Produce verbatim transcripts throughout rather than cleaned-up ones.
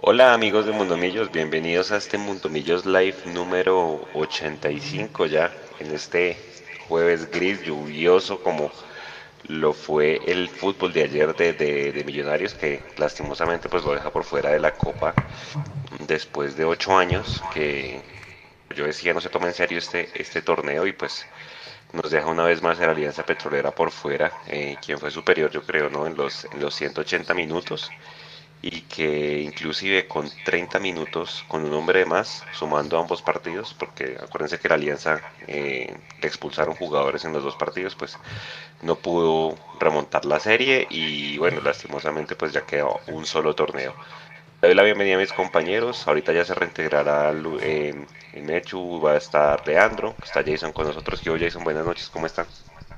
Hola amigos de Mundomillos, bienvenidos a este Mundomillos Live número ochenta y cinco ya, en este jueves gris lluvioso como lo fue el fútbol de ayer de, de- de Millonarios, que lastimosamente pues lo deja por fuera de la Copa después de ocho años, que yo decía no se toma en serio este, este torneo y pues nos deja una vez más la Alianza Petrolera por fuera, eh, quien fue superior yo creo, ¿no? En los, en los ciento ochenta minutos y que inclusive con treinta minutos, con un hombre de más, sumando ambos partidos, porque acuérdense que la Alianza eh, le expulsaron jugadores en los dos partidos, pues no pudo remontar la serie y bueno, lastimosamente pues ya quedó un solo torneo. Le doy la bienvenida a mis compañeros, ahorita ya se reintegrará Lu- eh, Mechu, va a estar Leandro, está Jason con nosotros. Yo, Jason, buenas noches, ¿cómo están?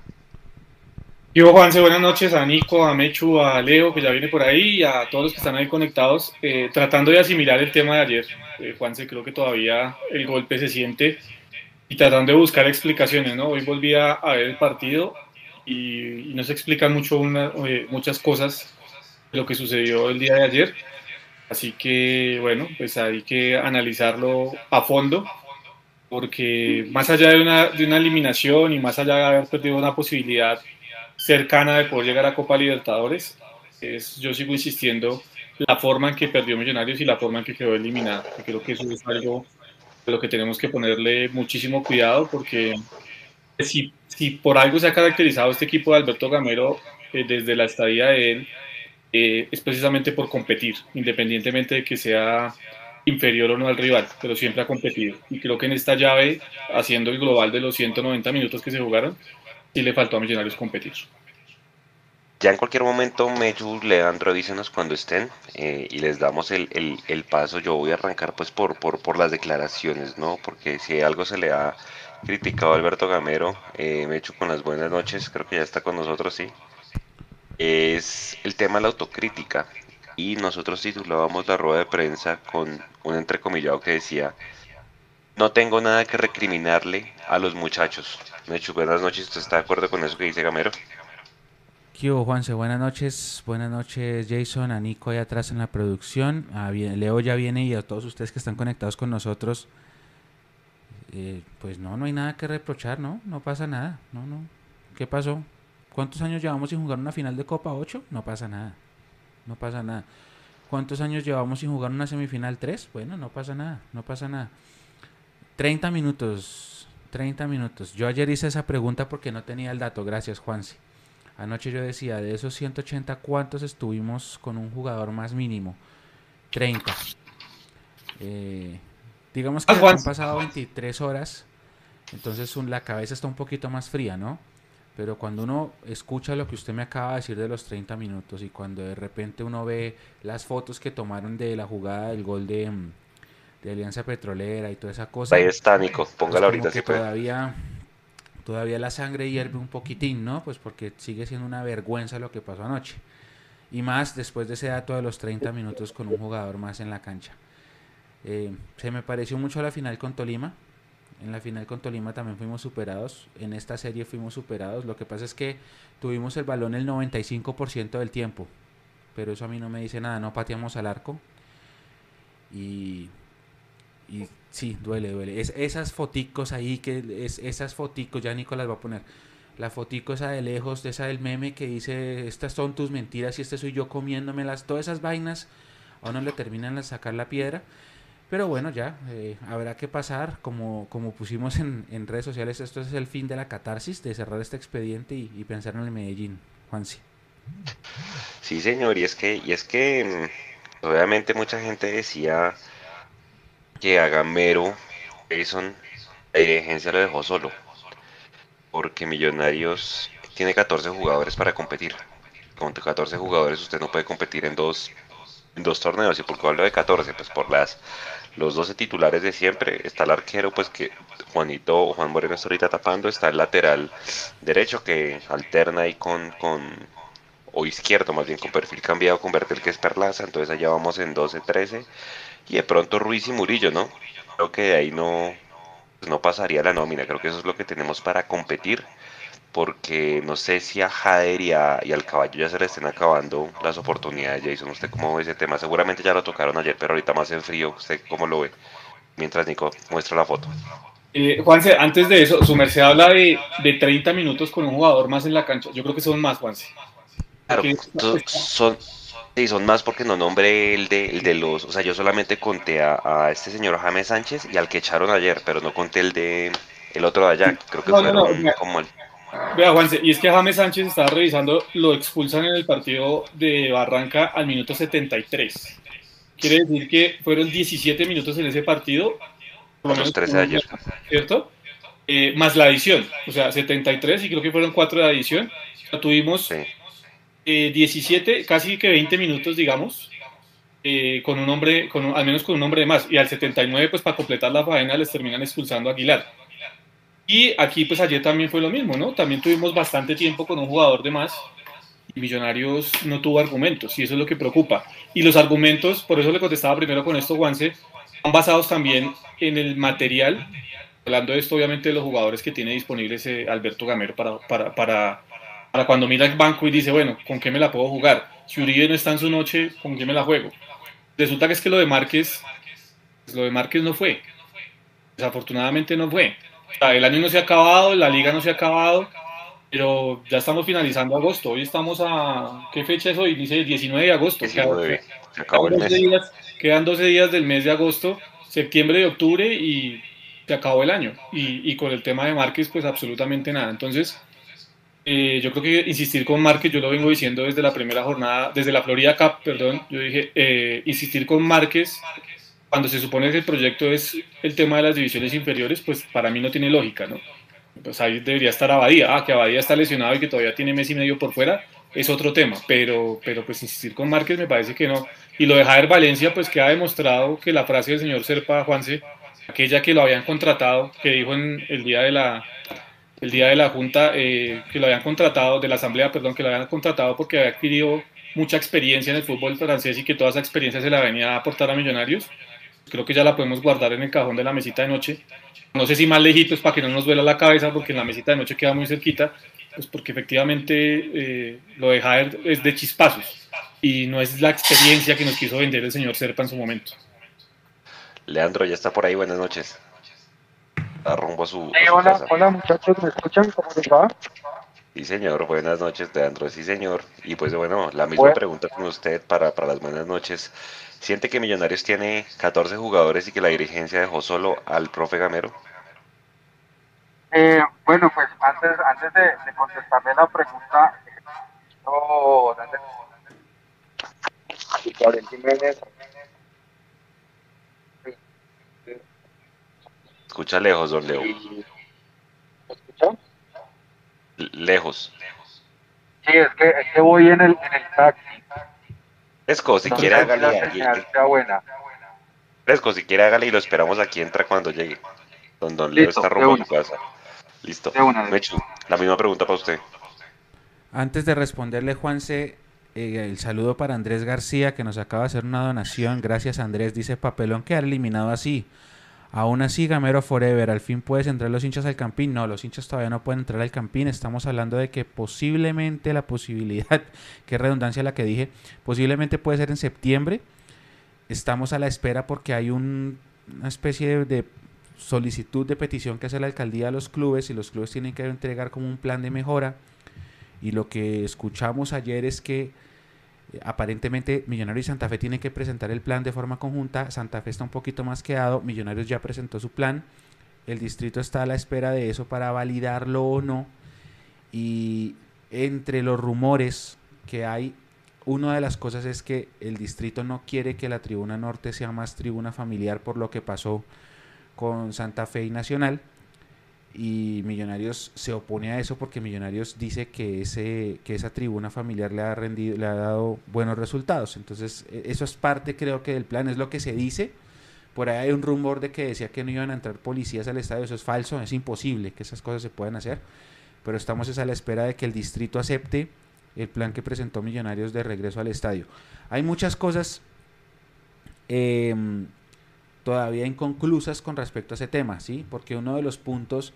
Yo, Juanse, buenas noches a Nico, a Mechu, a Leo, que ya viene por ahí, y a todos los que están ahí conectados, eh, tratando de asimilar el tema de ayer. Eh, Juanse, creo que todavía el golpe se siente y tratando de buscar explicaciones, ¿no? Hoy volví a, a ver el partido y, y no se explican mucho una- eh, muchas cosas de lo que sucedió el día de ayer, así que, bueno, pues hay que analizarlo a fondo, porque más allá de una, de una eliminación y más allá de haber perdido una posibilidad cercana de poder llegar a Copa Libertadores, es, yo sigo insistiendo la forma en que perdió Millonarios y la forma en que quedó eliminado. Yo creo que eso es algo de lo que tenemos que ponerle muchísimo cuidado porque si, si por algo se ha caracterizado este equipo de Alberto Gamero eh, desde la estadía de él, eh, es precisamente por competir, independientemente de que sea inferior o no al rival, pero siempre ha competido. Y creo que en esta llave, haciendo el global de los ciento noventa minutos que se jugaron, sí le faltó a Millonarios competir. Ya en cualquier momento, Meju, Leandro, avísenos cuando estén eh, y les damos el, el- el paso. Yo voy a arrancar pues por, por, por las declaraciones, ¿no? Porque si algo se le ha criticado a Alberto Gamero, eh, Mechu, con las buenas noches, creo que ya está con nosotros, sí, es el tema de la autocrítica. Y nosotros titulábamos la rueda de prensa con un entrecomillado que decía, no tengo nada que recriminarle a los muchachos. Mechu, buenas noches, ¿usted está de acuerdo con eso que dice Gamero? ¿Qué hubo, Juanse? Buenas noches. Buenas noches, Jason, a Nico ahí atrás en la producción. A bien- Leo ya viene y a todos ustedes que están conectados con nosotros. Eh, pues no, no hay nada que reprochar, ¿no? No pasa nada. No, no. ¿Qué pasó? ¿Cuántos años llevamos sin jugar una final de Copa? ¿Ocho? No pasa nada. No pasa nada. ¿Cuántos años llevamos sin jugar una semifinal? ¿Tres? Bueno, no pasa nada. No pasa nada. Treinta minutos. Treinta minutos. Yo ayer hice esa pregunta porque no tenía el dato. Gracias, Juanse. Anoche yo decía, de esos ciento ochenta, ¿cuántos estuvimos con un jugador más mínimo? Treinta. Eh, digamos Ah, que Juan, han pasado veintitrés horas, entonces un- la cabeza está un poquito más fría, ¿no? Pero cuando uno escucha lo que usted me acaba de decir de los treinta minutos y cuando de repente uno ve las fotos que tomaron de la jugada del gol de, mm, de Alianza Petrolera y toda esa Ahí cosa, está, Nico, pues póngala como ahorita si que puede. todavía, todavía la sangre hierve un poquitín, ¿no? Pues porque sigue siendo una vergüenza lo que pasó anoche. Y más después de ese dato de los treinta minutos con un jugador más en la cancha. Eh, se me pareció mucho a la final con Tolima. En la final con Tolima también fuimos superados. En esta serie fuimos superados. Lo que pasa es que tuvimos el balón el noventa y cinco por ciento del tiempo. Pero eso a mí no me dice nada. No pateamos al arco. Y, y sí, duele, duele. Es, esas foticos ahí, que es, esas foticos, ya Nicolás va a poner. La fotico esa de lejos, de esa del meme que dice, estas son tus mentiras y este soy yo comiéndomelas. Todas esas vainas a uno le terminan de sacar la piedra. Pero bueno, ya, eh, habrá que pasar, como, como pusimos en, en redes sociales, esto es el fin de la catarsis, de cerrar este expediente y, y pensar en el Medellín, Juansi. Sí, señor, y es que, y es que mm, obviamente mucha gente decía que a Gamero, Jason, la dirigencia lo dejó solo, porque Millonarios tiene catorce jugadores para competir. Con catorce jugadores usted no puede competir en dos, en dos torneos. ¿Y por qué hablo de catorce? Pues por las los doce titulares de siempre. Está el arquero, pues que Juanito, Juan Moreno está ahorita tapando. Está el lateral derecho que alterna ahí con, con o izquierdo, más bien con perfil cambiado con Bertel, que es Perlaza. Entonces allá vamos en doce trece. Y de pronto Ruiz y Murillo, ¿no? Creo que de ahí no, pues no pasaría la nómina. Creo que eso es lo que tenemos para competir. porque no sé si a Jader y, a- y al caballo ya se le estén acabando las oportunidades, Jason. ¿Usted cómo ve ese tema? Seguramente ya lo tocaron ayer, pero ahorita más en frío. ¿Usted cómo lo ve? Mientras Nico muestra la foto. Eh, Juanse, antes de eso, su merced habla de, de treinta minutos con un jugador más en la cancha. Yo creo que son más, Juanse. Claro, Porque so- son, sí, son más porque no nombré el de, el de los, o sea, yo solamente conté a, a este señor James Sánchez y al que echaron ayer, pero no conté el de el otro de allá, creo que no, no, no. fueron como el, Vea, Juanse, y es que James Sánchez estaba revisando, lo expulsan en el partido de Barranca al minuto setenta y tres. Quiere decir que fueron diecisiete minutos en ese partido, por a lo los menos, trece de ayer. ¿cierto? Eh, más la adición, o sea, setenta y tres y creo que fueron cuatro de adición. O sea, tuvimos Sí, eh, diecisiete, casi que veinte minutos, digamos, eh, con un hombre, con un- al menos con un hombre de más. Y al setenta y nueve, pues para completar la faena, les terminan expulsando a Aguilar. Y aquí, pues ayer también fue lo mismo, ¿no? También tuvimos bastante tiempo con un jugador de más y Millonarios no tuvo argumentos, y eso es lo que preocupa. Y los argumentos, por eso le contestaba primero con esto, Juanse, están basados también en el material, hablando de esto, obviamente, de los jugadores que tiene disponibles eh, Alberto Gamero para, para, para, para cuando mira el banco y dice, bueno, ¿con qué me la puedo jugar? Si Uribe no está en su noche, ¿con qué me la juego? Resulta que es que lo de Márquez, lo de Márquez no fue, desafortunadamente no fue. O sea, el año no se ha acabado, la liga no se ha acabado, pero ya estamos finalizando agosto. Hoy estamos a... ¿Qué fecha es hoy? Dice diecinueve de agosto. Quedan, diecinueve, se acabó quedan el doce mes. días, quedan doce días del mes de agosto, septiembre y octubre y se acabó el año. Y, y con el tema de Márquez, pues absolutamente nada. Entonces, eh, yo creo que insistir con Márquez, yo lo vengo diciendo desde la primera jornada, desde la Florida Cup, perdón, yo dije, eh, insistir con Márquez cuando se supone que el proyecto es el tema de las divisiones inferiores, pues para mí no tiene lógica, ¿no? Pues ahí debería estar Abadía. Ah, que Abadía está lesionado y que todavía tiene mes y medio por fuera, es otro tema. Pero, pero pues insistir con Márquez me parece que no. Y lo de Jader Valencia, pues que ha demostrado que la frase del señor Serpa Juanse, aquella que lo habían contratado, que dijo en el día de la, el día de la Junta, eh, que lo habían contratado, de la Asamblea, perdón, que lo habían contratado porque había adquirido mucha experiencia en el fútbol francés y que toda esa experiencia se la venía a aportar a Millonarios. Creo que ya la podemos guardar en el cajón de la mesita de noche. No sé si más lejitos para que no nos duela la cabeza, porque en la mesita de noche queda muy cerquita, pues porque efectivamente eh, lo de Jader es de chispazos y no es la experiencia que nos quiso vender el señor Serpa en su momento. Leandro ya está por ahí, buenas noches. A rumbo a su, a Sí, su hola, casa. hola muchachos, ¿me escuchan? ¿Cómo les va? Sí, señor, buenas noches, Leandro, sí, señor. Y pues bueno, la misma Bueno, pregunta con usted para, para las buenas noches. ¿Siente que Millonarios tiene catorce jugadores y que la dirigencia dejó solo al profe Gamero? eh, bueno, pues antes, antes de, de contestarle la pregunta, eh, quiero darle a Gabriel Jiménez. Escucha lejos, don Leo. Y, ¿me escuchan? L- lejos. Sí, es que, es que voy en el, en el taxi, Fresco, si no quiere sé si hágale la ahí. señal sea buena. Fresco, si quiere hágale y lo esperamos aquí, entra cuando llegue. Don, don Leo está Listo, de rumbo a su una, casa. Listo. de una, de una. Mechu, la misma pregunta para usted. Antes de responderle, Juanse, eh, el saludo para Andrés García, que nos acaba de hacer una donación. Gracias, Andrés. Dice, papelón quedar eliminado así. Aún así, Gamero Forever. Al fin puedes entrar los hinchas al Campín. No, los hinchas todavía no pueden entrar al Campín. Estamos hablando de que posiblemente la posibilidad, qué redundancia la que dije, posiblemente puede ser en septiembre. Estamos a la espera porque hay un, una especie de, de solicitud de petición que hace la alcaldía a los clubes y los clubes tienen que entregar como un plan de mejora. Y lo que escuchamos ayer es que eh, aparentemente Millonarios y Santa Fe tienen que presentar el plan de forma conjunta. Santa Fe está un poquito más quedado, Millonarios ya presentó su plan, el distrito está a la espera de eso para validarlo o no. Y entre los rumores que hay, una de las cosas es que el distrito no quiere que la tribuna norte sea más tribuna familiar por lo que pasó con Santa Fe y Nacional. Y Millonarios se opone a eso porque Millonarios dice que ese que esa tribuna familiar le ha rendido, le ha dado buenos resultados. Entonces eso es parte, creo que del plan, es lo que se dice. Por ahí hay un rumor de que decía que no iban a entrar policías al estadio. Eso es falso, es imposible que esas cosas se puedan hacer, pero estamos a la espera de que el distrito acepte el plan que presentó Millonarios de regreso al estadio. Hay muchas cosas eh, todavía inconclusas con respecto a ese tema, ¿sí? Porque uno de los puntos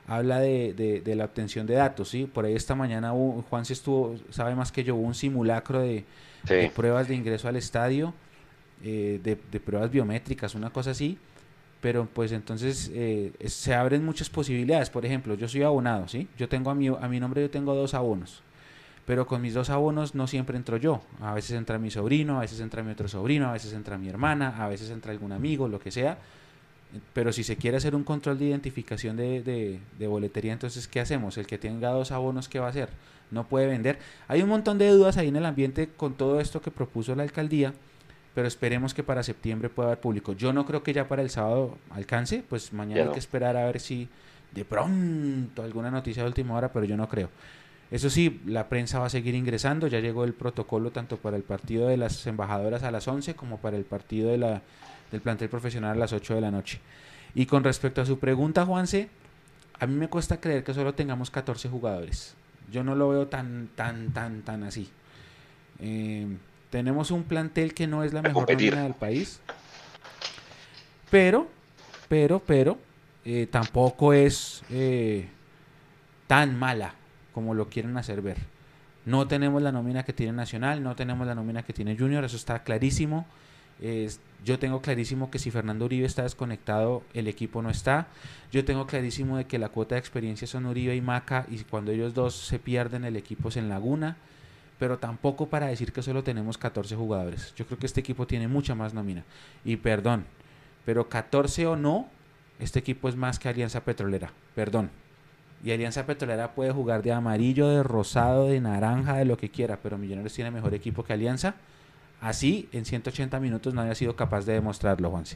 habla de, de, de la obtención de datos, ¿sí? Por ahí esta mañana hubo, Juan se estuvo, sabe más que yo, hubo un simulacro de, Sí. de pruebas de ingreso al estadio, eh, de, de pruebas biométricas, una cosa así, pero pues entonces eh, es- se abren muchas posibilidades. Por ejemplo, yo soy abonado, ¿sí? Yo tengo a mi, a mi nombre, yo tengo dos abonos, pero con mis dos abonos no siempre entro yo. A veces entra mi sobrino, a veces entra mi otro sobrino, a veces entra mi hermana, a veces entra algún amigo, lo que sea. Pero si se quiere hacer un control de identificación de, de, de boletería, entonces ¿qué hacemos? El que tenga dos abonos, ¿qué va a hacer? No puede vender. Hay un montón de dudas ahí en el ambiente con todo esto que propuso la alcaldía, pero esperemos que para septiembre pueda haber público. Yo no creo que ya para el sábado alcance, pues mañana Ya hay no. que esperar a ver si de pronto alguna noticia de última hora, pero yo no creo. Eso sí, la prensa va a seguir ingresando, ya llegó el protocolo tanto para el partido de las embajadoras a las once como para el partido de la, del plantel profesional a las ocho de la noche. Y con respecto a su pregunta, Juanse, a mí me cuesta creer que solo tengamos catorce jugadores. Yo no lo veo tan, tan, tan, tan así. Eh, tenemos un plantel que no es la A mejor competir. nómina del país, pero, pero, pero, eh, tampoco es eh, tan mala como lo quieren hacer ver. No tenemos la nómina que tiene Nacional, no tenemos la nómina que tiene Junior, eso está clarísimo. Es, yo tengo clarísimo que si Fernando Uribe está desconectado, el equipo no está. Yo tengo clarísimo de que la cuota de experiencia son Uribe y Maca, y cuando ellos dos se pierden, el equipo es en Laguna. Pero tampoco para decir que solo tenemos catorce jugadores. Yo creo que este equipo tiene mucha más nómina. Y perdón, pero catorce o no, este equipo es más que Alianza Petrolera. Perdón. Y Alianza Petrolera puede jugar de amarillo, de rosado, de naranja, de lo que quiera, pero Millonarios tiene mejor equipo que Alianza. Así, en ciento ochenta minutos no había sido capaz de demostrarlo, Juanse.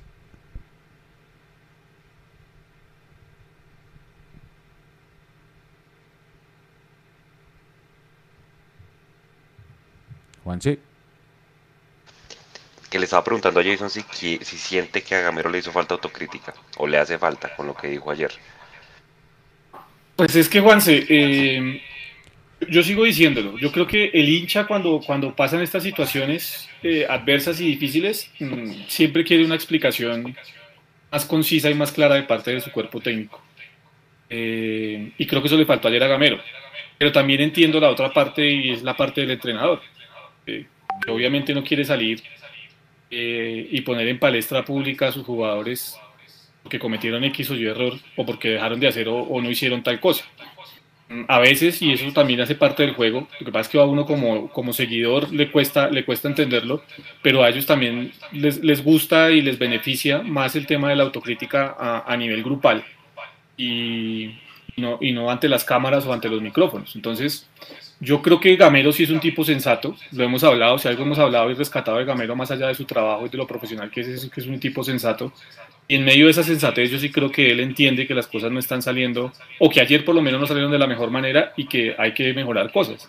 Juanse. Que le estaba preguntando a Jason si, qui- si siente que a Gamero le hizo falta autocrítica o le hace falta con lo que dijo ayer. Pues es que, Juanse, eh, yo sigo diciéndolo. Yo creo que el hincha cuando, cuando pasan estas situaciones eh, adversas y difíciles, mm, siempre quiere una explicación más concisa y más clara de parte de su cuerpo técnico. Eh, y creo que eso le faltó ayer a Gamero. Pero también entiendo la otra parte y es la parte del entrenador. Eh, que obviamente no quiere salir eh, y poner en palestra pública a sus jugadores porque cometieron X o Y error o porque dejaron de hacer o, o no hicieron tal cosa. A veces, y eso también hace parte del juego, lo que pasa es que a uno como, como seguidor le cuesta, le cuesta entenderlo, pero a ellos también les, les gusta y les beneficia más el tema de la autocrítica a, a nivel grupal y, y no, y no ante las cámaras o ante los micrófonos. Entonces, yo creo que Gamero sí es un tipo sensato, lo hemos hablado, si algo hemos hablado y rescatado de Gamero más allá de su trabajo y de lo profesional que es, es que es un tipo sensato. Y en medio de esa sensatez yo sí creo que él entiende que las cosas no están saliendo, o que ayer por lo menos no salieron de la mejor manera y que hay que mejorar cosas.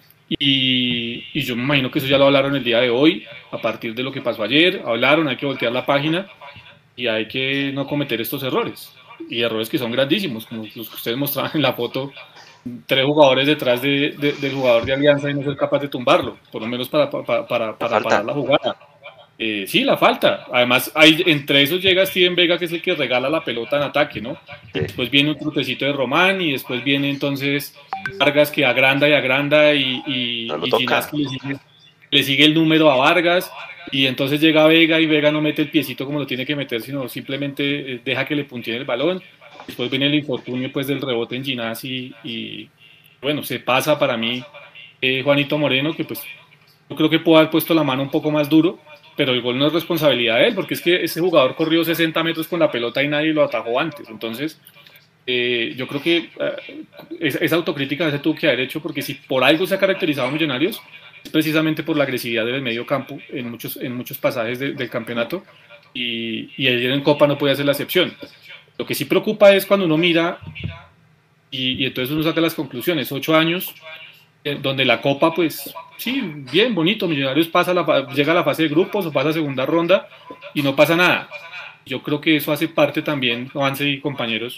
Y, y yo me imagino que eso ya lo hablaron el día de hoy, a partir de lo que pasó ayer, hablaron, hay que voltear la página y hay que no cometer estos errores. Y errores que son grandísimos, como los que ustedes mostraban en la foto, tres jugadores detrás de, de, del jugador de Alianza y no ser capaz de tumbarlo, por lo menos para, para, para, para parar la jugada. Eh, sí, la falta. Además, hay, entre esos llega Steven Vega, que es el que regala la pelota en ataque, ¿no? Sí. Después viene un trutecito de Román y después viene entonces Vargas que agranda y agranda y, y, No lo y toca. Ginás que le sigue, le sigue el número a Vargas y entonces llega Vega y Vega no mete el piecito como lo tiene que meter, sino simplemente deja que le puntee el balón. Después viene el infortunio pues del rebote en Ginás y, y bueno, se pasa para mí eh, Juanito Moreno, que pues yo creo que pudo haber puesto la mano un poco más duro, pero el gol no es responsabilidad de él, porque es que ese jugador corrió sesenta metros con la pelota y nadie lo atajó antes. Entonces, eh, yo creo que eh, esa, esa autocrítica se tuvo que haber hecho, porque si por algo se ha caracterizado a Millonarios, es precisamente por la agresividad del medio campo en muchos, en muchos pasajes de, del campeonato, y, y ayer en Copa no puede ser la excepción. Lo que sí preocupa es cuando uno mira, y, y entonces uno saca las conclusiones, ocho años, eh, donde la Copa, pues, sí, bien, bonito, Millonarios pasa la, llega a la fase de grupos o pasa a segunda ronda y no pasa nada. Yo creo que eso hace parte también, Juanse y compañeros,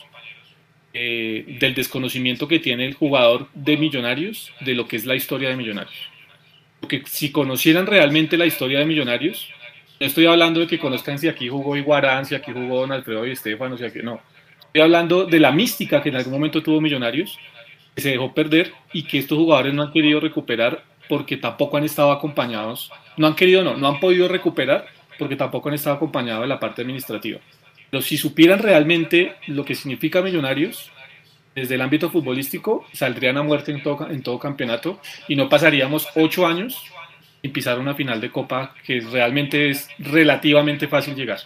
eh, del desconocimiento que tiene el jugador de Millonarios de lo que es la historia de Millonarios. Porque si conocieran realmente la historia de Millonarios, no estoy hablando de que conozcan si aquí jugó Iguarán, si aquí jugó Don Alfredo y Estefano, si aquí no. Estoy hablando de la mística que en algún momento tuvo Millonarios, que se dejó perder y que estos jugadores no han querido recuperar porque tampoco han estado acompañados, no han querido, no, no han podido recuperar porque tampoco han estado acompañados de la parte administrativa. Pero si supieran realmente lo que significa Millonarios, desde el ámbito futbolístico, saldrían a muerte en todo, en todo campeonato y no pasaríamos ocho años sin pisar una final de Copa, que realmente es relativamente fácil llegar.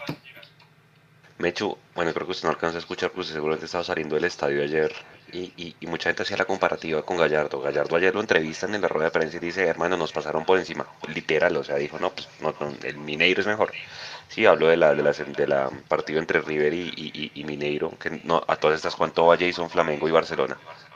Mechu, bueno, creo que usted no alcanza a escuchar, pues seguramente estaba saliendo del estadio ayer y, y, y mucha gente hacía la comparativa con Gallardo. Gallardo ayer lo entrevistan en la rueda de prensa y dice, hermano, nos pasaron por encima, literal, o sea, dijo, no, pues no, no, el Mineiro es mejor. Sí, hablo de la, de la, de la partido entre River y, y, y Mineiro, que no, a todas estas, ¿cuánto va Jason, Flamengo y Barcelona?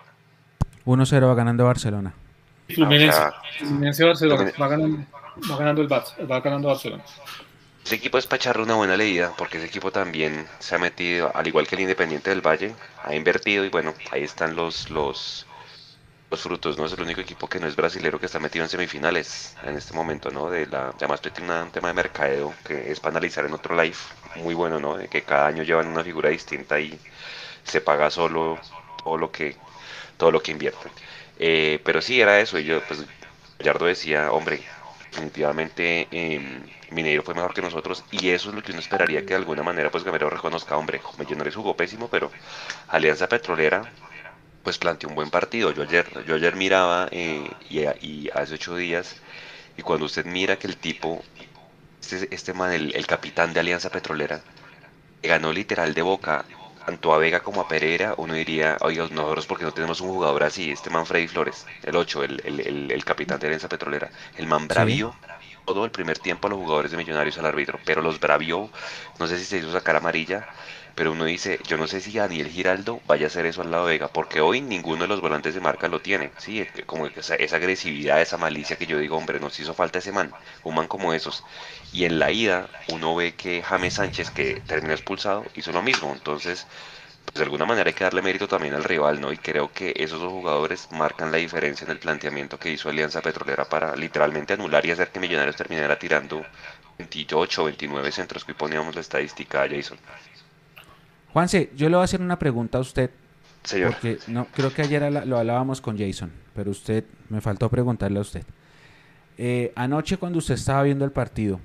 uno cero va ganando Barcelona. Fluminense, Ah, o sea, Fluminense Barcelona, Fluminense. va ganando, va ganando el Barça, va ganando Barcelona. Ese equipo es para echarle una buena leída, porque ese equipo también se ha metido, al igual que el Independiente del Valle, ha invertido y bueno, ahí están los, los, los frutos, ¿no? Es el único equipo que no es brasilero que está metido en semifinales en este momento, ¿no? De la, además tiene una- un tema de mercadeo que es para analizar en otro live, muy bueno, ¿no? De que cada año llevan una figura distinta y se paga solo todo lo que, todo lo que invierten. Eh, pero sí, era eso, y yo, pues, Gallardo decía, hombre, definitivamente eh, Mineiro fue mejor que nosotros, y eso es lo que uno esperaría que de alguna manera, pues, Gamero reconozca, hombre, Millonarios jugó pésimo, pero Alianza Petrolera, pues, planteó un buen partido. Yo ayer, yo ayer miraba, eh, y, y hace ocho días, y cuando usted mira que el tipo, este, este man, el, el capitán de Alianza Petrolera, ganó literal de Boca tanto a Vega como a Pereira, uno diría, oiga, nosotros porque no tenemos un jugador así, este man Freddy Flores, el ocho, el, el, el, el capitán de Alianza Petrolera, el man Sí. bravió todo el primer tiempo a los jugadores de Millonarios al árbitro, pero los bravió, no sé si se hizo sacar amarilla, pero uno dice, yo no sé si Daniel Giraldo vaya a hacer eso al lado de Vega, porque hoy ninguno de los volantes de marca lo tiene, sí, eh, como esa, esa agresividad, esa malicia que yo digo, hombre, nos hizo falta ese man, un man como esos. Y en la ida uno ve que James Sánchez, que terminó expulsado, hizo lo mismo, entonces pues de alguna manera hay que darle mérito también al rival, ¿no? Y creo que esos dos jugadores marcan la diferencia en el planteamiento que hizo Alianza Petrolera para literalmente anular y hacer que Millonarios terminara tirando veintiocho, veintinueve centros, que hoy poníamos la estadística a Jason. Juanse, yo le voy a hacer una pregunta a usted, Señor, porque no creo que ayer ala- lo hablábamos con Jason, pero usted, me faltó preguntarle a usted. Eh, anoche cuando usted estaba viendo el partido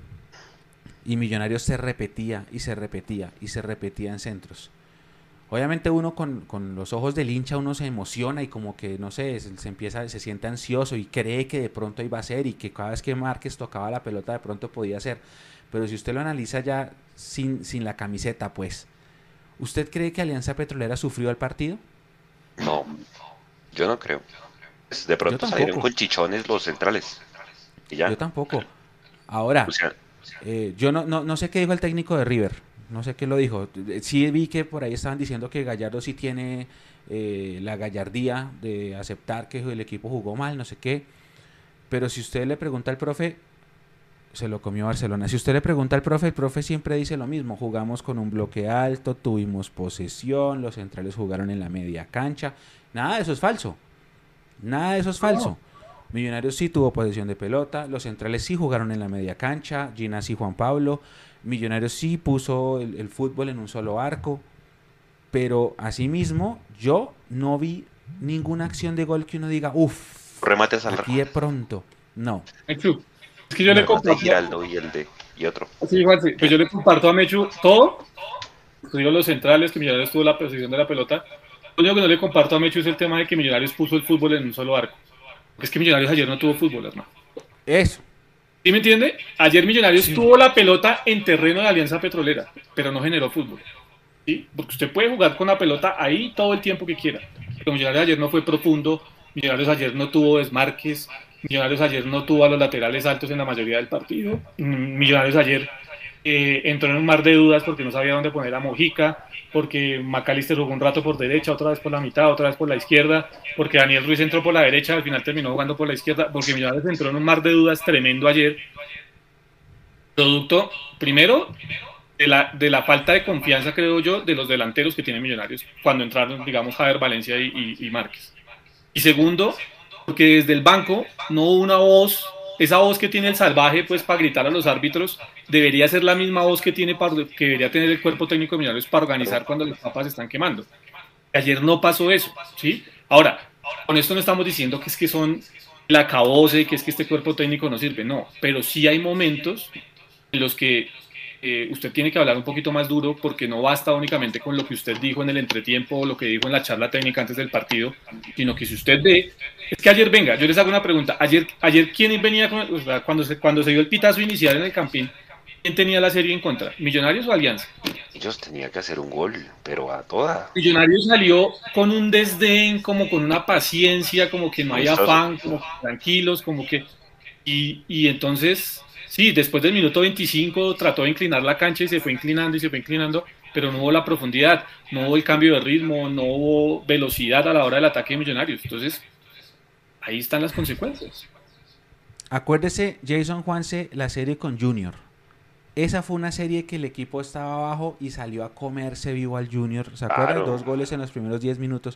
y Millonarios se repetía y se repetía y se repetía en centros, obviamente uno con, con los ojos del hincha uno se emociona y como que, no sé, se, se empieza, se siente ansioso y cree que de pronto iba a ser y que cada vez que Márquez tocaba la pelota de pronto podía ser. Pero si usted lo analiza ya sin, sin la camiseta, pues, ¿usted cree que Alianza Petrolera sufrió el partido? no, yo no creo. Pues, de Yo pronto salieron tampoco, con chichones los centrales. Y ya. yo tampoco. Ahora, O sea, eh, yo no, no, no sé qué dijo el técnico de River, no sé qué lo dijo. Sí vi que por ahí estaban diciendo que Gallardo sí tiene eh, la gallardía de aceptar que el equipo jugó mal, no sé qué. Pero si usted le pregunta al profe, se lo comió Barcelona. Si usted le pregunta al profe, el profe siempre dice lo mismo. Jugamos con un bloque alto, tuvimos posesión, los centrales jugaron en la media cancha. Nada de eso es falso. Nada de eso es falso. Millonarios sí tuvo posesión de pelota, los centrales sí jugaron en la media cancha, Ginás y Juan Pablo. Millonarios sí puso el, el fútbol en un solo arco, pero asimismo yo no vi ninguna acción de gol que uno diga, uff, remate a Salra, aquí de pronto. No, Mechu, es que yo le no. remate de comparto, Giraldo y el de y otro. sí, Juanse, pues yo le comparto a Mechu todo, pues digo los centrales, que Millonarios tuvo la posición de la pelota. Lo único que no le comparto a Mechu es el tema de que Millonarios puso el fútbol en un solo arco. Porque es que Millonarios ayer no tuvo fútbol, hermano. Eso, ¿Sí me entiende? Ayer Millonarios sí, tuvo la pelota en terreno de Alianza Petrolera, pero no generó fútbol. ¿Sí? Porque usted puede jugar con la pelota ahí todo el tiempo que quiera. Pero Millonarios ayer no fue profundo, Millonarios ayer no tuvo desmarques, Millonarios ayer no tuvo a los laterales altos en la mayoría del partido. Mm, Millonarios ayer eh, entró en un mar de dudas porque no sabía dónde poner a Mojica, porque McAllister jugó un rato por derecha, otra vez por la mitad, otra vez por la izquierda, porque Daniel Ruiz entró por la derecha, al final terminó jugando por la izquierda, porque Millonarios entró en un mar de dudas tremendo ayer, producto, primero, de la, de la falta de confianza, creo yo, de los delanteros que tiene Millonarios, cuando entraron, digamos, Javier Valencia y, y, y Márquez. Y segundo, porque desde el banco no hubo una voz esa voz que tiene el salvaje pues para gritar a los árbitros debería ser la misma voz que tiene para, que debería tener el cuerpo técnico de Millonarios para organizar cuando las papas se están quemando. Ayer no pasó eso, ¿sí? Ahora, con esto no estamos diciendo que es que son el acabose, que es que este cuerpo técnico no sirve, no, pero sí hay momentos en los que eh, usted tiene que hablar un poquito más duro, porque no basta únicamente con lo que usted dijo en el entretiempo o lo que dijo en la charla técnica antes del partido, sino que si usted ve, es que ayer, venga, yo les hago una pregunta, ayer, ayer ¿quién venía con, o sea, cuando se, cuando se dio el pitazo inicial en el Campín, ¿quién tenía la serie en contra? ¿Millonarios o Alianza? Ellos tenían que hacer un gol, pero a toda. Millonarios salió con un desdén, como con una paciencia, como que no hay afán, como que tranquilos, como que... Y, y entonces, sí, después del minuto veinticinco trató de inclinar la cancha y se fue inclinando y se fue inclinando, pero no hubo la profundidad, no hubo el cambio de ritmo, no hubo velocidad a la hora del ataque de Millonarios. Entonces, ahí están las consecuencias. Acuérdese, Jason Juanse, la serie con Junior. Esa fue una serie que el equipo estaba abajo y salió a comerse vivo al Junior. ¿Se acuerdan? Claro. Dos goles en los primeros diez minutos.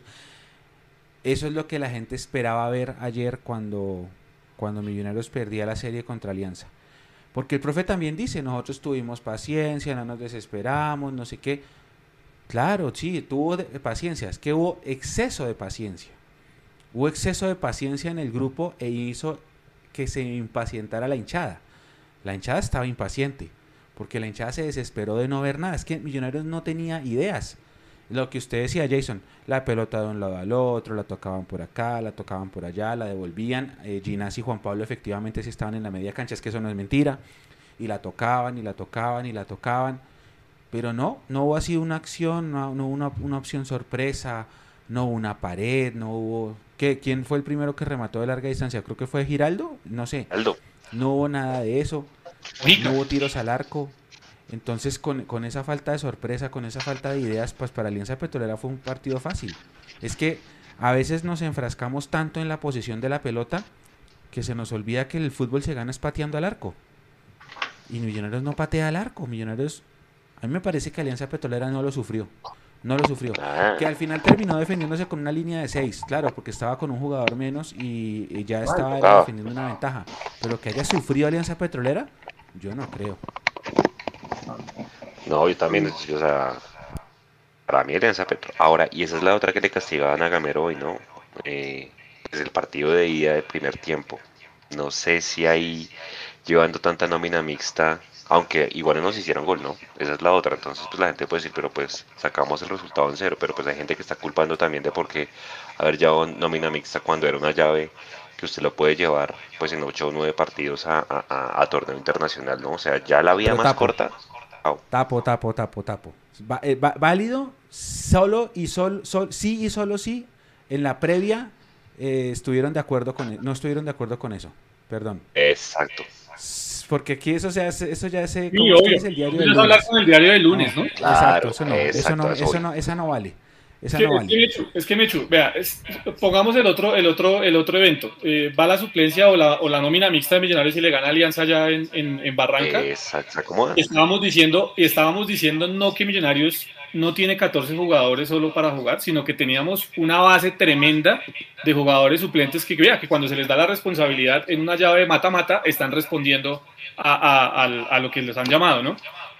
Eso es lo que la gente esperaba ver ayer cuando, cuando Millonarios perdía la serie contra Alianza. Porque el profe también dice, nosotros tuvimos paciencia, no nos desesperamos, no sé qué. Claro, sí, tuvo de, paciencia. Es que hubo exceso de paciencia. Hubo exceso de paciencia en el grupo e hizo que se impacientara la hinchada. La hinchada estaba impaciente, porque la hinchada se desesperó de no ver nada. Es que Millonarios no tenía ideas. Lo que usted decía, Jason, la pelota de un lado al otro, la tocaban por acá, la tocaban por allá, la devolvían. Eh, Ginás y Juan Pablo efectivamente sí estaban en la media cancha, es que eso no es mentira. Y la tocaban, y la tocaban, y la tocaban. Pero no, no hubo así una acción, no, no hubo una, una opción sorpresa, no hubo una pared, no hubo... ¿Qué? ¿Quién fue el primero que remató de larga distancia? Creo que fue Giraldo, no sé. Giraldo. No hubo nada de eso, no hubo tiros al arco. Entonces con, con esa falta de sorpresa, con esa falta de ideas, pues para Alianza Petrolera fue un partido fácil. Es que a veces nos enfrascamos tanto en la posición de la pelota que se nos olvida que el fútbol se gana es pateando al arco. Y Millonarios no patea al arco. Millonarios, a mí me parece que Alianza Petrolera no lo sufrió. No lo sufrió. Que al final terminó defendiéndose con una línea de seis, claro, porque estaba con un jugador menos y, y ya estaba era, defendiendo una ventaja. Pero que haya sufrido Alianza Petrolera, yo no creo. No, yo también, o sea, para mí Alianza Petrolera. Ahora, y esa es la otra que le castigaban a Gamero hoy, ¿no? Eh, es el partido de ida del primer tiempo. No sé si hay, llevando tanta nómina mixta, aunque igual no nos hicieron gol, ¿no? Esa es la otra. Entonces, pues la gente puede decir, pero pues sacamos el resultado en cero. Pero pues hay gente que está culpando también de por qué haber llevado nómina mixta cuando era una llave que usted lo puede llevar pues en ocho o nueve partidos a, a, a, a torneo internacional, ¿no? O sea, ya la vía pero más tapo, corta. Oh. Tapo, tapo, tapo, tapo. Va, eh, va, válido, solo y solo, sol, sí y solo sí. En la previa eh, estuvieron de acuerdo con, no estuvieron de acuerdo con eso. Perdón. Exacto. Porque aquí eso, se hace, eso ya se... Sí, obvio. Es el diario del lunes. Hablar con el diario del lunes, ¿no? ¿no? Claro, exacto, eso no, exacto, eso no, eso eso no, esa no vale. Esa es, que, no vale. es, que Mechu, es que Mechu, vea, es, pongamos el otro, el otro, el otro evento. Eh, va la suplencia o la, o la nómina mixta de Millonarios y le gana Alianza allá en, en, en Barranca. Exacto, se acomoda. Estábamos diciendo, estábamos diciendo no que Millonarios no tiene catorce jugadores solo para jugar, sino que teníamos una base tremenda de jugadores suplentes que, vea, que cuando se les da la responsabilidad en una llave de mata-mata están respondiendo a, a, a, a lo que les han llamado, ¿no?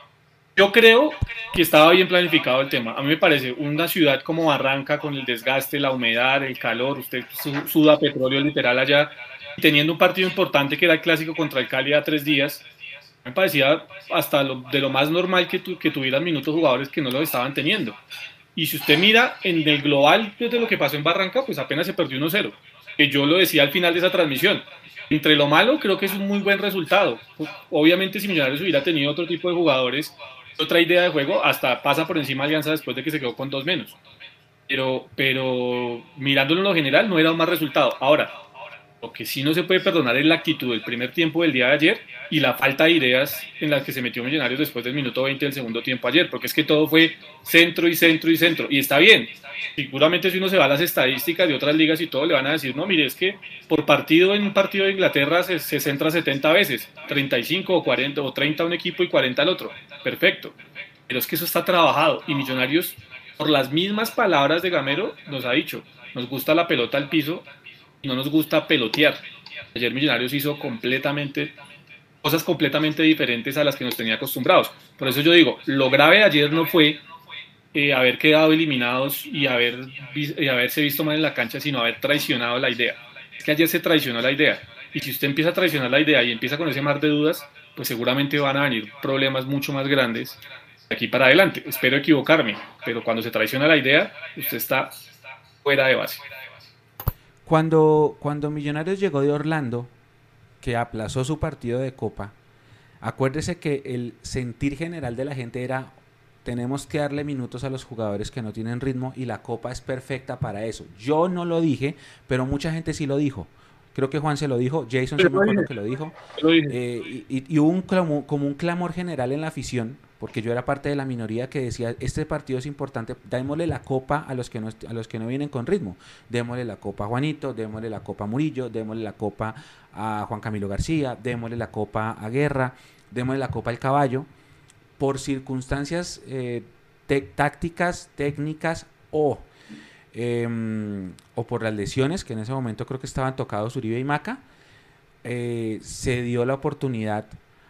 Yo creo que estaba bien planificado el tema. A mí me parece una ciudad como Barranca, con el desgaste, la humedad, el calor, usted suda petróleo literal allá, teniendo un partido importante que era el clásico contra el Cali a tres días, me parecía hasta lo, de lo más normal que, tu, que tuvieran minutos jugadores que no lo estaban teniendo. Y si usted mira en el global de lo que pasó en Barranca, pues apenas se perdió uno cero. Que yo lo decía al final de esa transmisión. Entre lo malo, creo que es un muy buen resultado. Obviamente, si Millonarios hubiera tenido otro tipo de jugadores, otra idea de juego, hasta pasa por encima Alianza después de que se quedó con dos menos. Pero, pero mirándolo en lo general, no era un mal resultado. Ahora, lo que sí no se puede perdonar es la actitud del primer tiempo del día de ayer y la falta de ideas en las que se metió Millonarios después del minuto veinte del segundo tiempo ayer, porque es que todo fue centro y centro y centro, y está bien. Seguramente si uno se va a las estadísticas de otras ligas y todo, le van a decir, no, mire, es que por partido en un partido de Inglaterra se, se centra setenta veces, treinta y cinco o cuarenta o treinta un equipo y cuarenta al otro. Perfecto. Pero es que eso está trabajado y Millonarios, por las mismas palabras de Gamero, nos ha dicho, nos gusta la pelota al piso, no nos gusta pelotear. Ayer Millonarios hizo completamente cosas completamente diferentes a las que nos tenía acostumbrados. Por eso yo digo, lo grave de ayer no fue eh, haber quedado eliminados y, haber, y haberse visto mal en la cancha, sino haber traicionado la idea. Es que ayer se traicionó la idea. Y si usted empieza a traicionar la idea y empieza con ese mar de dudas, pues seguramente van a venir problemas mucho más grandes de aquí para adelante. Espero equivocarme, pero cuando se traiciona la idea, usted está fuera de base. Cuando, cuando Millonarios llegó de Orlando, que aplazó su partido de Copa, acuérdese que el sentir general de la gente era: tenemos que darle minutos a los jugadores que no tienen ritmo y la Copa es perfecta para eso. Yo no lo dije, pero mucha gente sí lo dijo. Creo que Juan se lo dijo, Jason se me acuerdo que lo dijo. Eh, y, y hubo un clamor, como un clamor general en la afición, porque yo era parte de la minoría que decía: este partido es importante, démosle la Copa a los que no, a los que no vienen con ritmo. Démosle la Copa a Juanito, démosle la Copa a Murillo, démosle la Copa a Juan Camilo García, démosle la Copa a Guerra, démosle la Copa al Caballo, por circunstancias eh, te tácticas, técnicas o, eh, o por las lesiones, que en ese momento creo que estaban tocados Uribe y Maca, eh, se dio la oportunidad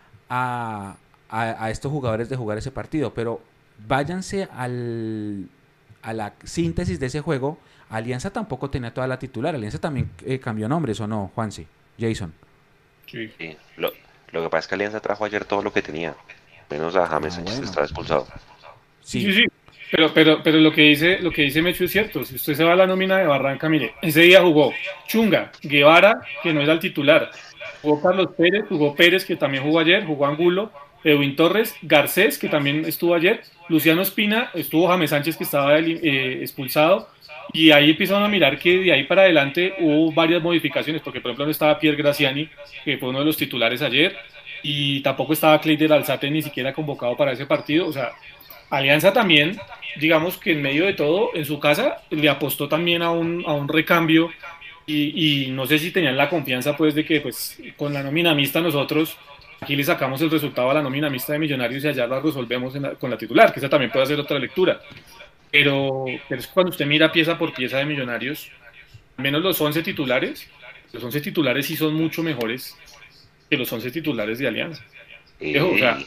a, a, a estos jugadores de jugar ese partido. Pero váyanse al, a la síntesis de ese juego. Alianza tampoco tenía toda la titular, Alianza también eh, cambió nombres, ¿o no, Juanse? Jason. Sí. Sí. Lo, lo que pasa es que Alianza trajo ayer todo lo que tenía, menos a James ah, Sánchez, bueno. Estaba expulsado. Sí, sí, sí. Pero, pero, pero lo que dice, lo que dice Mechu es cierto. Si usted se va a la nómina de Barranca, mire, ese día jugó Chunga, Guevara, que no era el titular, jugó Carlos Pérez, jugó Pérez, que también jugó ayer, jugó Angulo, Edwin Torres, Garcés, que también estuvo ayer, Luciano Espina, estuvo James Sánchez, que estaba eh, expulsado, y ahí empezaron a mirar que de ahí para adelante hubo varias modificaciones, porque por ejemplo no estaba Pierre Graciani, que fue uno de los titulares ayer, y tampoco estaba Kleider Alzate ni siquiera convocado para ese partido. O sea, Alianza también, digamos que en medio de todo, en su casa, le apostó también a un, a un recambio, y, y no sé si tenían la confianza pues de que pues con la nómina mixta nosotros aquí le sacamos el resultado a la nómina mixta de Millonarios y allá la resolvemos en la, con la titular, que esa también puede ser otra lectura. Pero, pero es que cuando usted mira pieza por pieza de Millonarios, al menos los once titulares, los once titulares sí son mucho mejores que los once titulares de Alianza. Eh, o sea,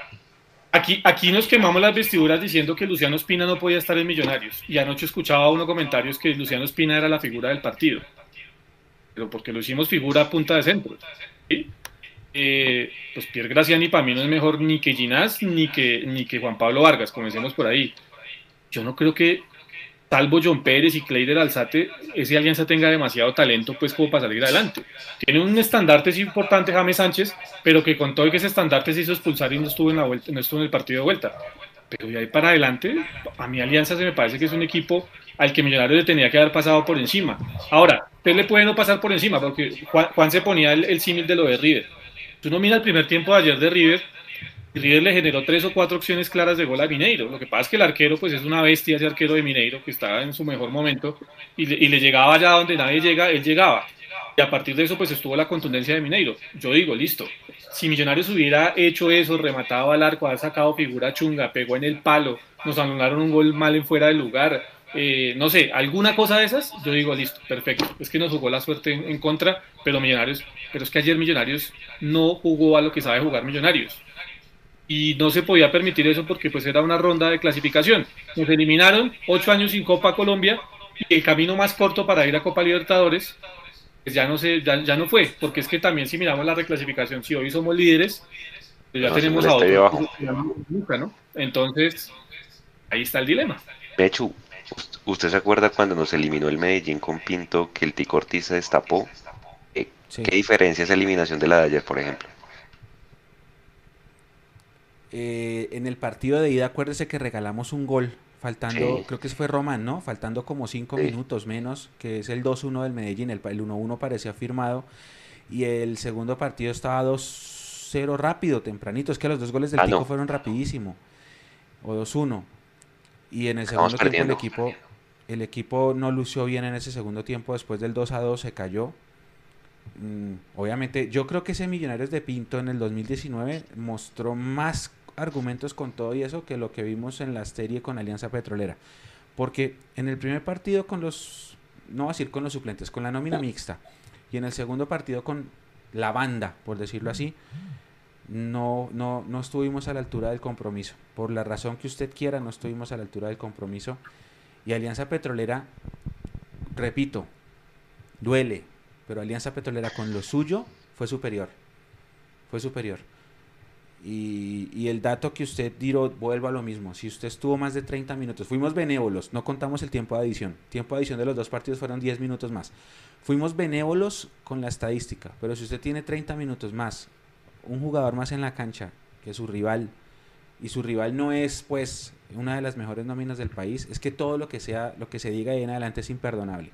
aquí, aquí nos quemamos las vestiduras diciendo que Luciano Espina no podía estar en Millonarios. Y anoche escuchaba unos comentarios que Luciano Espina era la figura del partido. Pero porque lo hicimos figura a punta de centro. ¿Sí? Eh, pues Pierre Graciani para mí no es mejor ni que Ginás ni que, ni que Juan Pablo Vargas, comencemos por ahí. Yo no creo que, salvo John Pérez y Kleider Alzate, ese Alianza tenga demasiado talento pues como para salir adelante. Tiene un estandarte sí importante James Sánchez, pero que con todo y que ese estandarte se hizo expulsar y no estuvo en la vuelta, no estuvo en el partido de vuelta. Pero de ahí para adelante, a mí Alianza se me parece que es un equipo al que Millonarios le tenía que haber pasado por encima. Ahora, usted le puede no pasar por encima, porque Juan, Juan se ponía el, el símil de lo de River. Tú no mira el primer tiempo de ayer de River, River le generó tres o cuatro opciones claras de gol a Mineiro. Lo que pasa es que el arquero pues es una bestia, ese arquero de Mineiro que estaba en su mejor momento y le, y le llegaba allá donde nadie llega, él llegaba. Y a partir de eso pues estuvo la contundencia de Mineiro. Yo digo, listo, si Millonarios hubiera hecho eso, rematado al arco, haber sacado figura Chunga, pegó en el palo, nos anularon un gol mal en fuera del lugar, eh, no sé, alguna cosa de esas, yo digo, listo, perfecto. Es que nos jugó la suerte en, en contra, pero Millonarios, pero es que ayer Millonarios no jugó a lo que sabe jugar Millonarios. Y no se podía permitir eso porque pues era una ronda de clasificación. Nos eliminaron, ocho años sin Copa Colombia, y el camino más corto para ir a Copa Libertadores pues ya no se, ya, ya no fue, porque es que también si miramos la reclasificación, si hoy somos líderes, pues ya no, tenemos a otro, ¿no? Entonces, ahí está el dilema. Mechu, ¿usted se acuerda cuando nos eliminó el Medellín con Pinto, que el Tico Ortiz se destapó? Eh, sí. ¿Qué diferencia es esa eliminación de la de ayer, por ejemplo? Eh, en el partido de ida, acuérdese que regalamos un gol, faltando, sí. creo que fue Román, ¿no? Faltando como cinco sí. minutos menos, que es el dos uno del Medellín, el, el uno uno parecía firmado, y el segundo partido estaba dos cero rápido, tempranito, es que los dos goles del ah, Tico no. fueron rapidísimo, o dos uno, y en el segundo Estamos tiempo el equipo, el equipo no lució bien en ese segundo tiempo, después del dos a dos se cayó. Mm, obviamente, yo creo que ese Millonarios de Pinto en el dos mil diecinueve mostró más argumentos con todo y eso que lo que vimos en la serie con Alianza Petrolera, porque en el primer partido con los, no voy a decir con los suplentes, con la nómina mixta, Y en el segundo partido con la banda, por decirlo así, no, no, no estuvimos a la altura del compromiso. Por la razón que usted quiera, no estuvimos a la altura del compromiso. Y Alianza Petrolera, repito, duele, pero Alianza Petrolera con lo suyo fue superior. Fue superior. Y, y el dato que usted dio, vuelvo a lo mismo. Si usted estuvo más de treinta minutos, fuimos benévolos, no contamos el tiempo de adición. Tiempo de adición de los dos partidos fueron diez minutos más. Fuimos benévolos con la estadística, pero si usted tiene treinta minutos más, un jugador más en la cancha que su rival, y su rival no es pues una de las mejores nóminas del país, es que todo lo que sea, lo que se diga de ahí en adelante es imperdonable.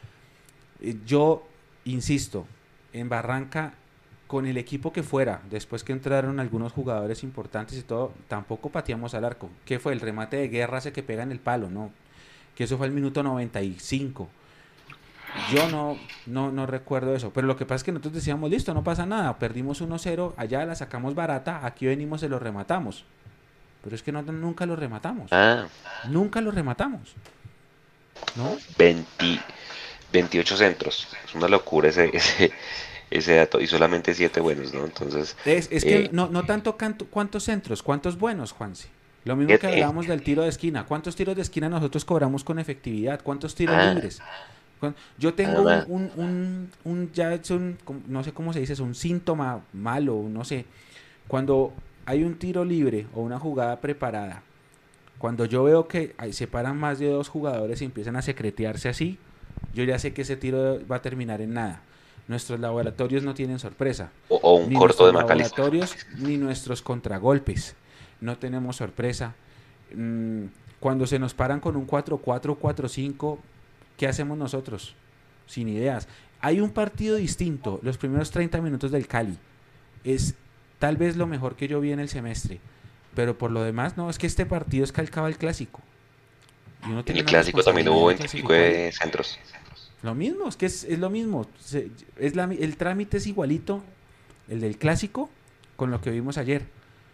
Yo insisto, en Barranca, con el equipo que fuera, después que entraron algunos jugadores importantes y todo, tampoco pateamos al arco. ¿Qué fue? El remate de Guerra ese que pega en el palo, ¿no? Que eso fue el minuto noventa y cinco. Yo no, no, no recuerdo eso, pero lo que pasa es que nosotros decíamos, listo, no pasa nada, perdimos uno cero, allá la sacamos barata, aquí venimos y lo rematamos. Pero es que no, nunca lo rematamos. Ah. Nunca lo rematamos. ¿No? veinte, veintiocho centros. Es una locura ese, ese, ese dato. Y solamente siete buenos, ¿no? Entonces. Es, es eh, que no, no tanto canto, cuántos centros, cuántos buenos, Juanse. Lo mismo que hablábamos del tiro de esquina. ¿Cuántos tiros de esquina nosotros cobramos con efectividad? ¿Cuántos tiros ah, libres? Yo tengo ah, un, un, un, un, ya es un, no sé cómo se dice, es un síntoma malo, no sé. Cuando hay un tiro libre o una jugada preparada, cuando yo veo que ahí se paran más de dos jugadores y empiezan a secretearse así, yo ya sé que ese tiro va a terminar en nada. Nuestros laboratorios no tienen sorpresa. O, o un ni corto de nuestros McAllister. laboratorios ni nuestros contragolpes. No tenemos sorpresa. Mm, cuando se nos paran con un cuatro cuatro, cuatro cinco, ¿qué hacemos nosotros? Sin ideas. Hay un partido distinto, los primeros treinta minutos del Cali. Es tal vez lo mejor que yo vi en el semestre. Pero por lo demás, no, es que este partido es calcado al clásico. Y uno En tiene el una clásico también hubo responsabilidad de veinticinco clasificar. de centros. Lo mismo, es que es, es lo mismo. Se, es la, el trámite es igualito, el del clásico, con lo que vimos ayer.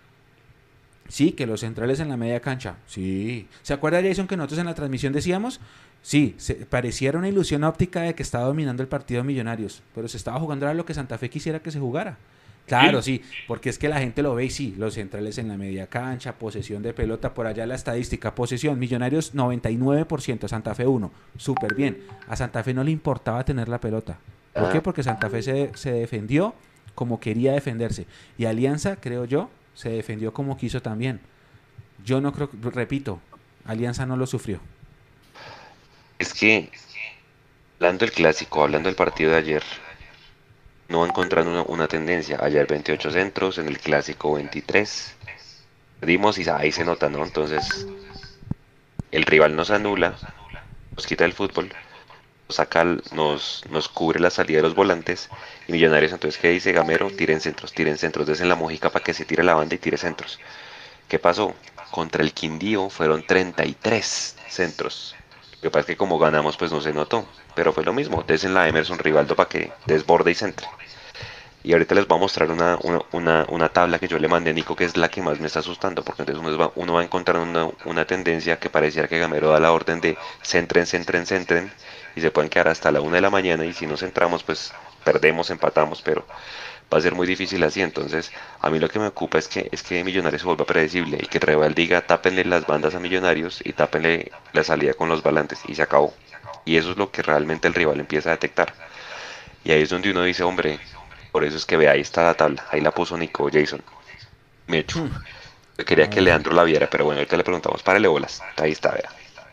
Sí, que los centrales en la media cancha. Sí. ¿Se acuerda, Jason, que nosotros en la transmisión decíamos? Sí, se, pareciera una ilusión óptica de que estaba dominando el partido de Millonarios, pero se estaba jugando a lo que Santa Fe quisiera que se jugara. Claro, sí, porque es que la gente lo ve y sí, los centrales en la media cancha, posesión de pelota, por allá la estadística, posesión, Millonarios noventa y nueve por ciento, Santa Fe uno, súper bien. A Santa Fe no le importaba tener la pelota. ¿Por qué? Porque Santa Fe se, se defendió como quería defenderse. Y Alianza, creo yo, se defendió como quiso también. Yo no creo, repito, Alianza no lo sufrió. Es que, hablando del clásico, hablando del partido de ayer, no encontrando una, una tendencia. Ayer veintiocho centros, en el clásico veintitrés. Perdimos y ahí se nota, ¿no? Entonces, el rival nos anula, nos quita el fútbol, nos saca, nos, nos cubre la salida de los volantes. Y Millonarios, entonces, ¿qué dice Gamero? Tiren centros, tiren centros, desen la mojica para que se tire la banda y tire centros. ¿Qué pasó? Contra el Quindío fueron treinta y tres centros. Lo que pasa es que como ganamos, pues no se notó. Pero fue lo mismo, desen la Emerson Rivaldo para que desborde y centre. Y ahorita les voy a mostrar una, una, una, una tabla que yo le mandé a Nico, que es la que más me está asustando, porque entonces uno va, uno va a encontrar una, una tendencia que pareciera que Gamero da la orden de centren, centren, centren, y se pueden quedar hasta la una de la mañana, y si no centramos, pues perdemos, empatamos, pero va a ser muy difícil así. Entonces, a mí lo que me ocupa es que es que Millonarios se vuelva predecible, y que el rival diga, tápenle las bandas a Millonarios, y tápenle la salida con los volantes, y se acabó. Y eso es lo que realmente el rival empieza a detectar. Y ahí es donde uno dice, hombre, por eso es que ve, ahí está la tabla, ahí la puso Nico, Jason, Mecho. Hmm. Yo quería A que ver. Leandro la viera, pero bueno, ahorita le preguntamos, párale bolas, ahí está, vea.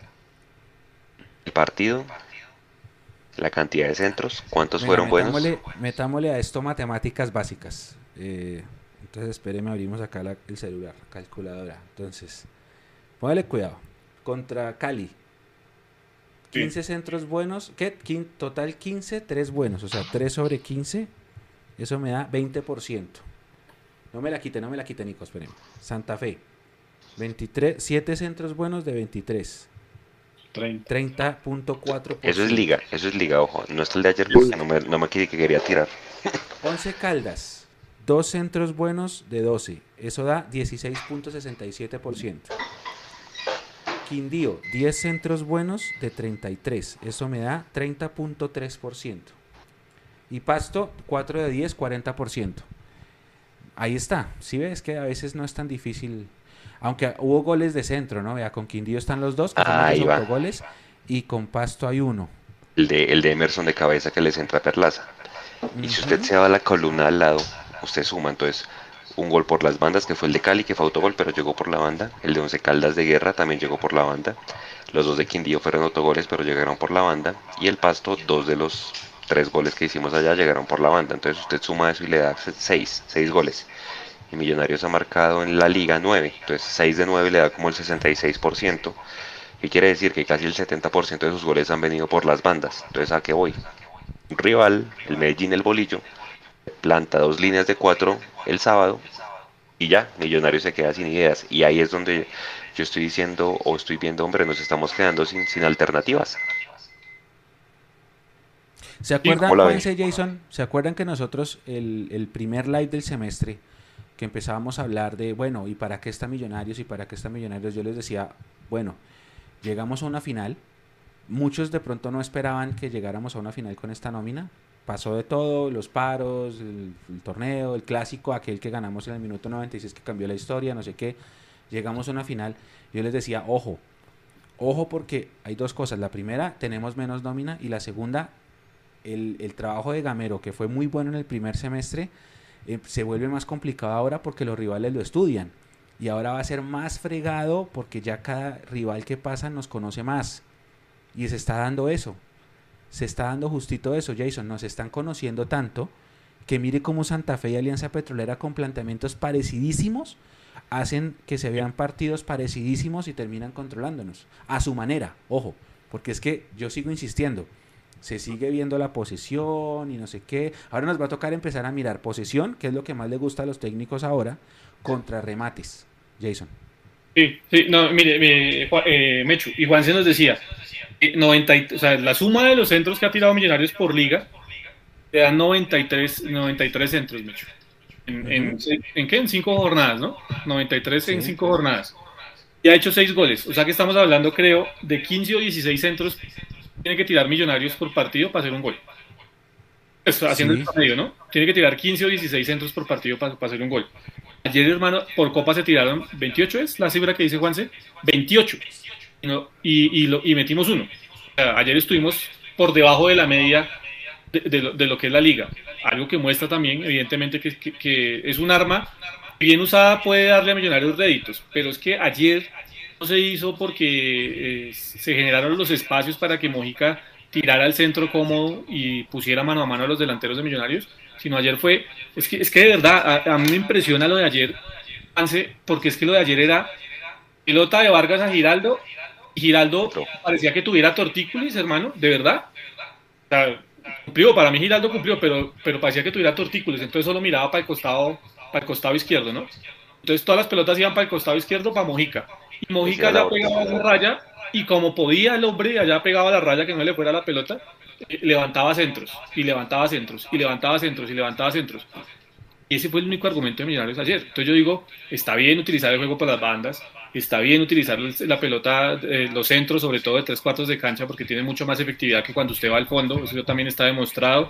El partido, la cantidad de centros, cuántos Venga, fueron buenos. metámosle, metámosle a esto matemáticas básicas. Eh, entonces, espéreme, abrimos acá la- el celular, calculadora. Entonces, póngale cuidado. Contra Cali, quince centros buenos. ¿Qué? Quin- total quince, tres buenos. O sea, tres sobre quince. Eso me da veinte por ciento. No me la quite, no me la quite, Nico, espéreme. Santa Fe, veintitrés, siete centros buenos de veintitrés. treinta. treinta punto cuatro por ciento. Eso es liga, eso es liga, ojo, no está el de ayer porque no me, no me quería que quería tirar. Once Caldas, dos centros buenos de doce. Eso da dieciséis punto sesenta y siete por ciento. Quindío, diez centros buenos de treinta y tres. Eso me da treinta punto tres por ciento. Y Pasto, cuatro de diez, cuarenta por ciento. Ahí está. Si ves que a veces no es tan difícil. Aunque hubo goles de centro, ¿no? Vea, con Quindío están los dos, que son Ahí los va. autogoles. Y con Pasto hay uno. El de, el de Emerson de cabeza que les entra a Perlaza. Y si usted Ujú. se va a la columna al lado, usted suma entonces un gol por las bandas, que fue el de Cali, que fue autogol, pero llegó por la banda. El de Once Caldas de Guerra también llegó por la banda. Los dos de Quindío fueron autogoles, pero llegaron por la banda. Y el Pasto, dos de los tres goles que hicimos allá llegaron por la banda. Entonces usted suma eso y le da seis, seis goles. Y Millonarios ha marcado en la liga nueve. Entonces seis de nueve le da como el sesenta y seis por ciento. ¿Qué quiere decir? Que casi el setenta por ciento de sus goles han venido por las bandas. Entonces, ¿a qué voy? Un rival, el Medellín, el Bolillo, planta dos líneas de cuatro el sábado y ya, Millonarios se queda sin ideas. Y ahí es donde yo estoy diciendo o estoy viendo, hombre, nos estamos quedando sin, sin alternativas. ¿Se Sí, acuerdan, ¿Cómo la ve? Juanse, Jason? ¿Se acuerdan que nosotros, el, el primer live del semestre, que empezábamos a hablar de, bueno, ¿y para qué está Millonarios? ¿Y para qué está Millonarios? Yo les decía, bueno, llegamos a una final. Muchos de pronto no esperaban que llegáramos a una final con esta nómina. Pasó de todo, los paros, el, el torneo, el clásico, aquel que ganamos en el minuto noventa y seis que cambió la historia, no sé qué. Llegamos a una final. Yo les decía, ojo, ojo porque hay dos cosas. La primera, tenemos menos nómina y la segunda, el, el trabajo de Gamero, que fue muy bueno en el primer semestre, eh, se vuelve más complicado ahora porque los rivales lo estudian. Y ahora va a ser más fregado porque ya cada rival que pasa nos conoce más. Y se está dando eso. Se está dando justito eso, Jason. Nos están conociendo tanto que mire cómo Santa Fe y Alianza Petrolera con planteamientos parecidísimos hacen que se vean partidos parecidísimos y terminan controlándonos. A su manera, ojo. Porque es que yo sigo insistiendo. Se sigue viendo la posesión y no sé qué. Ahora nos va a tocar empezar a mirar posesión, que es lo que más le gusta a los técnicos ahora, contra remates. Jason. Sí, sí, no, mire, mire, Juan- eh, Mechu, y Juan se nos decía, eh, noventa y- o sea, la suma de los centros que ha tirado Millonarios por liga te dan noventa y tres, noventa y tres centros, Mechu. En, en, Ujú. ¿en qué? En cinco jornadas, ¿no? noventa y tres en Sí. cinco jornadas. Y ha hecho seis goles. O sea que estamos hablando, creo, de quince o dieciséis centros que tiene que tirar Millonarios por partido para hacer un gol. Pues, haciendo el Sí. promedio, ¿no? Tiene que tirar quince o dieciséis centros por partido para, para hacer un gol. Ayer, hermano, por Copa se tiraron veintiocho, ¿es la cifra que dice Juanse? veintiocho. Y, no- y, y lo- y metimos uno. O sea, ayer estuvimos por debajo de la media de, de lo, de lo que es la liga. Algo que muestra también, evidentemente, que, que- que es un arma bien usada, puede darle a Millonarios réditos. Pero es que ayer no se hizo porque eh, se generaron los espacios para que Mojica tirara al centro cómodo y pusiera mano a mano a los delanteros de Millonarios, sino ayer fue, es que, es que de verdad, a, a mí me impresiona lo de ayer, Anse, porque es que lo de ayer era pelota de Vargas a Giraldo, y Giraldo Otro. parecía que tuviera tortícolis, hermano, de verdad. O sea, cumplió, para mí Giraldo cumplió, pero, pero parecía que tuviera tortícolis, entonces solo miraba para el costado, para el costado izquierdo, ¿no? Entonces todas las pelotas iban para el costado izquierdo, para Mojica. Y Mojica Decía la ya pegaba orden. esa raya, y como podía el hombre, allá pegaba la raya que no le fuera la pelota, eh, levantaba centros, y levantaba centros, y levantaba centros, y levantaba centros. Y ese fue el único argumento de Millonarios ayer. Entonces yo digo, está bien utilizar el juego por las bandas, está bien utilizar la pelota, eh, los centros, sobre todo de tres cuartos de cancha, porque tiene mucho más efectividad que cuando usted va al fondo, eso también está demostrado.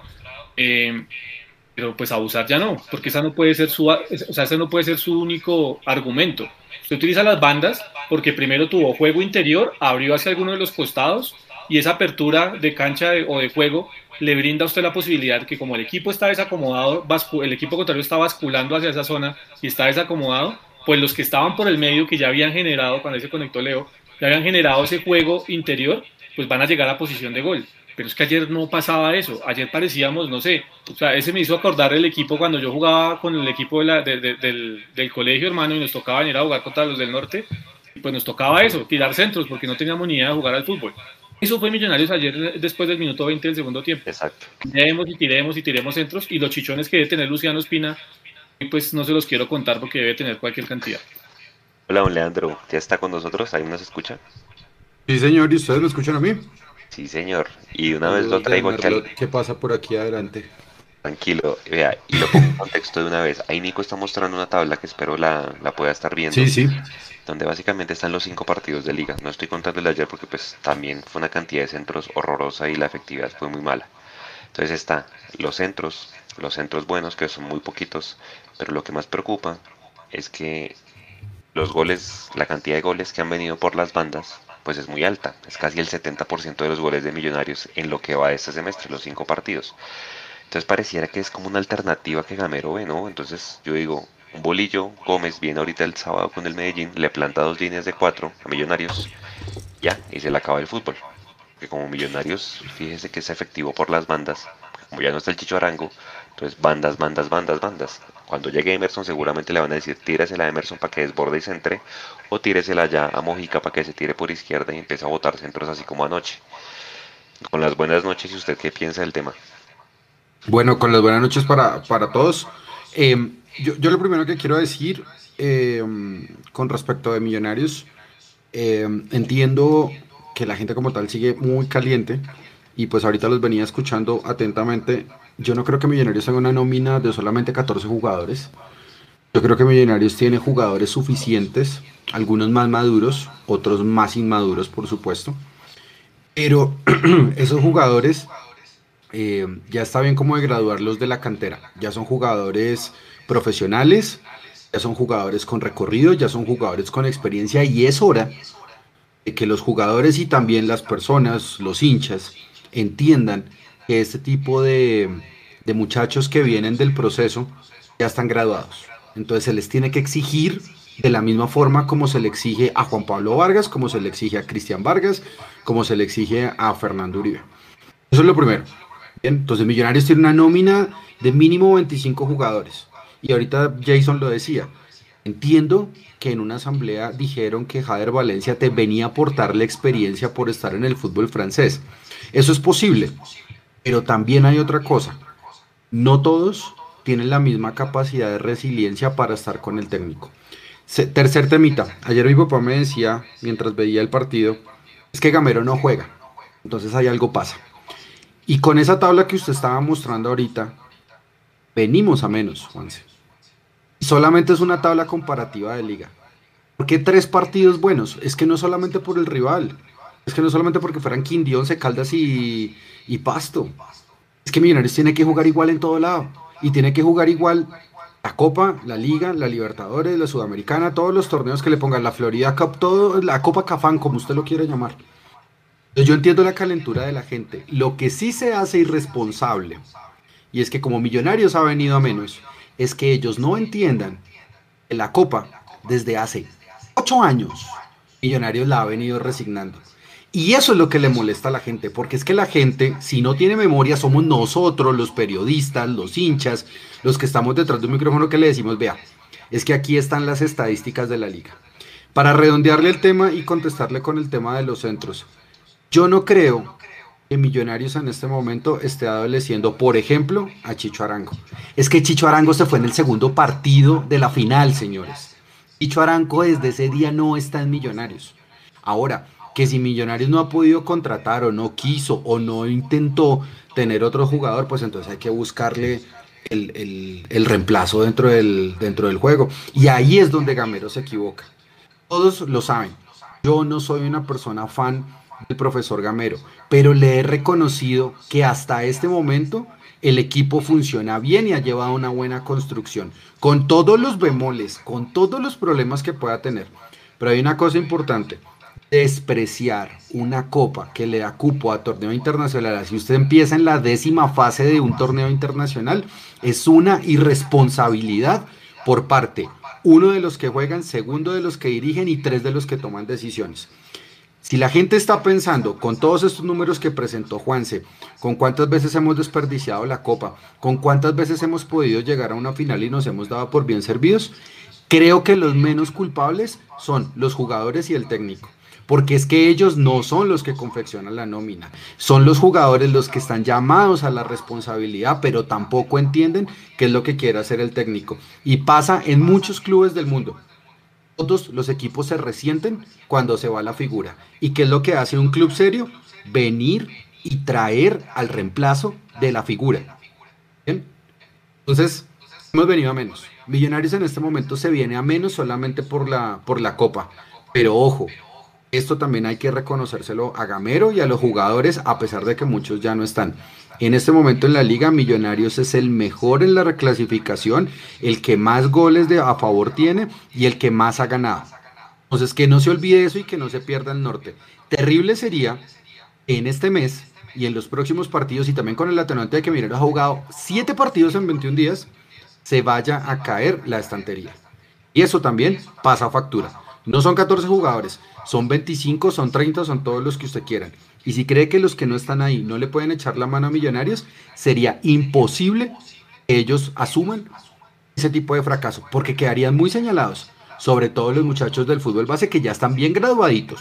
Eh, pero pues abusar ya no, porque esa no puede ser su, o sea, ese no puede ser su único argumento. Usted utiliza las bandas porque primero tuvo juego interior, abrió hacia alguno de los costados y esa apertura de cancha de, o de juego le brinda a usted la posibilidad que como el equipo está desacomodado, bascu, el equipo contrario está basculando hacia esa zona y está desacomodado, pues los que estaban por el medio que ya habían generado, cuando se conectó Leo, ya habían generado ese juego interior, pues van a llegar a posición de gol. Pero es que ayer no pasaba eso, ayer parecíamos, no sé, o sea, ese me hizo acordar el equipo cuando yo jugaba con el equipo de la, de, de, del, del colegio, hermano, y nos tocaba venir a jugar contra los del norte, pues nos tocaba eso, tirar centros, porque no teníamos ni idea de jugar al fútbol. Eso fue Millonarios ayer después del minuto veinte del segundo tiempo. Exacto. Tiremos y tiremos y tiremos centros, y los chichones que debe tener Luciano Espina, pues no se los quiero contar porque debe tener cualquier cantidad. Hola, don Leandro, ¿ya está con nosotros? ¿Ahí nos escucha? Sí, señor, ¿y ustedes me escuchan a mí? Sí, señor. Y de una vez lo Saludos de traigo aquí al... Merlot. ¿Qué pasa por aquí adelante? Tranquilo, vea, y lo pongo en contexto de una vez. Ahí Nico está mostrando una tabla que espero la, la pueda estar viendo, Sí, sí. donde básicamente están los cinco partidos de liga. No estoy contando el de ayer porque pues también fue una cantidad de centros horrorosa y la efectividad fue muy mala. Entonces está los centros, los centros buenos, que son muy poquitos, pero lo que más preocupa es que los goles, la cantidad de goles que han venido por las bandas, pues es muy alta. Es casi el setenta por ciento de los goles de Millonarios en lo que va de este semestre, los cinco partidos. Entonces pareciera que es como una alternativa que Gamero ve, ¿no? Entonces yo digo, un bolillo, Gómez viene ahorita el sábado con el Medellín, le planta dos líneas de cuatro a Millonarios, ya, y se le acaba el fútbol. Que como Millonarios, fíjese que es efectivo por las bandas, como ya no está el Chicho Arango, entonces bandas, bandas, bandas, bandas. Cuando llegue Emerson seguramente le van a decir tíresela a Emerson para que desborde y centre, o tíresela ya a Mojica para que se tire por izquierda y empiece a botar centros así como anoche. Con las buenas noches, ¿y usted qué piensa del tema? Bueno, con las buenas noches para, para todos. Eh, yo, yo lo primero que quiero decir eh, con respecto de Millonarios, eh, entiendo que la gente como tal sigue muy caliente y pues ahorita los venía escuchando atentamente. Yo no creo que Millonarios tenga una nómina de solamente catorce jugadores. Yo creo que Millonarios tiene jugadores suficientes, algunos más maduros, otros más inmaduros, por supuesto. Pero esos jugadores eh, ya está bien como de graduarlos de la cantera. Ya son jugadores profesionales, ya son jugadores con recorrido, ya son jugadores con experiencia y es hora de que los jugadores y también las personas, los hinchas, entiendan que este tipo de, de muchachos que vienen del proceso ya están graduados. Entonces se les tiene que exigir de la misma forma como se le exige a Juan Pablo Vargas, como se le exige a Cristian Vargas, como se le exige a Fernando Uribe. Eso es lo primero. Bien, entonces Millonarios tiene una nómina de mínimo veinticinco jugadores. Y ahorita Jason lo decía. Entiendo que en una asamblea dijeron que Jader Valencia te venía a aportar la experiencia por estar en el fútbol francés. Eso es posible, pero también hay otra cosa. No todos tienen la misma capacidad de resiliencia para estar con el técnico. Se, tercer temita. Ayer mi papá me decía, mientras veía el partido, es que Gamero no juega. Entonces ahí algo pasa. Y con esa tabla que usted estaba mostrando ahorita, venimos a menos, Juanse. Solamente es una tabla comparativa de liga. ¿Por qué tres partidos buenos? Es que no solamente por el rival. Es que no solamente porque fueran Quindío, Once Caldas y, y Pasto. Es que Millonarios tiene que jugar igual en todo lado. Y tiene que jugar igual la Copa, la Liga, la Libertadores, la Sudamericana, todos los torneos que le pongan, la Florida Cup, todo, la Copa Cafán, como usted lo quiere llamar. Entonces yo entiendo la calentura de la gente. Lo que sí se hace irresponsable, y es que como Millonarios ha venido a menos, es que ellos no entiendan que la Copa, desde hace ocho años, Millonarios la ha venido resignando. Y eso es lo que le molesta a la gente, porque es que la gente, si no tiene memoria, somos nosotros, los periodistas, los hinchas, los que estamos detrás de un micrófono que le decimos, vea, es que aquí están las estadísticas de la liga. Para redondearle el tema y contestarle con el tema de los centros, yo no creo que Millonarios en este momento esté adoleciendo, por ejemplo, a Chicho Arango. Es que Chicho Arango se fue en el segundo partido de la final, señores. Chicho Arango desde ese día no está en Millonarios. Ahora, que si Millonarios no ha podido contratar o no quiso o no intentó tener otro jugador, pues entonces hay que buscarle el, el, el reemplazo dentro del, dentro del juego. Y ahí es donde Gamero se equivoca. Todos lo saben. Yo no soy una persona fan del profesor Gamero, pero le he reconocido que hasta este momento el equipo funciona bien y ha llevado una buena construcción, con todos los bemoles, con todos los problemas que pueda tener. Pero hay una cosa importante: despreciar una copa que le da cupo a torneo internacional, si usted empieza en la décima fase de un torneo internacional, es una irresponsabilidad por parte, uno de los que juegan, segundo de los que dirigen y tres de los que toman decisiones. Si la gente está pensando, con todos estos números que presentó Juanse, con cuántas veces hemos desperdiciado la copa, con cuántas veces hemos podido llegar a una final y nos hemos dado por bien servidos, creo que los menos culpables son los jugadores y el técnico. Porque es que ellos no son los que confeccionan la nómina, son los jugadores los que están llamados a la responsabilidad, pero tampoco entienden qué es lo que quiere hacer el técnico. Y pasa en muchos clubes del mundo. Todos los equipos se resienten cuando se va la figura. ¿Y qué es lo que hace un club serio? Venir y traer al reemplazo de la figura. ¿Bien? Entonces, hemos venido a menos. Millonarios en este momento se viene a menos solamente por la, por la copa. Pero ojo, esto también hay que reconocérselo a Gamero y a los jugadores, a pesar de que muchos ya no están. En este momento en la liga, Millonarios es el mejor en la reclasificación, el que más goles de, a favor tiene y el que más ha ganado. Entonces, que no se olvide eso y que no se pierda el norte. Terrible sería que en este mes y en los próximos partidos, y también con el atenuante de que Millonarios ha jugado siete partidos en veintiún días, se vaya a caer la estantería. Y eso también pasa factura. No son catorce jugadores, son veinticinco, son treinta, son todos los que usted quieran. Y si cree que los que no están ahí no le pueden echar la mano a Millonarios, sería imposible que ellos asuman ese tipo de fracaso, porque quedarían muy señalados, sobre todo los muchachos del fútbol base que ya están bien graduaditos.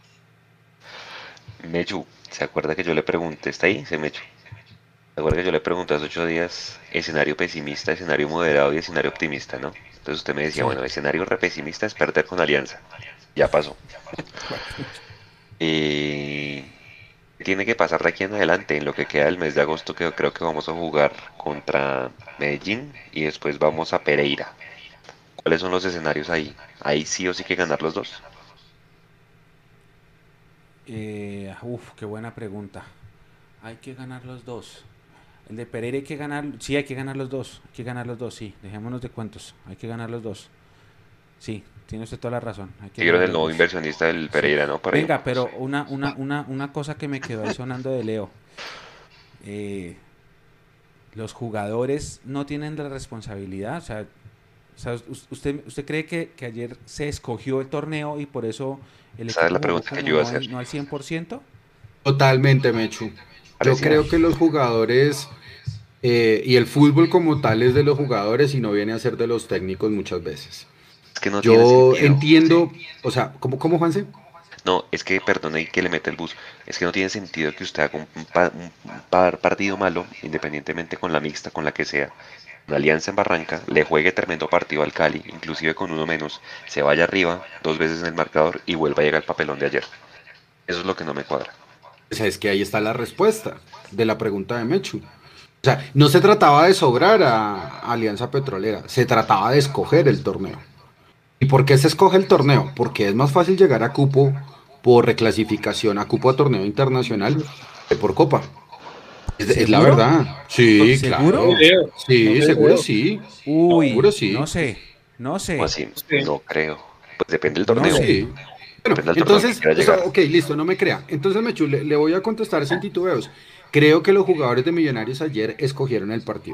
Mechu, ¿se acuerda que yo le pregunté? ¿Está ahí? Se Mechu. ¿Se acuerda que yo le pregunté hace ocho días escenario pesimista, escenario moderado y escenario optimista, ¿no? Entonces usted me decía, sí. Bueno, escenario re pesimista es perder con Alianza. Ya pasó. eh, tiene que pasar de aquí en adelante, en lo que queda del mes de agosto, que yo creo que vamos a jugar contra Medellín y después vamos a Pereira. ¿Cuáles son los escenarios ahí? Ahí sí o sí que ganar los dos. Eh, uf, qué buena pregunta. Hay que ganar los dos. El de Pereira hay que ganar, sí, hay que ganar los dos. Hay que ganar los dos, sí. Dejémonos de cuentos. Hay que ganar los dos. Sí, tiene usted toda la razón. Hay que Quiero el nuevo dos. Inversionista del Pereira, sí. ¿No? Por Venga, ahí. pero una, una, una, una cosa que me quedó ahí sonando de Leo. Eh, los jugadores no tienen la responsabilidad. O sea, o sea usted, usted cree que, que ayer se escogió el torneo y por eso el equipo la pregunta que yo iba a hacer? No, no al cien por ciento. Totalmente, Mechu. Yo creo que los jugadores eh, y el fútbol como tal es de los jugadores y no viene a ser de los técnicos muchas veces. Es que no Yo entiendo, sí. O sea, ¿cómo, cómo Juanse? No, es que, perdone que le mete el bus, es que no tiene sentido que usted haga un, un, un partido malo, independientemente con la mixta, con la que sea, una Alianza en Barranca, le juegue tremendo partido al Cali, inclusive con uno menos, se vaya arriba dos veces en el marcador y vuelva a llegar al papelón de ayer. Eso es lo que no me cuadra. O sea, es que ahí está la respuesta de la pregunta de Mechu. O sea, no se trataba de sobrar a Alianza Petrolera, se trataba de escoger el torneo. ¿Y por qué se escoge el torneo? Porque es más fácil llegar a cupo por reclasificación, a cupo a torneo internacional que por copa. Es, es la verdad. Sí, ¿Seguro? Claro. Sí, no seguro sí. Uy, seguro sí. No sé, no sé. Así, no creo. Pues depende del torneo. No sé. Bueno, entonces, eso, ok, listo, no me crea. Entonces, Mechu, le, le voy a contestar sin titubeos. Creo que los jugadores de Millonarios ayer escogieron el partido.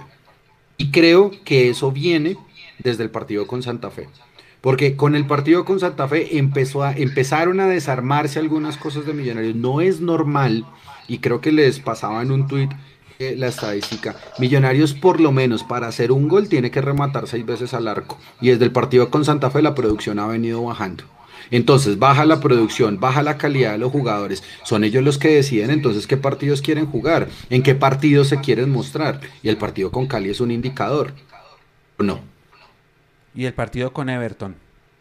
Y creo que eso viene desde el partido con Santa Fe. Porque con el partido con Santa Fe empezó a, empezaron a desarmarse algunas cosas de Millonarios. No es normal, y creo que les pasaba en un tuit eh, la estadística. Millonarios por lo menos para hacer un gol tiene que rematar seis veces al arco. Y desde el partido con Santa Fe la producción ha venido bajando. Entonces baja la producción, baja la calidad de los jugadores, son ellos los que deciden entonces qué partidos quieren jugar, en qué partidos se quieren mostrar, y el partido con Cali es un indicador, ¿no? ¿Y el partido con Everton?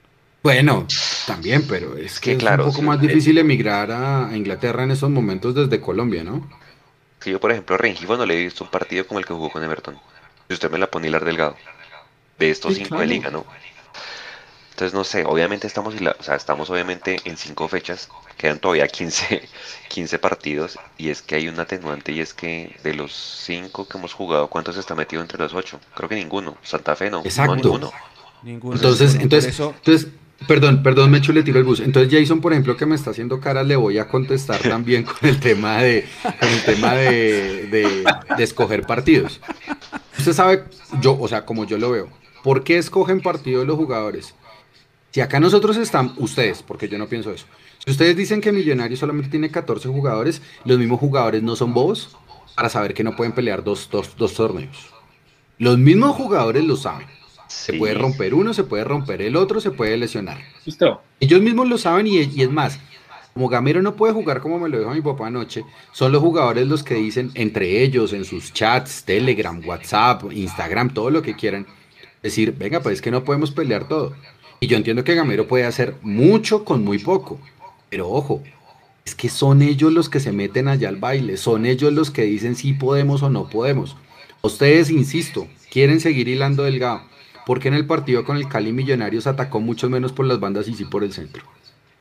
Bueno, también, pero es que, que claro, es un poco sí, más difícil es... emigrar a Inglaterra en esos momentos desde Colombia, ¿no? Sí, yo por ejemplo a Rengifo no le he visto un partido como el que jugó con Everton, si usted me la pone Hilar Delgado, de estos sí, cinco claro. de liga, ¿no? Entonces, no sé, obviamente estamos, o sea, estamos obviamente en cinco fechas, quedan todavía quince, quince partidos, y es que hay un atenuante, y es que de los cinco que hemos jugado, ¿cuántos está metido entre los ocho? Creo que ninguno, Santa Fe no, Exacto. no ninguno. ninguno. Entonces, bueno, entonces, eso... entonces, perdón, perdón, Mechu, le tiro el bus. Entonces, Jason, por ejemplo, que me está haciendo caras, le voy a contestar también con el tema de, con el tema de, de, de escoger partidos. Usted sabe, yo, o sea, como yo lo veo, ¿por qué escogen partidos los jugadores? Si acá nosotros están, ustedes, porque yo no pienso eso, si ustedes dicen que Millonarios solamente tiene catorce jugadores, los mismos jugadores no son bobos para saber que no pueden pelear dos, dos, dos torneos. Los mismos jugadores lo saben. Sí. Se puede romper uno, se puede romper el otro, se puede lesionar. ¿Listo? Ellos mismos lo saben y, y es más, como Gamero no puede jugar como me lo dijo mi papá anoche, son los jugadores los que dicen entre ellos, en sus chats, Telegram, WhatsApp, Instagram, todo lo que quieran, decir, venga, pues es que no podemos pelear todo. Y yo entiendo que Gamero puede hacer mucho con muy poco, pero ojo, es que son ellos los que se meten allá al baile, son ellos los que dicen si podemos o no podemos. Ustedes, insisto, quieren seguir hilando delgado, porque en el partido con el Cali Millonarios atacó mucho menos por las bandas y sí por el centro.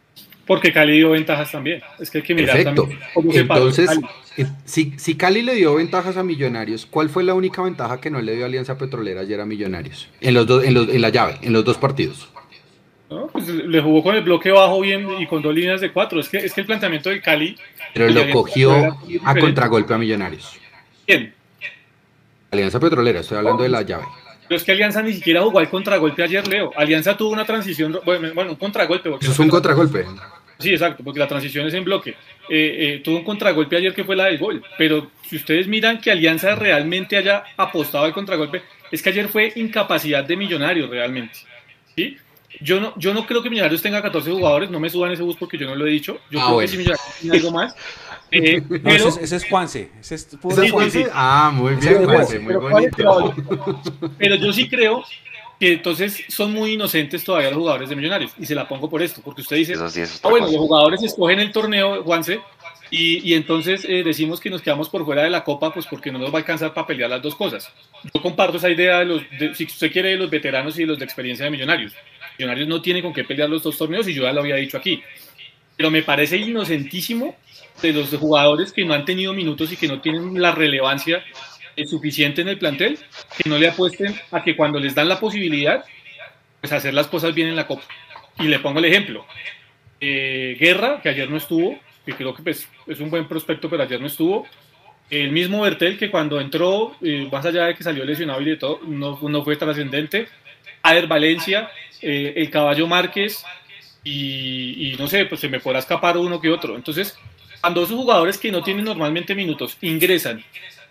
Porque Cali dio ventajas también. Es que hay que mirar Perfecto. también cómo se paró Entonces, Cali. eh, si, si Cali le dio ventajas a Millonarios, ¿cuál fue la única ventaja que no le dio Alianza Petrolera ayer a Millonarios? En los dos, en los, en la llave, en los dos partidos. ¿No? Pues le jugó con el bloque bajo bien y con dos líneas de cuatro. Es que, es que el planteamiento del Cali. Pero el de lo Alianza cogió Petrolera fue muy a diferente. contragolpe a Millonarios. ¿Quién? Alianza Petrolera, estoy hablando de la llave. Pero es que Alianza ni siquiera jugó al contragolpe ayer, Leo. Alianza tuvo una transición, bueno, bueno un contragolpe. Porque Eso no es un fue- contragolpe. Sí, exacto, porque la transición es en bloque. Eh, eh, tuvo un contragolpe ayer que fue la del gol. Pero si ustedes miran que Alianza realmente haya apostado al contragolpe, es que ayer fue incapacidad de Millonarios realmente. ¿Sí? Yo no, yo no creo que Millonarios tenga catorce jugadores, no me suban ese bus porque yo no lo he dicho. Yo Ah, creo bueno. que si Millonarios tiene algo más. Eh, No, pero, ese, es, ese es Juanse. Ese es puro ¿Esa es Juanse. Juanse? Ah, muy Ese bien, es Juanse, Juanse. muy pero ¿cuál es bonito. el pero yo sí creo que entonces son muy inocentes todavía los jugadores de Millonarios. Y se la pongo por esto, porque usted dice, Eso sí es ah, otra bueno, cosa. los jugadores escogen el torneo, Juanse, y, y entonces eh, decimos que nos quedamos por fuera de la Copa, pues porque no nos va a alcanzar para pelear las dos cosas. Yo comparto esa idea de los, de, si usted quiere, de los veteranos y de los de experiencia de Millonarios. Millonarios no tiene con qué pelear los dos torneos y yo ya lo había dicho aquí. Pero me parece inocentísimo de los jugadores que no han tenido minutos y que no tienen la relevancia eh, suficiente en el plantel, que no le apuesten a que cuando les dan la posibilidad, pues hacer las cosas bien en la Copa. Y le pongo el ejemplo. Eh, Guerra, que ayer no estuvo, que creo que pues, es un buen prospecto, pero ayer no estuvo. El mismo Bertel, que cuando entró, eh, más allá de que salió lesionado y de todo, no, no fue trascendente. Ader Valencia, eh, el Caballo Márquez, y, y no sé, pues se me podrá escapar uno que otro. Entonces, cuando esos jugadores que no tienen normalmente minutos ingresan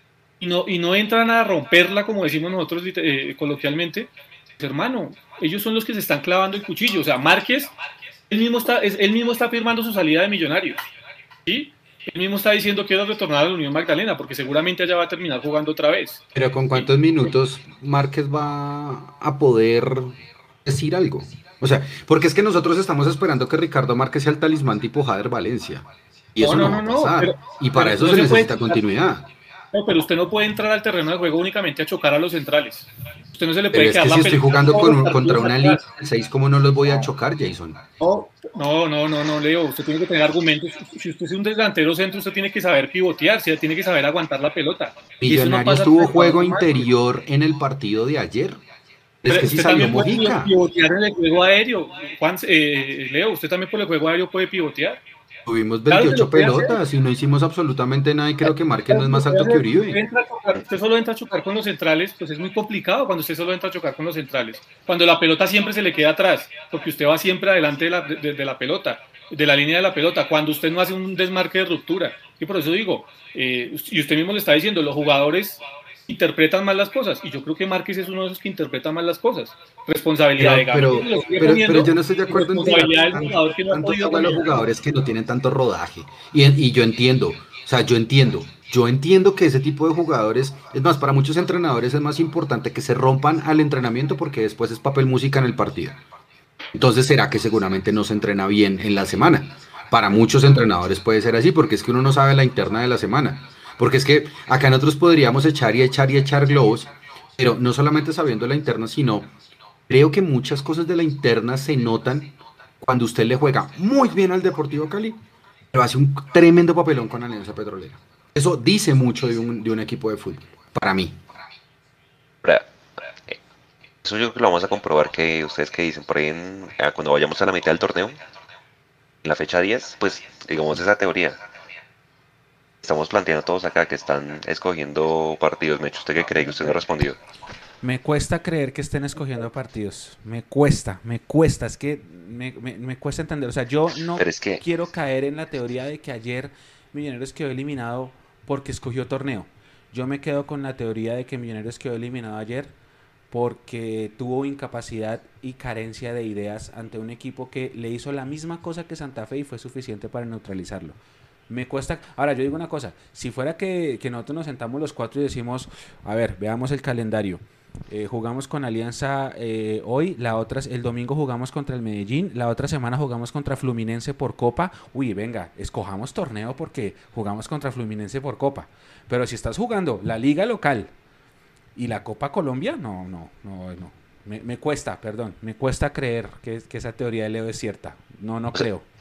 y no, y no entran a romperla, como decimos nosotros eh, coloquialmente, pues, hermano, ellos son los que se están clavando el cuchillo. O sea, Márquez, él mismo está, es, él mismo está firmando su salida de Millonarios, ¿sí? Él mismo está diciendo quiero retornar a la Unión Magdalena, porque seguramente allá va a terminar jugando otra vez. Pero ¿con cuántos minutos Márquez va a poder decir algo? O sea, porque es que nosotros estamos esperando que Ricardo Márquez sea el talismán tipo Jader Valencia. Y eso no, no, no va a pasar. pero, y para pero eso no se, se necesita puede, continuidad. No, pero usted no puede entrar al terreno de juego únicamente a chocar a los centrales. Usted no se le Pero puede es quedar que la si estoy pelota jugando todos con los un- contra partidos una atrás. línea de seis, ¿cómo no los voy a chocar, Jason? No, no, no, no, no, Leo. Usted tiene que tener argumentos. Si usted es un delantero centro, usted tiene que saber pivotear, usted tiene que saber aguantar la pelota. Y eso no Millonarios pasa tuvo por juego jugador humano. interior en el partido de ayer. Es Pero que si usted salió también puede Mojica. pivotear en el juego aéreo. Juan, eh, Leo, usted también por el juego aéreo puede pivotear. Tuvimos Claro que veintiocho lo puede hacer. pelotas y no hicimos absolutamente nada y creo que Márquez no es más alto que Usted Uribe. entra a chocar- usted solo entra a chocar con los centrales, pues es muy complicado cuando usted solo entra a chocar con los centrales. Cuando la pelota siempre se le queda atrás, porque usted va siempre adelante de la, de, de la pelota, de la línea de la pelota, cuando usted no hace un desmarque de ruptura. Y por eso digo, eh, y usted mismo le está diciendo, los jugadores interpretan mal las cosas, y yo creo que Márquez es uno de esos que interpreta mal las cosas. Responsabilidad de Pero, Gabriel, pero, lo sigue pero, poniendo, pero yo no estoy de acuerdo en tirar responsabilidad del tanto, jugador que no ha tanto podido agua a los dominar. jugadores que no tienen tanto rodaje. Y, y yo entiendo, o sea, yo entiendo, yo entiendo que ese tipo de jugadores, es más, para muchos entrenadores es más importante que se rompan al entrenamiento porque después es papel música en el partido. Entonces será que seguramente no se entrena bien en la semana. Para muchos entrenadores puede ser así porque es que uno no sabe la interna de la semana. Porque es que acá nosotros podríamos echar y echar y echar globos, pero no solamente sabiendo la interna, sino creo que muchas cosas de la interna se notan cuando usted le juega muy bien al Deportivo Cali, pero hace un tremendo papelón con Alianza Petrolera. Eso dice mucho de un, de un equipo de fútbol, para mí. Ahora, eh, eso yo creo que lo vamos a comprobar que ustedes que dicen por ahí en, eh, cuando vayamos a la mitad del torneo, en la fecha diez, pues digamos esa teoría. Estamos planteando todos acá que están escogiendo partidos. Mecho, ¿usted qué cree? Que usted no ha respondido. Me cuesta creer que estén escogiendo partidos. Me cuesta, me cuesta. Es que me, me, me cuesta entender. O sea, yo no Pero es que- quiero caer en la teoría de que ayer Millonarios quedó eliminado porque escogió torneo. Yo me quedo con la teoría de que Millonarios quedó eliminado ayer porque tuvo incapacidad y carencia de ideas ante un equipo que le hizo la misma cosa que Santa Fe y fue suficiente para neutralizarlo. Me cuesta. Ahora, yo digo una cosa. Si fuera que, que nosotros nos sentamos los cuatro y decimos, a ver, veamos el calendario. Eh, jugamos con Alianza eh, hoy, la otra, el domingo jugamos contra el Medellín, la otra semana jugamos contra Fluminense por Copa. Uy, venga, escojamos torneo porque jugamos contra Fluminense por Copa. Pero si estás jugando la Liga Local y la Copa Colombia, no, no, no, no. Me, me cuesta, perdón, me cuesta creer que, que esa teoría de Leo es cierta. No, no O sea, creo.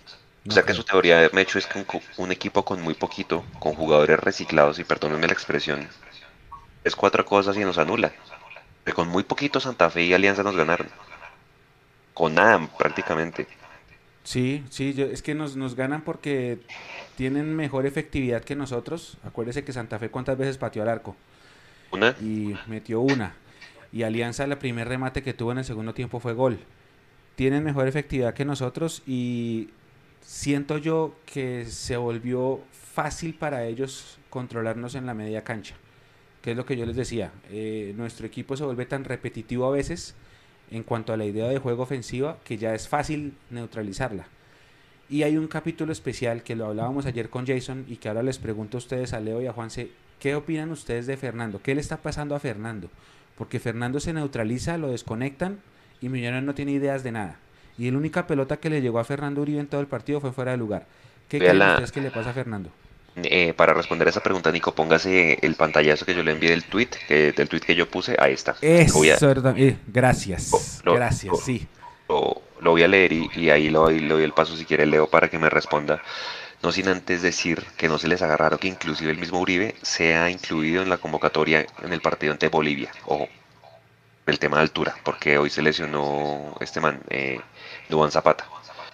O No sea que su creo. teoría de Mecho es que un, cu- un equipo con muy poquito, con jugadores reciclados, y perdónenme la expresión, es cuatro cosas y nos anula. Que con muy poquito Santa Fe y Alianza nos ganaron. Con nada prácticamente. Sí, sí, yo, es que nos, nos ganan porque tienen mejor efectividad que nosotros. Acuérdese que Santa Fe cuántas veces pateó al arco Una, y metió una. Y Alianza, el primer remate que tuvo en el segundo tiempo fue gol. Tienen mejor efectividad que nosotros y siento yo que se volvió fácil para ellos controlarnos en la media cancha, que es lo que yo les decía. Eh, nuestro equipo se vuelve tan repetitivo a veces en cuanto a la idea de juego ofensiva que ya es fácil neutralizarla. Y hay un capítulo especial que lo hablábamos ayer con Jason y que ahora les pregunto a ustedes, a Leo y a Juanse, ¿qué opinan ustedes de Fernando? ¿Qué le está pasando a Fernando? Porque Fernando se neutraliza, lo desconectan y Millonarios no tiene ideas de nada. Y la única pelota que le llegó a Fernando Uribe en todo el partido fue fuera de lugar. ¿Qué vea creen la, ustedes que le pasa a Fernando? eh, para responder a esa pregunta, Nico, póngase el pantallazo que yo le envié del tweet, que, del tweet que yo puse, ahí está. Lo voy a, Eso, eh, lo, gracias, lo, gracias, lo- sí. lo- lo voy a leer y, y ahí lo, le doy el paso si quiere Leo para que me responda. No sin antes decir que no se les haga raro que inclusive el mismo Uribe sea incluido en la convocatoria en el partido ante Bolivia. Ojo, el tema de altura, porque hoy se lesionó este man, eh, Duván Zapata.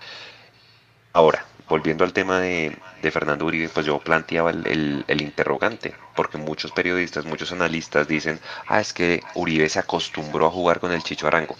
Ahora, volviendo al tema de, de Fernando Uribe, pues yo planteaba el, el- el interrogante, porque muchos periodistas, muchos analistas dicen, ah, es que Uribe se acostumbró a jugar con el Chicho Arango.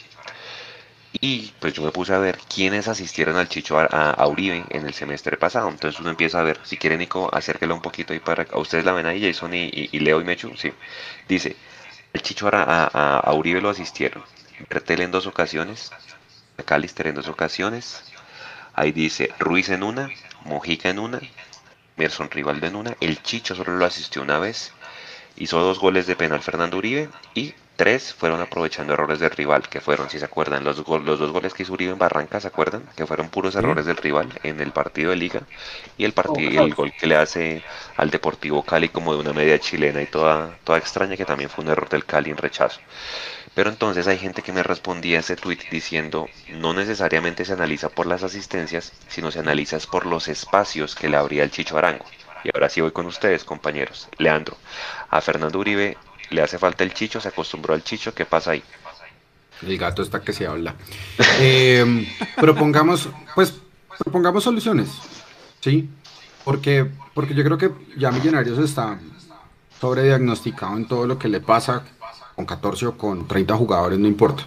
Y pues yo me puse a ver quiénes asistieron al Chicho a, a- a Uribe en el semestre pasado. Entonces uno empieza a ver, si quiere Nico, acérquelo un poquito ahí para... A ustedes la ven ahí, Jason y, y- y Leo y Mechu, sí. Dice, el Chicho a, a- a- a Uribe lo asistieron. Bertel en dos ocasiones, McAllister en dos ocasiones. Ahí dice Ruiz en una, Mojica en una, Merson Rivaldo en una. El Chicho solo lo asistió una vez. Hizo dos goles de penal Fernando Uribe y tres fueron aprovechando errores del rival, que fueron, si se acuerdan, los, gol- los dos goles que hizo Uribe en Barranca, ¿se acuerdan? Que fueron puros ¿Sí? errores del rival en el partido de liga y el partido, el Boca. gol que le hace al Deportivo Cali como de una media chilena y toda, toda extraña, que también fue un error del Cali en rechazo. Pero entonces hay gente que me respondía a ese tweet diciendo, no necesariamente se analiza por las asistencias, sino se analiza es por los espacios que le abría el Chicho Arango. Y ahora sí voy con ustedes, compañeros. Leandro, a Fernando Uribe le hace falta el Chicho, se acostumbró al Chicho, ¿qué pasa ahí? El gato está que se habla. Eh, propongamos, pues, propongamos soluciones, ¿sí? Porque, porque yo creo que ya Millonarios está sobrediagnosticado en todo lo que le pasa con catorce o con treinta jugadores, no importa.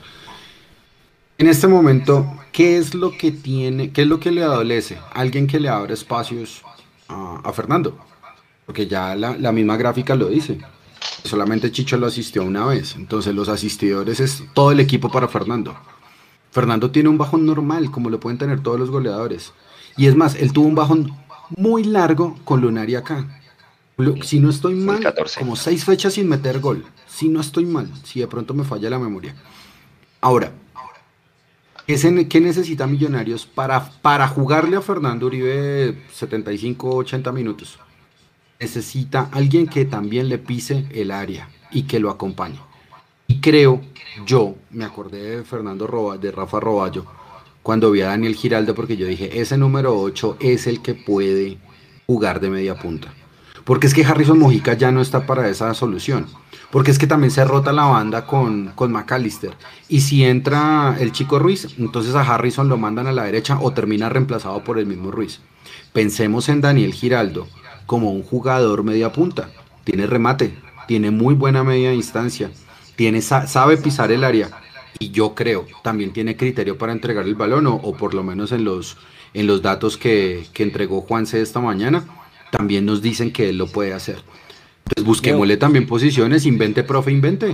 En este momento, ¿qué es lo que tiene, qué es lo que le adolece? Alguien que le abra espacios a, a Fernando, porque ya la, la misma gráfica lo dice. Solamente Chicho lo asistió una vez, entonces los asistidores es todo el equipo para Fernando. Fernando tiene un bajón normal, como lo pueden tener todos los goleadores. Y es más, él tuvo un bajón muy largo con Lunari acá. Lo- Si no estoy El mal, catorce. como seis fechas sin meter gol. Si no estoy mal, si de pronto me falla la memoria. Ahora, ¿qué, se- qué necesita Millonarios para, para jugarle a Fernando Uribe setenta y cinco ochenta minutos? Necesita alguien que también le pise el área y que lo acompañe. Y creo, yo me acordé de Fernando Roba, de Rafa Roballo, cuando vi a Daniel Giraldo, porque yo dije, ese número ocho es el que puede jugar de media punta. Porque es que Harrison Mojica ya no está para esa solución. Porque es que también se rota la banda con, con McAllister. Y si entra el chico Ruiz, entonces a Harrison lo mandan a la derecha o termina reemplazado por el mismo Ruiz. Pensemos en Daniel Giraldo como un jugador media punta. Tiene remate, tiene muy buena media distancia, tiene, sa- sabe pisar el área y yo creo también tiene criterio para entregar el balón o, o por lo menos en los, en los datos que, que entregó Juanse esta mañana también nos dicen que él lo puede hacer. Entonces Leo, busquémosle también posiciones, invente, profe, invente.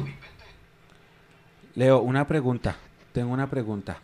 Leo, una pregunta. Tengo una pregunta.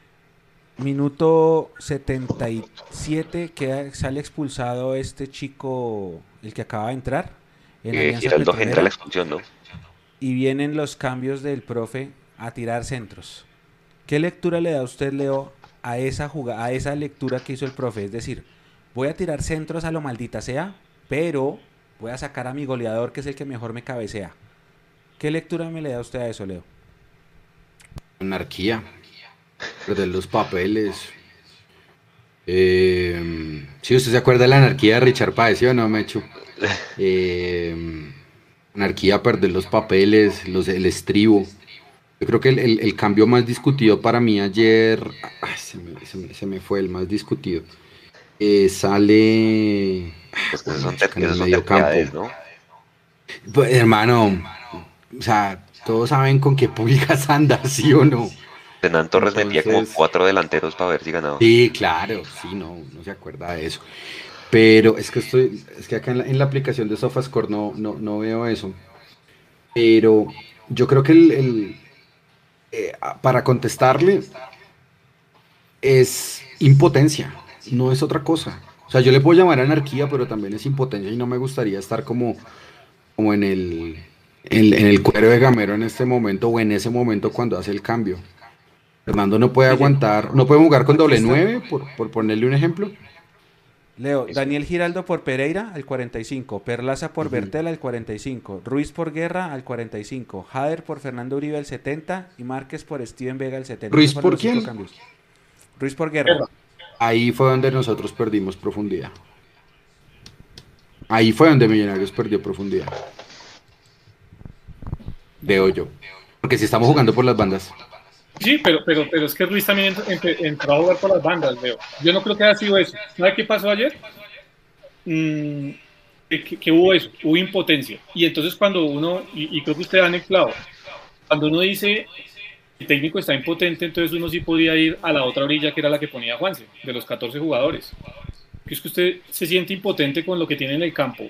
Minuto setenta y siete que sale expulsado este chico, el que acaba de entrar en Eh, Alianza Giraldo entra a la Petrolera, expulsión, ¿no? y vienen los cambios del profe a tirar centros. ¿Qué lectura le da usted, Leo, a esa jugada, a esa lectura que hizo el profe? Es decir, voy a tirar centros a lo maldita sea, pero voy a sacar a mi goleador, que es el que mejor me cabecea. ¿Qué lectura me le da usted a eso, Leo? Anarquía, perder los papeles. Eh, sí, usted se acuerda de la anarquía de Richard Páez, ¿sí o no, Mechu? Eh, Anarquía, perder los papeles, los, el estribo. Yo creo que el, el- el cambio más discutido para mí ayer, ay, se me, se me- se me fue el más discutido. Eh, sale, Pues que esos bueno, son, ter- en el esos son medio campo. terquedades, ¿no? Pues, hermano, o sea, todos saben con qué públicas anda, ¿sí o no? Fernán Torres metía como Entonces, cuatro delanteros para ver si ganaba. sí, claro, sí, no, no se acuerda de eso. Pero es que estoy, es que acá en la, en la aplicación de SofaScore no, no, no veo eso. Pero yo creo que el, el, eh, a- para contestarle es impotencia, no es otra cosa. O sea, yo le puedo llamar anarquía, pero también es impotencia y no me gustaría estar como, como en el, en, en el cuero de Gamero en este momento o en ese momento cuando hace el cambio. Fernando no puede Mire, aguantar, no puede jugar con aquí doble está. nueve, por, por ponerle un ejemplo. Leo, Daniel Giraldo por Pereira al cuarenta y cinco, Perlaza por Ujú. Bertel al cuarenta y cinco, Ruiz por Guerra al cuarenta y cinco, Jader por Fernando Uribe al setenta y Márquez por Steven Vega al setenta. Esos ¿Ruiz fueron por los cinco quién? cambios. Ruiz por Guerra. Ahí fue donde nosotros perdimos profundidad. Ahí fue donde Millonarios perdió profundidad, veo yo. Porque si estamos jugando por las bandas. Sí, pero, pero, pero es que Ruiz también ent- empe- entró a jugar por las bandas, veo. Yo no creo que haya sido eso. ¿Sabe qué pasó ayer? Mm, que, que- que hubo eso, hubo impotencia. Y entonces cuando uno, y, y creo que usted da en el clavo, cuando uno dice el técnico está impotente, entonces uno sí podría ir a la otra orilla que era la que ponía Juanse, de los catorce jugadores. Que es que usted se siente impotente con lo que tiene en el campo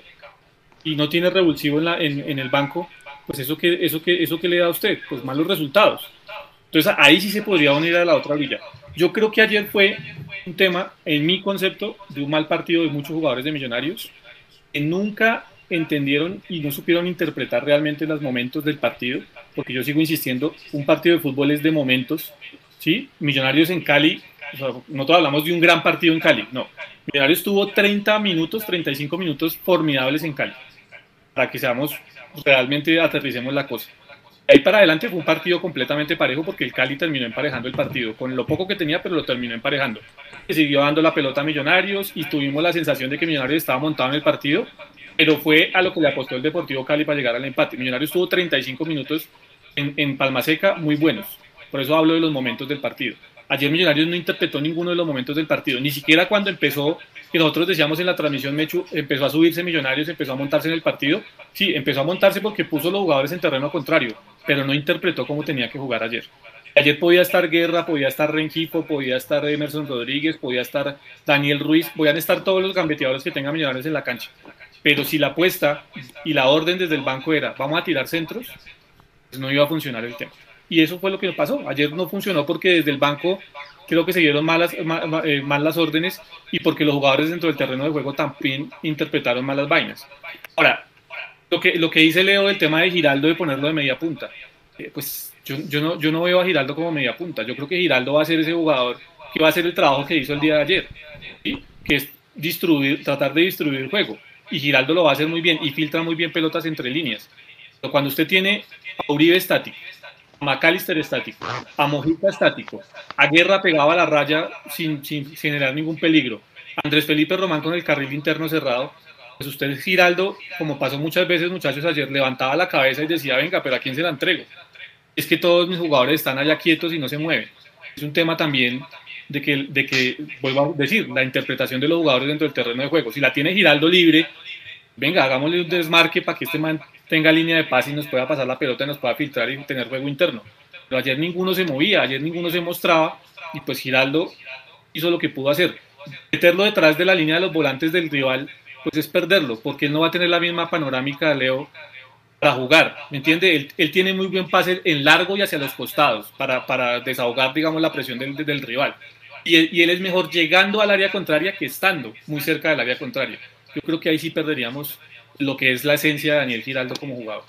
y no tiene revulsivo en, la, en, en el banco, pues eso que, eso, que, eso que le da a usted, pues malos resultados. Entonces ahí sí se podría unir a la otra orilla. Yo creo que ayer fue un tema, en mi concepto, de un mal partido de muchos jugadores de Millonarios que nunca entendieron y no supieron interpretar realmente los momentos del partido, porque yo sigo insistiendo, un partido de fútbol es de momentos, ¿sí? Millonarios en Cali, o sea, no todos hablamos de un gran partido en Cali, no. Millonarios tuvo treinta minutos, treinta y cinco minutos formidables en Cali, para que seamos, realmente aterricemos la cosa. Ahí para adelante fue un partido completamente parejo porque el Cali terminó emparejando el partido, con lo poco que tenía, pero lo terminó emparejando. Que siguió dando la pelota a Millonarios y tuvimos la sensación de que Millonarios estaba montado en el partido, pero fue a lo que le apostó el Deportivo Cali para llegar al empate. Millonarios tuvo treinta y cinco minutos en, en Palma Seca muy buenos, por eso hablo de los momentos del partido. Ayer Millonarios no interpretó ninguno de los momentos del partido, ni siquiera cuando empezó, que nosotros decíamos en la transmisión, Mechu, empezó a subirse Millonarios, empezó a montarse en el partido. Sí, empezó a montarse porque puso los jugadores en terreno contrario, pero no interpretó cómo tenía que jugar ayer. Ayer podía estar Guerra, podía estar Rengifo, podía estar Emerson Rodríguez, podía estar Daniel Ruiz, podían estar todos los gambeteadores que tengan Millonarios en la cancha. Pero si la apuesta y la orden desde el banco era vamos a tirar centros, pues no iba a funcionar el tema. Y eso fue lo que pasó. Ayer no funcionó porque desde el banco creo que se dieron malas, mal, eh, mal las órdenes y porque los jugadores dentro del terreno de juego también interpretaron malas vainas. Ahora, lo que, lo que dice Leo del tema de Giraldo de ponerlo de media punta, eh, pues yo, yo, no, yo no veo a Giraldo como media punta. Yo creo que Giraldo va a ser ese jugador que va a hacer el trabajo que hizo el día de ayer, ¿sí? Que es distribuir, tratar de distribuir el juego. Y Giraldo lo va a hacer muy bien y filtra muy bien pelotas entre líneas. Pero cuando usted tiene a Uribe estático, a McAllister estático, a Mojica estático, a Guerra pegado a la raya sin, sin, sin generar ningún peligro, a Andrés Felipe Román con el carril interno cerrado, pues usted Giraldo, como pasó muchas veces muchachos ayer, levantaba la cabeza y decía, venga, pero ¿a quién se la entrego? Es que todos mis jugadores están allá quietos y no se mueven. Es un tema también de que, de que, vuelvo a decir, la interpretación de los jugadores dentro del terreno de juego. Si la tiene Giraldo libre, venga, hagámosle un desmarque para que este man tenga línea de pase y nos pueda pasar la pelota y nos pueda filtrar y tener juego interno. Pero ayer ninguno se movía, ayer ninguno se mostraba y pues Giraldo hizo lo que pudo hacer. Meterlo detrás de la línea de los volantes del rival, pues es perderlo, porque él no va a tener la misma panorámica, Leo, para jugar, ¿me entiende? Él, él tiene muy buen pase en largo y hacia los costados para, para desahogar, digamos, la presión del, del rival. Y él, y él es mejor llegando al área contraria que estando muy cerca del área contraria. Yo creo que ahí sí perderíamos lo que es la esencia de Daniel Giraldo como jugador.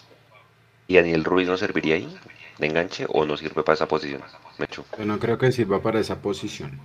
¿Y Daniel Ruiz no serviría ahí de enganche o no sirve para esa posición? Mecho. Yo no creo que sirva para esa posición.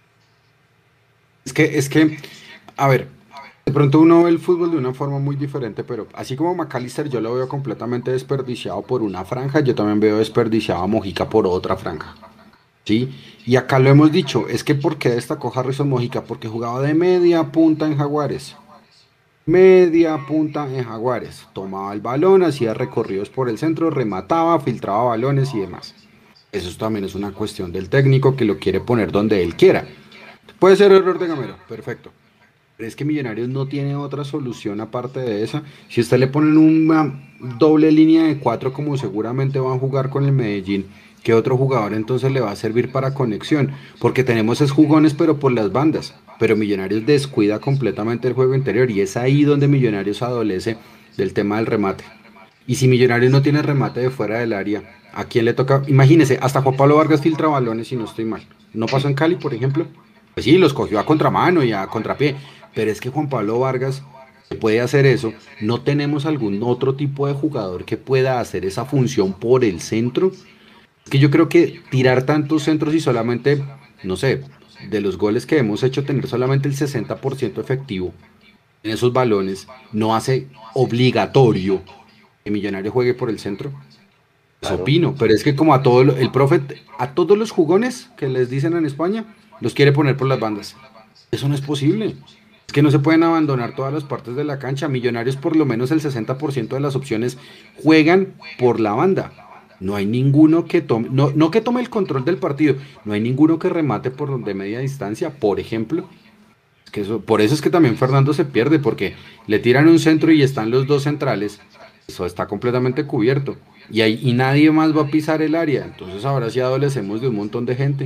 Es que, es que, a ver, de pronto uno ve el fútbol de una forma muy diferente, pero así como McAllister yo lo veo completamente desperdiciado por una franja, yo también veo desperdiciado a Mojica por otra franja. ¿sí? Y acá lo hemos dicho, es que ¿por qué destacó Harrison Mojica? Porque jugaba de media punta en Jaguares. Media punta en Jaguares. Tomaba el balón, hacía recorridos por el centro, remataba, filtraba balones y demás. Eso también es una cuestión del técnico que lo quiere poner donde él quiera. Puede ser error de Gamero, perfecto. Pero es que Millonarios no tiene otra solución aparte de esa. Si usted le ponen una doble línea de cuatro, como seguramente van a jugar con el Medellín, ¿qué otro jugador entonces le va a servir para conexión? Porque tenemos es jugones, pero por las bandas. Pero Millonarios descuida completamente el juego interior y es ahí donde Millonarios adolece del tema del remate. Y si Millonarios no tiene remate de fuera del área, ¿a quién le toca? Imagínese, hasta Juan Pablo Vargas filtra balones si no estoy mal. ¿No pasó en Cali, por ejemplo? Pues sí, los cogió a contramano y a contrapié. Pero es que Juan Pablo Vargas puede hacer eso. No tenemos algún otro tipo de jugador que pueda hacer esa función por el centro. Es que yo creo que tirar tantos centros y solamente, no sé, de los goles que hemos hecho, tener solamente el sesenta por ciento efectivo en esos balones, no hace obligatorio que Millonario juegue por el centro. Pues Claro. opino, pero es que como a todo lo- el profe, a todos los jugones que les dicen en España, los quiere poner por las bandas. Eso no es posible. Es que no se pueden abandonar todas las partes de la cancha. Millonarios, por lo menos el sesenta por ciento de las opciones juegan por la banda. No hay ninguno que tome, no, no que tome el control del partido, no hay ninguno que remate por de media distancia, por ejemplo. Es que eso, por eso es que también Fernando se pierde, porque le tiran un centro y están los dos centrales. Eso está completamente cubierto. Y, ahí, y nadie más va a pisar el área. Entonces ahora sí adolecemos de un montón de gente.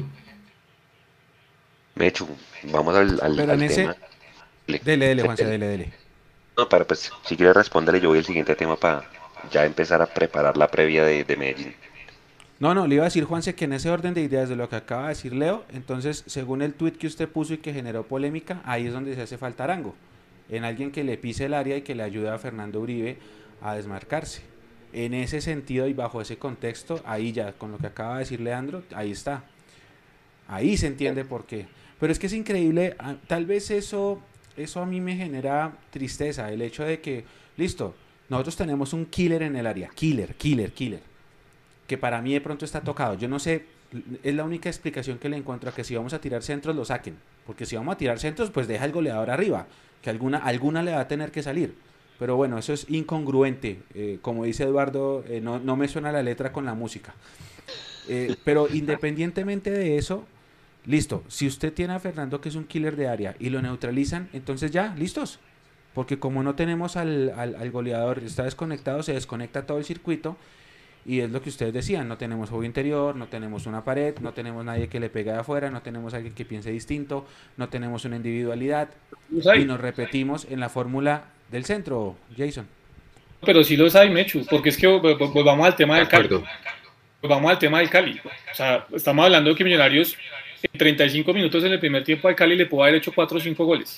Mechu, vamos al, al, Pero en al tema. ese, Le- dele, dele, le- Juanse, dele, dele. No, para pues, si quieres responderle, yo voy al siguiente tema para ya empezar a preparar la previa de, de Medellín. No, no, le iba a decir, Juanse, que en ese orden de ideas de lo que acaba de decir Leo, entonces, según el tweet que usted puso y que generó polémica, ahí es donde se hace falta Arango. En alguien que le pise el área y que le ayude a Fernando Uribe a desmarcarse. En ese sentido y bajo ese contexto, ahí ya, con lo que acaba de decir Leandro, ahí está. Ahí se entiende por qué. Pero es que es increíble, ah, tal vez eso, eso a mí me genera tristeza, el hecho de que, listo, nosotros tenemos un killer en el área, killer, killer, killer, que para mí de pronto está tocado. Yo no sé, es la única explicación que le encuentro a que si vamos a tirar centros lo saquen, porque si vamos a tirar centros pues deja el goleador arriba, que alguna, alguna le va a tener que salir. Pero bueno, eso es incongruente, eh, como dice Eduardo, eh, no, no me suena la letra con la música. Eh, pero independientemente de eso, listo, si usted tiene a Fernando que es un killer de área y lo neutralizan, entonces ya, listos. Porque como no tenemos al, al, al goleador, está desconectado, se desconecta todo el circuito y es lo que ustedes decían, no tenemos juego interior, no tenemos una pared, no tenemos nadie que le pegue de afuera, no tenemos alguien que piense distinto, no tenemos una individualidad Los y hay, nos repetimos en la fórmula del centro, Jason. pero sí los hay, Mechu, porque es que vol- vol- volvamos al tema De del Cali. acuerdo. Volvamos al tema del Cali. O sea, estamos hablando de que Millonarios en treinta y cinco minutos en el primer tiempo al Cali le pudo haber hecho cuatro o cinco goles.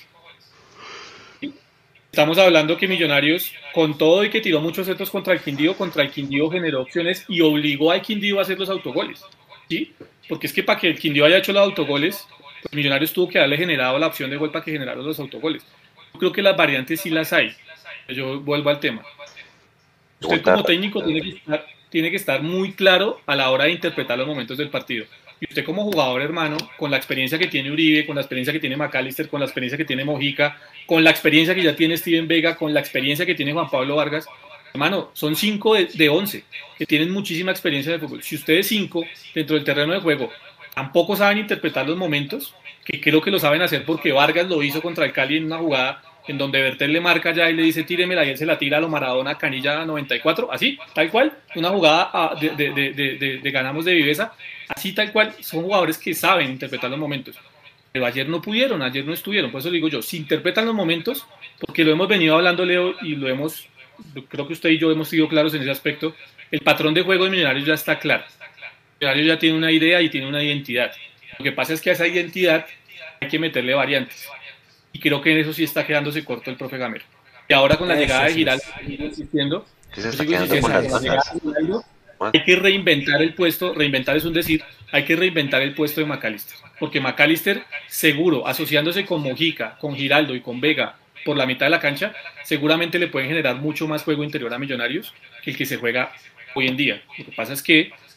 Estamos hablando que Millonarios, con todo y que tiró muchos centros contra el Quindío, contra el Quindío generó opciones y obligó al Quindío a hacer los autogoles. ¿Sí? Porque es que para que el Quindío haya hecho los autogoles, pues Millonarios tuvo que haberle generado la opción de gol para que generaran los autogoles. Yo creo que las variantes sí las hay. Yo vuelvo al tema. Usted como técnico tiene que estar, tiene que estar muy claro a la hora de interpretar los momentos del partido. Y usted como jugador, hermano, con la experiencia que tiene Uribe, con la experiencia que tiene McAllister, con la experiencia que tiene Mojica, con la experiencia que ya tiene Steven Vega, con la experiencia que tiene Juan Pablo Vargas, hermano, son cinco de, de once que tienen muchísima experiencia de fútbol. Si ustedes cinco dentro del terreno de juego tampoco saben interpretar los momentos, que creo que lo saben hacer porque Vargas lo hizo contra el Cali en una jugada en donde Bertel le marca ya y le dice tíremela y él se la tira a lo Maradona Canilla noventa y cuatro, así, tal cual, una jugada de, de, de, de, de ganamos de viveza, así tal cual, son jugadores que saben interpretar los momentos. Pero ayer no pudieron, ayer no estuvieron, por eso digo yo, si interpretan los momentos, porque lo hemos venido hablando Leo y lo hemos, creo que usted y yo hemos sido claros en ese aspecto, el patrón de juego de Millonarios ya está claro. Millonarios ya tiene una idea y tiene una identidad. Lo que pasa es que a esa identidad hay que meterle variantes. Y creo que en eso sí está quedándose corto el profe Gamero. Y ahora con la Eso llegada de sí Giraldo, es. sigo insistiendo, ¿Qué se yo está sigo quedando insistiendo con que las con la llegada bandas? de Giraldo hay que reinventar el puesto, reinventar es un decir, hay que reinventar el puesto de McAllister. Porque McAllister, seguro, asociándose con Mojica, con Giraldo y con Vega por la mitad de la cancha, seguramente le pueden generar mucho más juego interior a Millonarios que el que se juega hoy en día. Lo que pasa es que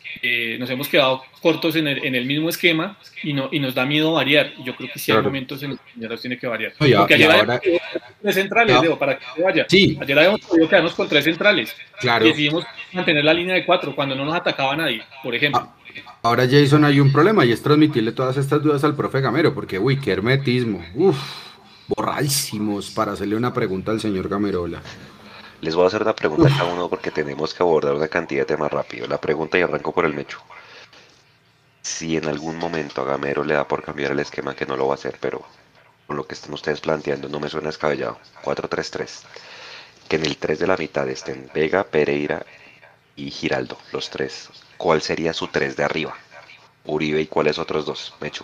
eh, nos hemos quedado cortos en el, en el mismo esquema y, no, y nos da miedo variar. Y yo creo que sí hay Claro. momentos en los que Millonarios tiene que variar. No, y a- Porque y ayer ahora- habíamos tres centrales, Ya. Leo, para que se vaya. Sí. Ayer habíamos podido quedarnos con tres centrales. Claro. Y decidimos mantener la línea de cuatro cuando no nos atacaba nadie, por ejemplo. Ah, ahora, Jason, hay un problema y es transmitirle todas estas dudas al profe Gamero, porque, uy, qué hermetismo. Uf, borradísimos para hacerle una pregunta al señor Gamerola. Les voy a hacer una pregunta a cada uno porque tenemos que abordar una cantidad de temas rápido. La pregunta y arranco por el Mechu. Si en algún momento a Gamero le da por cambiar el esquema, que no lo va a hacer, pero con lo que están ustedes planteando no me suena descabellado. cuatro tres tres. Que en el tres de la mitad estén Vega, Pereira y Giraldo, los tres. ¿Cuál sería su tres de arriba? Uribe y cuáles otros dos, Mechu.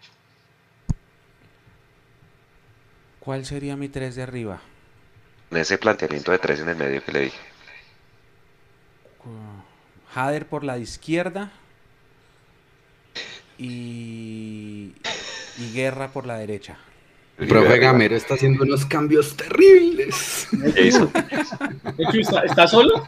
¿Cuál sería mi tres de arriba? En ese planteamiento de tres en el medio que le dije. Hader por la izquierda y, y Guerra por la derecha. El profe Gamero está haciendo unos cambios terribles. Jason. Mechu, ¿está, ¿está solo?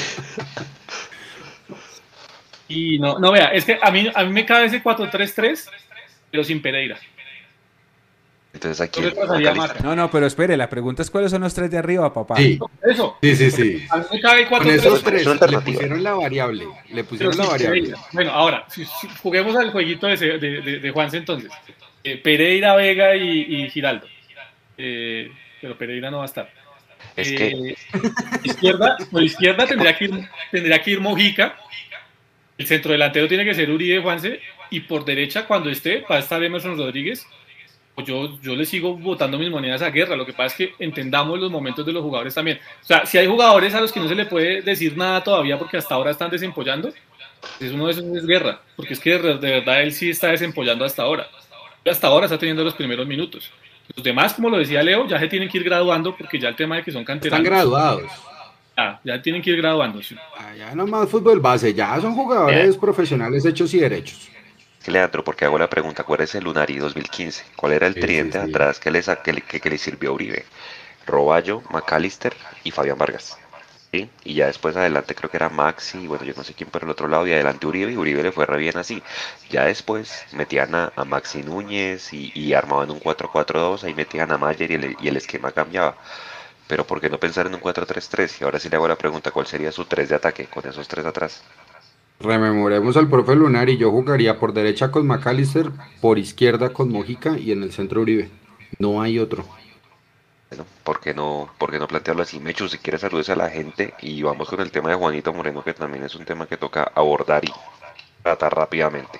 Y no, no vea, es que a mí, a mí me cabe ese cuatro tres tres, pero sin Pereira. Entonces aquí. Yo le pasaría a Maca. No, no, pero espere, la pregunta es cuáles son los tres de arriba, papá. Sí, Eso. sí, sí, sí. A mí me cabe Con cuatro tres esos tres. tres Son le alternativas. pusieron la variable. Le Pero pusieron la sin variable. Pereira. Bueno, ahora, si, si juguemos al jueguito de, de, de, de Juanse entonces. Eh, Pereira, Vega y, y Giraldo. Eh, pero Pereira no va a estar. Es Eh, que izquierda, por izquierda tendría que ir, tendría que ir Mojica. El centro delantero tiene que ser Uribe, Juanse. Y por derecha, cuando esté, va a estar Emerson Rodríguez. Pues yo, yo le sigo botando mis monedas a Guerra. Lo que pasa es que entendamos los momentos de los jugadores también. O sea, si hay jugadores a los que no se le puede decir nada todavía porque hasta ahora están desempollando, pues uno de esos es Guerra. Porque es que de, de verdad él sí está desempollando hasta ahora. Hasta ahora está teniendo los primeros minutos. Los demás, como lo decía Leo, ya se tienen que ir graduando porque ya el tema de que son Están canteranos. graduados. Ya, ya tienen que ir graduándose. Ya no más fútbol base, ya son jugadores profesionales hechos y derechos. Leandro, porque hago la pregunta, ¿cuál es el Lunari dos mil quince? ¿Cuál era el Sí, tridente sí, sí. atrás que le, sa- que, le, que- que le sirvió a Uribe? Roballo, McAllister y Fabián Vargas. ¿Sí? Y ya después adelante creo que era Maxi, bueno, yo no sé quién por el otro lado, y adelante Uribe, y Uribe le fue re bien así. Ya después metían a, a Maxi Núñez y, y armaban un cuatro cuatro dos, ahí metían a Mayer y el, y el esquema cambiaba. Pero ¿por qué no pensar en un cuatro tres tres? Y ahora sí le hago la pregunta, ¿cuál sería su tres de ataque con esos tres atrás? Rememoremos al profe Lunar y yo jugaría por derecha con McAllister, por izquierda con Mojica y en el centro Uribe. No hay otro. Bueno, ¿por qué no, por qué no plantearlo así? Mechu, si quieres saludes a la gente y vamos con el tema de Juanito Moreno, que también es un tema que toca abordar y tratar rápidamente.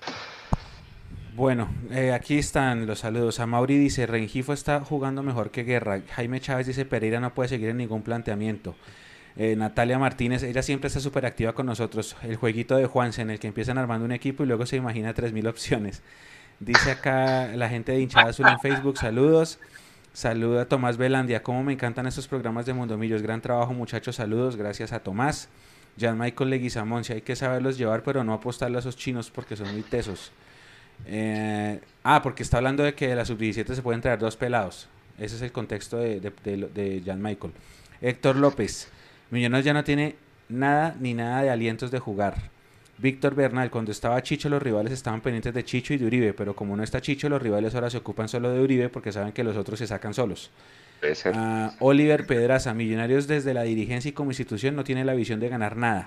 Bueno, eh, aquí están los saludos. A Mauri dice, Rengifo está jugando mejor que Guerra. Jaime Chávez dice, Pereira no puede seguir en ningún planteamiento. Eh, Natalia Martínez, ella siempre está súper activa con nosotros. El jueguito de Juanse, en el que empiezan armando un equipo y luego se imagina tres mil opciones. Dice acá la gente de Hinchada Azul en Facebook, saludos. Saluda a Tomás Velandia, cómo me encantan estos programas de Mundomillos. Gran trabajo, muchachos, saludos, gracias a Tomás. Jan Michael Leguizamón, si hay que saberlos llevar, pero no apostarle a esos chinos porque son muy tesos. Eh, ah, porque está hablando de que de la sub diecisiete se pueden traer dos pelados. Ese es el contexto de, de, de, de Jan Michael. Héctor López, Millonarios ya no tiene nada ni nada de alientos de jugar. Víctor Bernal, cuando estaba Chicho los rivales estaban pendientes de Chicho y de Uribe, pero como no está Chicho los rivales ahora se ocupan solo de Uribe porque saben que los otros se sacan solos. Puede ser. Uh, Oliver Pedraza, Millonarios desde la dirigencia y como institución no tiene la visión de ganar nada.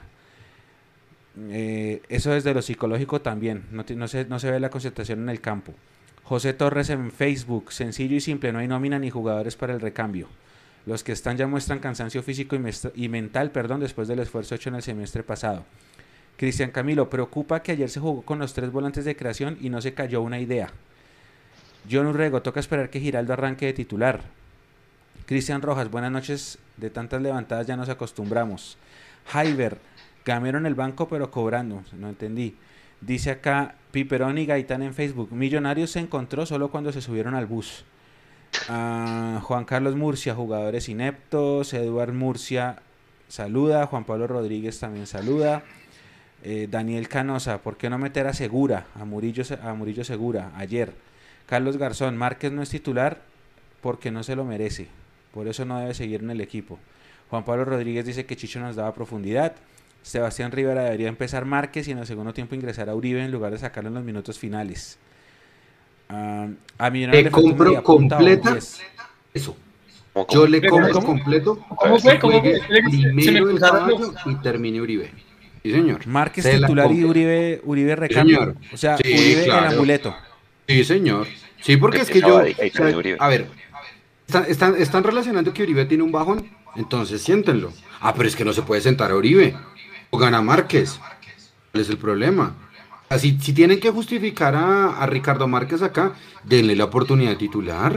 Eh, eso desde lo psicológico también, no, no, se, no se ve la concentración en el campo. José Torres en Facebook, sencillo y simple, no hay nómina ni jugadores para el recambio. Los que están ya muestran cansancio físico y, y mental, perdón, después del esfuerzo hecho en el semestre pasado. Cristian Camilo, preocupa que ayer se jugó con los tres volantes de creación y no se cayó una idea. John Urrego, toca esperar que Giraldo arranque de titular. Cristian Rojas, buenas noches, de tantas levantadas ya nos acostumbramos. Jaiber, Gamero en el banco pero cobrando, no entendí. Dice acá Piperón y Gaitán en Facebook, Millonarios se encontró solo cuando se subieron al bus. Uh, Juan Carlos Murcia, jugadores ineptos. Eduard Murcia saluda. Juan Pablo Rodríguez también saluda. eh, Daniel Canosa, ¿por qué no meter a Segura? A Murillo, a Murillo Segura, ayer. Carlos Garzón, Márquez no es titular porque no se lo merece, por eso no debe seguir en el equipo. Juan Pablo Rodríguez dice que Chicho nos daba profundidad. Sebastián Rivera debería empezar Márquez y en el segundo tiempo ingresar a Uribe en lugar de sacarlo en los minutos finales. Uh, a Millonarios le compro completa eso. Yo le compro ¿Cómo? completo. ¿Cómo fue? ¿Cómo fue? Primero el caballo y termine Uribe. Sí, señor. Márquez titular y Uribe, Uribe recambio. Sí, señor. O sea, sí, Uribe claro. el amuleto. Sí, señor. Sí, porque es que yo... O sea, a ver, están, están, están relacionando que Uribe tiene un bajón, entonces siéntenlo. Ah, pero es que no se puede sentar a Uribe. O gana Márquez. ¿Cuál es el problema? Si, si tienen que justificar a, a Ricardo Márquez acá, denle la oportunidad de titular.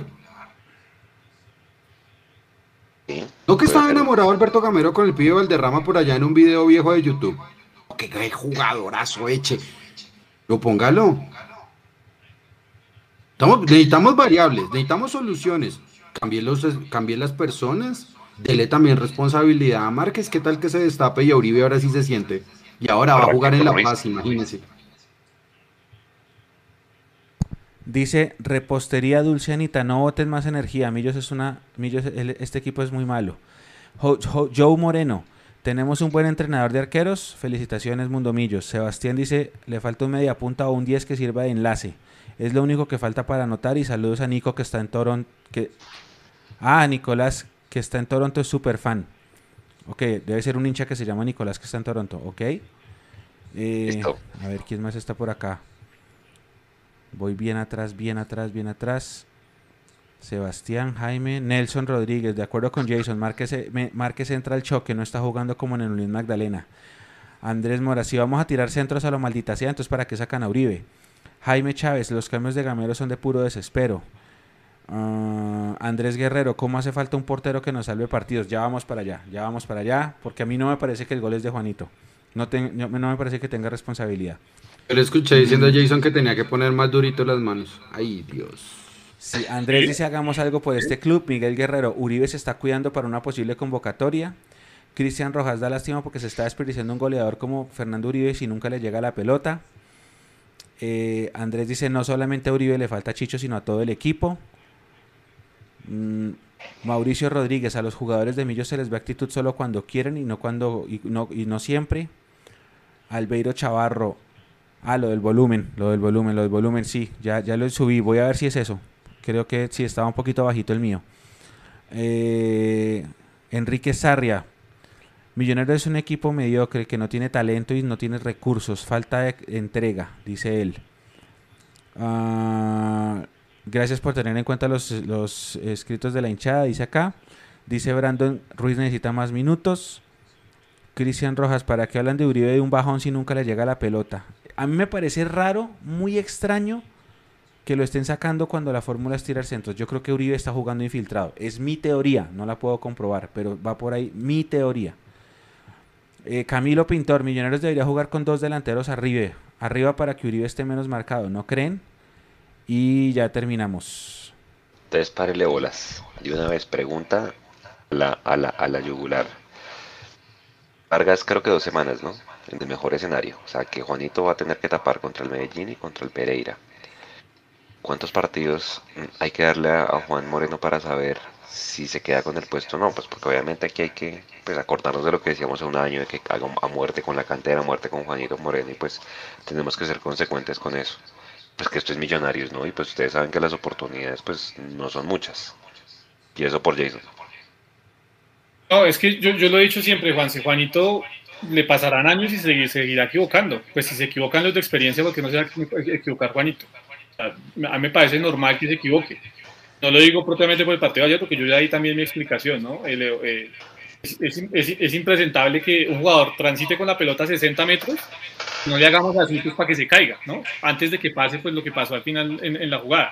Sí, ¿No que estaba enamorado Alberto Gamero con el pibe Valderrama por allá en un video viejo de YouTube? ¡Qué jugadorazo, eche! Lo póngalo. Estamos, necesitamos variables, necesitamos soluciones. Cambie, los, cambie las personas, dele también responsabilidad a Márquez. ¿Qué tal que se destape y a Uribe ahora sí se siente? Y ahora va a jugar en La Paz, imagínense. Dice, repostería Dulce Anita, no boten más energía, Millos es una, Millos, este equipo es muy malo. Jo, Jo, Joe Moreno, tenemos un buen entrenador de arqueros, felicitaciones Mundo Millos. Sebastián dice, le falta un media punta o un diez que sirva de enlace, es lo único que falta para anotar y saludos a Nico que está en Toronto. Que... Ah, Nicolás que está en Toronto es súper fan. Ok, debe ser un hincha que se llama Nicolás que está en Toronto, ok. Eh, a ver, ¿quién más está por acá? Voy bien atrás, bien atrás, bien atrás. Sebastián, Jaime, Nelson Rodríguez, de acuerdo con Jason, Márquez, Márquez entra al choque, no está jugando como en el Unión Magdalena. Andrés Mora, si vamos a tirar centros a lo maldita sea, entonces ¿para qué sacan a Uribe? Jaime Chávez, los cambios de Gamero son de puro desespero. Uh, Andrés Guerrero, ¿cómo hace falta un portero que nos salve partidos? Ya vamos para allá, ya vamos para allá, porque a mí no me parece que el gol es de Juanito. No, te, no, no me parece que tenga responsabilidad. Yo le escuché diciendo a Jason que tenía que poner más durito las manos. Ay, Dios. Sí, Andrés dice, hagamos algo por este club. Miguel Guerrero, Uribe se está cuidando para una posible convocatoria. Cristian Rojas, da lástima porque se está desperdiciando un goleador como Fernando Uribe si nunca le llega la pelota. Eh, Andrés dice, no solamente a Uribe le falta Chicho, sino a todo el equipo. Mm, Mauricio Rodríguez, a los jugadores de Millos se les ve actitud solo cuando quieren y no, cuando, y no, y no siempre. Albeiro Chavarro, ah, lo del volumen, lo del volumen, lo del volumen, sí, ya, ya lo subí, voy a ver si es eso. Creo que sí, estaba un poquito bajito el mío. Eh, Enrique Sarria, Millonarios es un equipo mediocre que no tiene talento y no tiene recursos, falta de entrega, dice él. Uh, gracias por tener en cuenta los, los escritos de la hinchada, dice acá. Dice Brandon Ruiz necesita más minutos. Cristian Rojas, ¿para qué hablan de Uribe de un bajón si nunca le llega la pelota? A mí me parece raro, muy extraño que lo estén sacando cuando la fórmula es tirar centros. Yo creo que Uribe está jugando infiltrado. Es mi teoría, no la puedo comprobar, pero va por ahí mi teoría. Eh, Camilo Pintor, Millonarios debería jugar con dos delanteros arriba, arriba para que Uribe esté menos marcado, ¿no creen? Y ya terminamos. Entonces párele bolas. Y una vez pregunta a la, a la, a la yugular. Vargas creo que dos semanas, ¿no? En el mejor escenario. O sea que Juanito va a tener que tapar contra el Medellín y contra el Pereira. ¿Cuántos partidos hay que darle a, a Juan Moreno para saber si se queda con el puesto o no? Pues porque obviamente aquí hay que pues, acordarnos de lo que decíamos hace un año, de que haga a muerte con la cantera, a muerte con Juanito Moreno, y pues tenemos que ser consecuentes con eso. Pues que esto es Millonarios, ¿no? Y pues ustedes saben que las oportunidades pues no son muchas. Y eso por Jason. No, es que yo, yo lo he dicho siempre, Juanse, Juanito le pasarán años y se seguirá equivocando. Pues si se equivocan los de experiencia, ¿por qué no se va a equivocar Juanito? O sea, a mí me parece normal que se equivoque. No lo digo propiamente por el partido de ayer, porque yo ya di también mi explicación, ¿no? El, eh, es, es, es, es impresentable que un jugador transite con la pelota a sesenta metros, no le hagamos así pues, para que se caiga, ¿no? Antes de que pase pues lo que pasó al final en, en la jugada.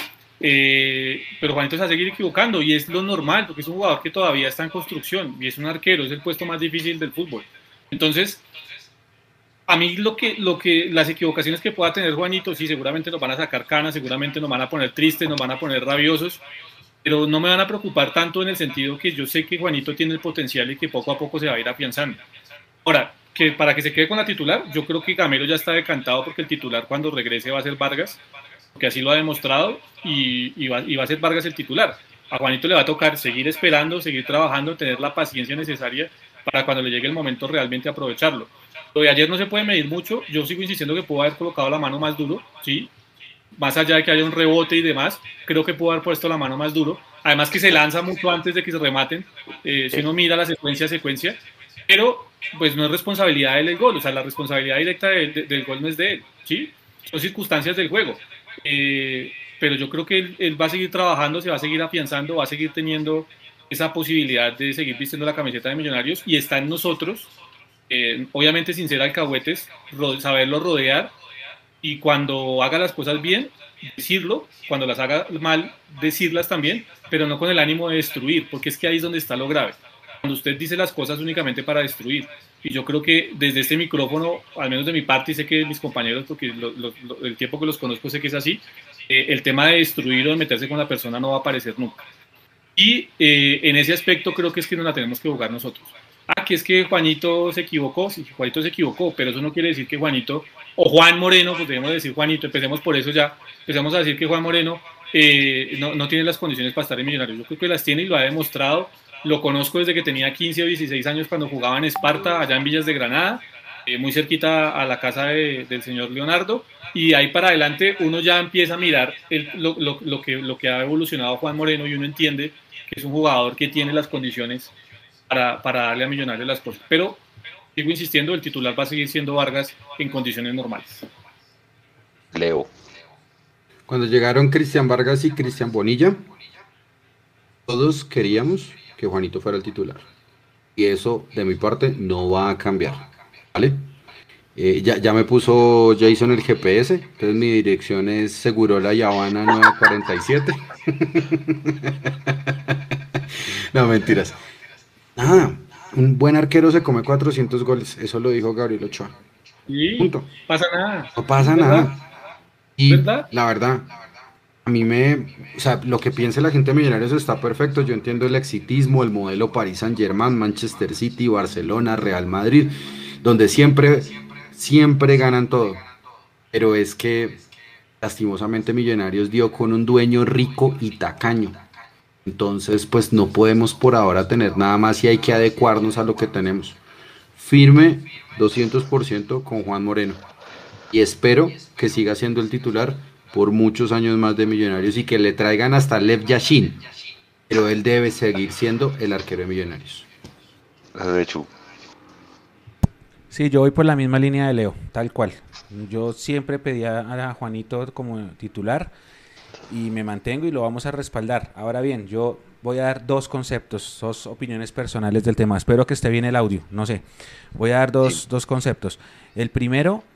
Eh, pero Juanito se va a seguir equivocando y es lo normal, porque es un jugador que todavía está en construcción y es un arquero, es el puesto más difícil del fútbol. Entonces, a mí lo que, lo que las equivocaciones que pueda tener Juanito, sí, seguramente nos van a sacar canas, seguramente nos van a poner tristes, nos van a poner rabiosos, pero no me van a preocupar tanto en el sentido que yo sé que Juanito tiene el potencial y que poco a poco se va a ir afianzando. Ahora, que para que se quede con la titular, yo creo que Gamero ya está decantado porque el titular cuando regrese va a ser Vargas, porque así lo ha demostrado y, y, va, y va a ser Vargas el titular. A Juanito le va a tocar seguir esperando, seguir trabajando, tener la paciencia necesaria para cuando le llegue el momento realmente aprovecharlo. Lo de ayer no se puede medir mucho, yo sigo insistiendo que pudo haber colocado la mano más duro, ¿sí? Más allá de que haya un rebote y demás, creo que pudo haber puesto la mano más duro, además que se lanza mucho antes de que se rematen, eh, si uno mira la secuencia a secuencia, pero pues no es responsabilidad de él el gol, o sea, la responsabilidad directa de, de, del gol no es de él, ¿sí? Son circunstancias del juego, eh, pero yo creo que él, él va a seguir trabajando, se va a seguir afianzando, va a seguir teniendo esa posibilidad de seguir vistiendo la camiseta de Millonarios, y está en nosotros, eh, obviamente sin ser alcahuetes, ro- saberlo rodear, y cuando haga las cosas bien, decirlo, cuando las haga mal, decirlas también, pero no con el ánimo de destruir, porque es que ahí es donde está lo grave. Cuando usted dice las cosas únicamente para destruir, y yo creo que desde este micrófono, al menos de mi parte, y sé que mis compañeros, porque lo, lo, lo, el tiempo que los conozco sé que es así, eh, el tema de destruir o de meterse con la persona no va a aparecer nunca. Y eh, en ese aspecto creo que es que nos la tenemos que jugar nosotros. Ah, que es que Juanito se equivocó, sí, Juanito se equivocó, pero eso no quiere decir que Juanito, o Juan Moreno, pues debemos decir Juanito, empecemos por eso ya, empezamos a decir que Juan Moreno eh, no, no tiene las condiciones para estar en Millonarios. Yo creo que las tiene y lo ha demostrado. Lo conozco desde que tenía quince o dieciséis años cuando jugaba en Esparta, allá en Villas de Granada, eh, muy cerquita a la casa de, del señor Leonardo, y ahí para adelante uno ya empieza a mirar el, lo, lo, lo, que, lo que ha evolucionado Juan Moreno, y uno entiende que es un jugador que tiene las condiciones para, para darle a Millonarios las cosas. Pero sigo insistiendo, el titular va a seguir siendo Vargas en condiciones normales. Leo. Cuando llegaron Cristian Vargas y Cristian Bonilla, todos queríamos que Juanito fuera el titular. Y eso, de mi parte, no va a cambiar. ¿Vale? Eh, ya, ya me puso Jason el G P S, entonces mi dirección es Segurola y Habana nueve cuarenta y siete. No, mentiras. Nada, un buen arquero se come cuatrocientos goles, eso lo dijo Gabriel Ochoa. Sí, Punto. pasa nada. No pasa ¿Verdad? nada. Y ¿Verdad? la verdad, a mí me, o sea, lo que piense la gente de Millonarios está perfecto. Yo entiendo el exitismo, el modelo Paris Saint-Germain, Manchester City, Barcelona, Real Madrid, donde siempre, siempre ganan todo. Pero es que lastimosamente Millonarios dio con un dueño rico y tacaño. Entonces, pues no podemos por ahora tener nada más y hay que adecuarnos a lo que tenemos. Firme doscientos por ciento con Juan Moreno. Y espero que siga siendo el titular por muchos años más de Millonarios y que le traigan hasta Lev Yashin. Pero él debe seguir siendo el arquero de Millonarios. De Chu. Sí, yo voy por la misma línea de Leo, tal cual. Yo siempre pedía a Juanito como titular y me mantengo y lo vamos a respaldar. Ahora bien, yo voy a dar dos conceptos, dos opiniones personales del tema. Espero que esté bien el audio, no sé. Voy a dar dos, sí. dos conceptos. El primero,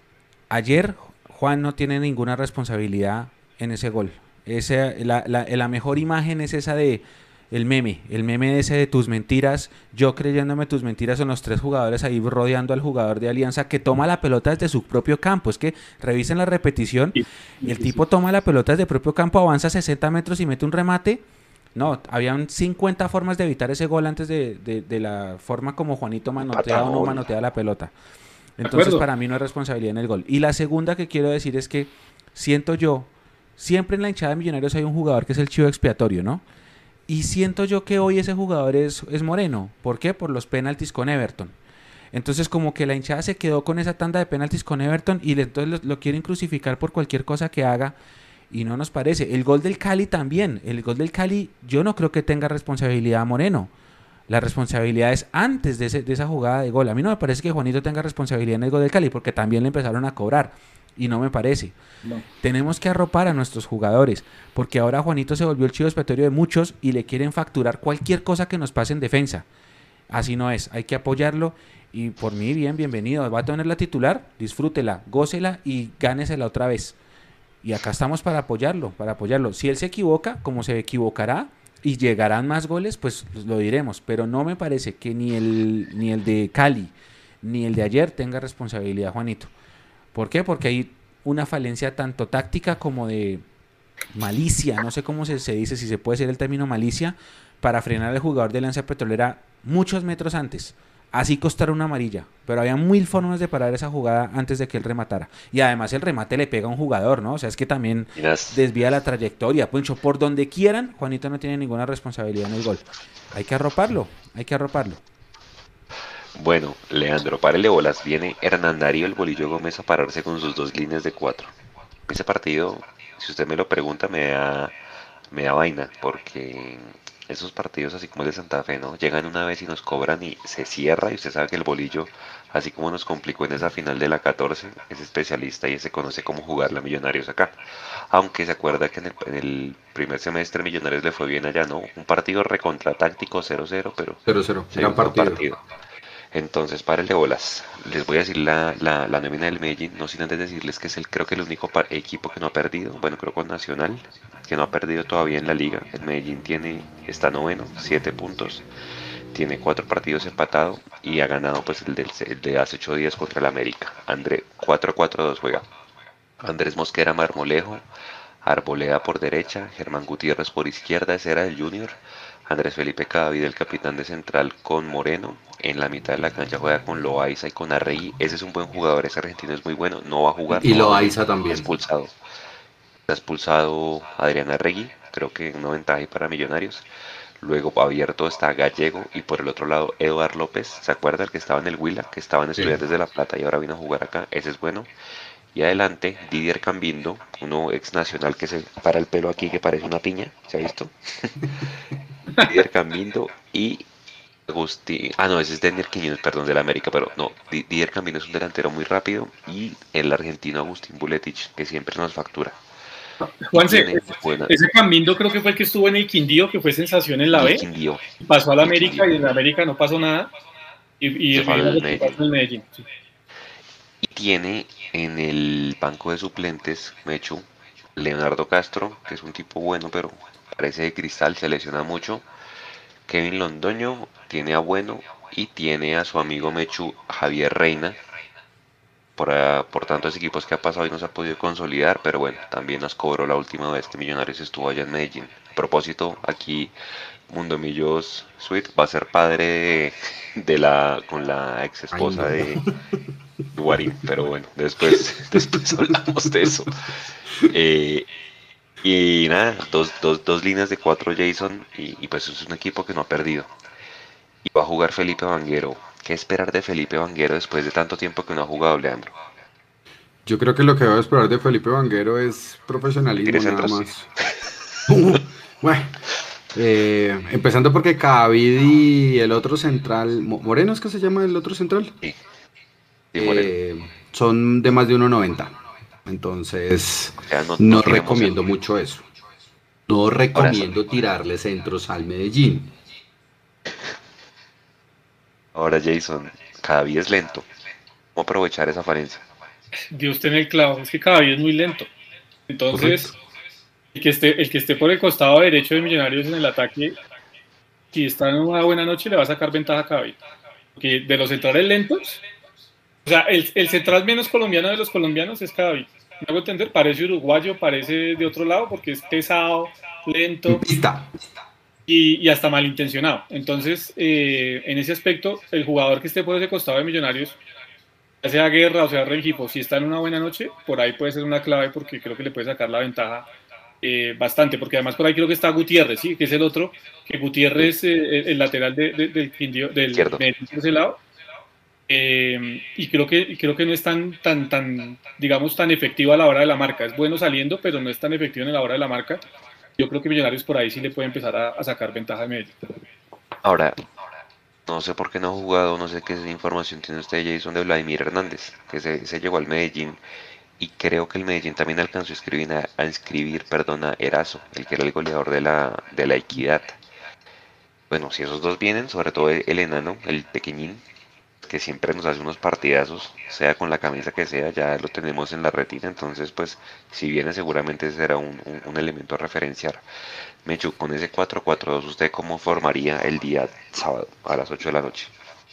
ayer Juan no tiene ninguna responsabilidad en ese gol. Ese, la, la, la mejor imagen es esa de el meme, el meme ese de tus mentiras, yo creyéndome tus mentiras, son los tres jugadores ahí rodeando al jugador de Alianza que toma la pelota desde su propio campo. Es que revisen la repetición, y el tipo toma la pelota desde el propio campo, avanza sesenta metros y mete un remate. No, habían cincuenta formas de evitar ese gol antes de, de, de la forma como Juanito manotea o no manotea la pelota. Entonces para mí no hay responsabilidad en el gol. Y la segunda que quiero decir es que siento yo, siempre en la hinchada de Millonarios hay un jugador que es el chivo expiatorio, ¿no? Y siento yo que hoy ese jugador es, es Moreno. ¿Por qué? Por los penaltis con Everton. Entonces como que la hinchada se quedó con esa tanda de penaltis con Everton y le, entonces lo, lo quieren crucificar por cualquier cosa que haga y no nos parece. El gol del Cali también. El gol del Cali yo no creo que tenga responsabilidad Moreno. La responsabilidad es antes de, ese, de esa jugada de gol. A mí no me parece que Juanito tenga responsabilidad en el gol del Cali porque también le empezaron a cobrar. Y no me parece. No. Tenemos que arropar a nuestros jugadores, porque ahora Juanito se volvió el chivo expiatorio de muchos y le quieren facturar cualquier cosa que nos pase en defensa. Así no es, hay que apoyarlo y por mí bien, bienvenido. Va a tener la titular, disfrútela, gócela y gánesela otra vez. Y acá estamos para apoyarlo, para apoyarlo. Si él se equivoca, como se equivocará y llegarán más goles, pues lo diremos. Pero no me parece que ni el, ni el de Cali ni el de ayer tenga responsabilidad Juanito. ¿Por qué? Porque hay una falencia tanto táctica como de malicia, no sé cómo se, se dice, si se puede decir el término malicia, para frenar al jugador de Alianza Petrolera muchos metros antes. Así costara una amarilla, pero había mil formas de parar esa jugada antes de que él rematara. Y además el remate le pega a un jugador, ¿no? O sea, es que también yes. desvía la trayectoria. Puncho, por donde quieran, Juanito no tiene ninguna responsabilidad en el gol. Hay que arroparlo, hay que arroparlo. Bueno, Leandro, párele bolas. Viene Hernán Darío el Bolillo Gómez a pararse con sus dos líneas de cuatro. Ese partido, si usted me lo pregunta, me da, me da vaina, porque esos partidos, así como el de Santa Fe, ¿no? Llegan una vez y nos cobran y se cierra, y usted sabe que el Bolillo, así como nos complicó en esa final de la catorce, es especialista y se conoce cómo jugarla a Millonarios acá. Aunque se acuerda que en el, en el primer semestre Millonarios le fue bien allá, ¿no? Un partido recontra táctico cero cero, pero cero cero, se dio gran un buen partido. partido. Entonces, párenle bolas. Les voy a decir la, la, la nómina del Medellín, no sin antes decirles que es el, creo que el único pa- equipo que no ha perdido, bueno, creo con Nacional, que no ha perdido todavía en la liga. El Medellín tiene, está noveno, siete puntos, tiene cuatro partidos empatados y ha ganado pues el, del, el de hace ocho días contra el América. André, cuatro cuatro dos juega. Andrés Mosquera Marmolejo, Arboleda por derecha, Germán Gutiérrez por izquierda, ese era el Junior. Andrés Felipe Cadavid, el capitán de central, con Moreno. En la mitad de la cancha juega con Loaiza y con Arregui. Ese es un buen jugador, ese argentino es muy bueno. No va a jugar, Y no va a venir. Loaiza también. Expulsado. Está expulsado Adrián Arregui, creo que una ventaja ahí para Millonarios. Luego abierto está Gallego y por el otro lado Eduard López. ¿Se acuerda el que estaba en el Huila, que estaba en Sí. Estudiantes de La Plata y ahora vino a jugar acá? Ese es bueno. Y adelante, Didier Cambindo, uno ex nacional que se para el pelo aquí que parece una piña, ¿se ha visto? Didier Cambindo y Agustín, ah no, ese es Denier Quiñones, perdón, del América, pero no, Di- Didier Cambindo es un delantero muy rápido y el argentino Agustín Buletich, que siempre nos factura. Y Juanse, tiene buena, ese Cambindo creo que fue el que estuvo en el Quindío, que fue sensación en en la el B, Quindío, pasó a la en el América Quindío, y en la América no pasó nada, y, y se el fue mismo al lo que pasó Medellín. en el Medellín. Sí. Y tiene en el banco de suplentes, Mechu, Leonardo Castro, que es un tipo bueno, pero parece de cristal, se lesiona mucho. Kevin Londoño, tiene a Bueno y tiene a su amigo Mechu Javier Reina. Por, ah, por tantos equipos que ha pasado y no se ha podido consolidar, pero bueno, también nos cobró la última vez que Millonarios estuvo allá en Medellín. A propósito, aquí Mundo Millos Sweet va a ser padre de, de la con la ex Ay, esposa no. de Guarín, pero bueno, después, después hablamos de eso. Eh, y nada, dos, dos, dos líneas de cuatro Jason y, y pues es un equipo que no ha perdido. Y va a jugar Felipe Vanguero. ¿Qué esperar de Felipe Vanguero después de tanto tiempo que no ha jugado, Leandro? Yo creo que lo que voy a esperar de Felipe Vanguero es ¿Que tire profesionalismo nada centros? más. Bueno, eh, empezando porque Cadavid y el otro central, Mo- Moreno es que se llama el otro central, Sí, sí, Moreno. eh, son de más de uno noventa. Entonces, O sea, no, no no tiremos recomiendo centro. mucho eso. No Ahora, recomiendo tirarle centros al Medellín. ahora Jason, cada día es lento. ¿Cómo aprovechar esa falencia? Dio usted en el clavo, es que cada día es muy lento. Correcto. Entonces, el que esté, el que esté por el costado derecho de Millonarios en el ataque, si está en una buena noche, le va a sacar ventaja a Cadavid. Porque de los centrales lentos, o sea, el, el central menos colombiano de los colombianos es Cadavid. ¿Me hago entender? Parece uruguayo, parece de otro lado, porque es pesado, En lento pista. y, y hasta malintencionado. Entonces, eh, en ese aspecto, el jugador que esté por ese costado de Millonarios, ya sea Guerra o sea Rengifo, si está en una buena noche, por ahí puede ser una clave porque creo que le puede sacar la ventaja eh, bastante, porque además por ahí creo que está Gutiérrez, ¿sí? Que es el otro, que Sí, Gutiérrez, eh, el lateral de, de, del, Quindío, del izquierdo. Medellín por ese lado, eh, y creo que y creo que no es tan, tan, tan, digamos, tan efectivo a la hora de la marca. Es bueno saliendo, pero no es tan efectivo en la hora de la marca. Yo creo que Millonarios por ahí sí le puede empezar a, a sacar ventaja de Medellín. Ahora, no sé por qué no ha jugado, no sé qué información tiene usted, Jason, de Vladimir Hernández, que se, se llegó al Medellín y creo que el Medellín también alcanzó a escribir, a, a inscribir, perdón, a Erazo, el que era el goleador de la, de la Equidad. Bueno, si esos dos vienen, sobre todo el, el enano, el pequeñín, que siempre nos hace unos partidazos, sea con la camisa que sea, ya lo tenemos en la retina, entonces pues si viene seguramente será un, un, un elemento a referenciar. Mechu, con ese cuatro cuatro dos, ¿usted cómo formaría el día sábado a las ocho de la noche?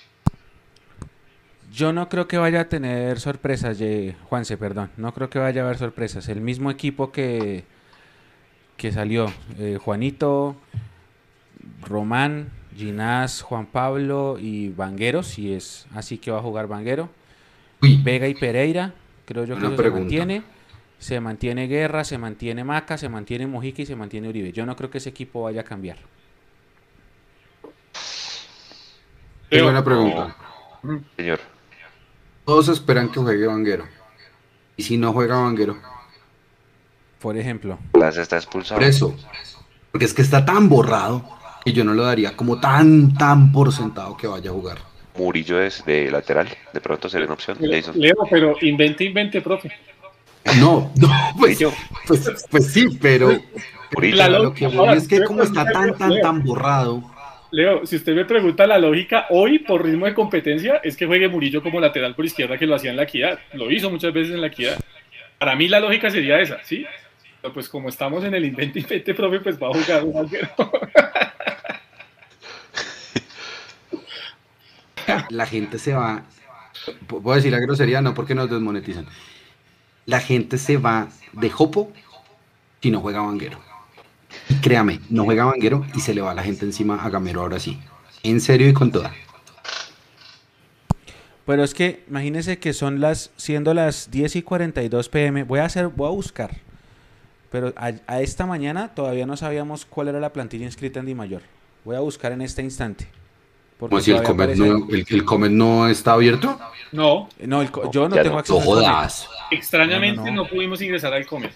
Yo no creo que vaya a tener sorpresas, ye- Juanse, perdón. No creo que vaya a haber sorpresas. El mismo equipo que, que salió. eh, Juanito, Román, Ginás, Juan Pablo y Vanguero, si es así que va a jugar Vanguero. Uy, Vega y Pereira, creo yo que buena eso se pregunta. mantiene. Se mantiene Guerra, se mantiene Maca, se mantiene Mojica y se mantiene Uribe. Yo no creo que ese equipo vaya a cambiar. Es Leo, buena No, pregunta. Señor. Todos esperan que juegue Vanguero. ¿Y si no juega Vanguero? Por ejemplo. Plaza está expulsado. Por eso. Porque es que está tan borrado que yo no lo daría como tan, tan por sentado que vaya a jugar. Murillo es de lateral, de pronto sería una opción. Jason. Leo, pero invente, invente, profe. No, no, pues, pues, pues sí, pero Murillo. La lo que voy es que como está tan, tan, Leo, tan borrado. Leo, si usted me pregunta la lógica, hoy por ritmo de competencia es que juegue Murillo como lateral por izquierda, que lo hacía en la Equidad. Lo hizo muchas veces en la Equidad. Para mí la lógica sería esa, ¿sí? Pero pues como estamos en el invente, invente, profe, pues va a jugar un Vanguero. La gente se va, puedo decir la grosería, no porque nos desmonetizan. La gente se va de jopo si no juega Vanguero. Y créame, no juega Vanguero y se le va la gente encima a Gamero ahora sí. En serio y con toda. Pero es que, imagínense que son las, siendo las diez y cuarenta y dos pm, voy a hacer, voy a buscar. Pero a, a esta mañana todavía no sabíamos cuál era la plantilla inscrita en Di Mayor. Voy a buscar en este instante. Como si el Comet, no, el, el Comet no está abierto. No. No, el, yo no tengo no, acceso no jodas. al Comet. Extrañamente no, no, no. no pudimos ingresar al Comet.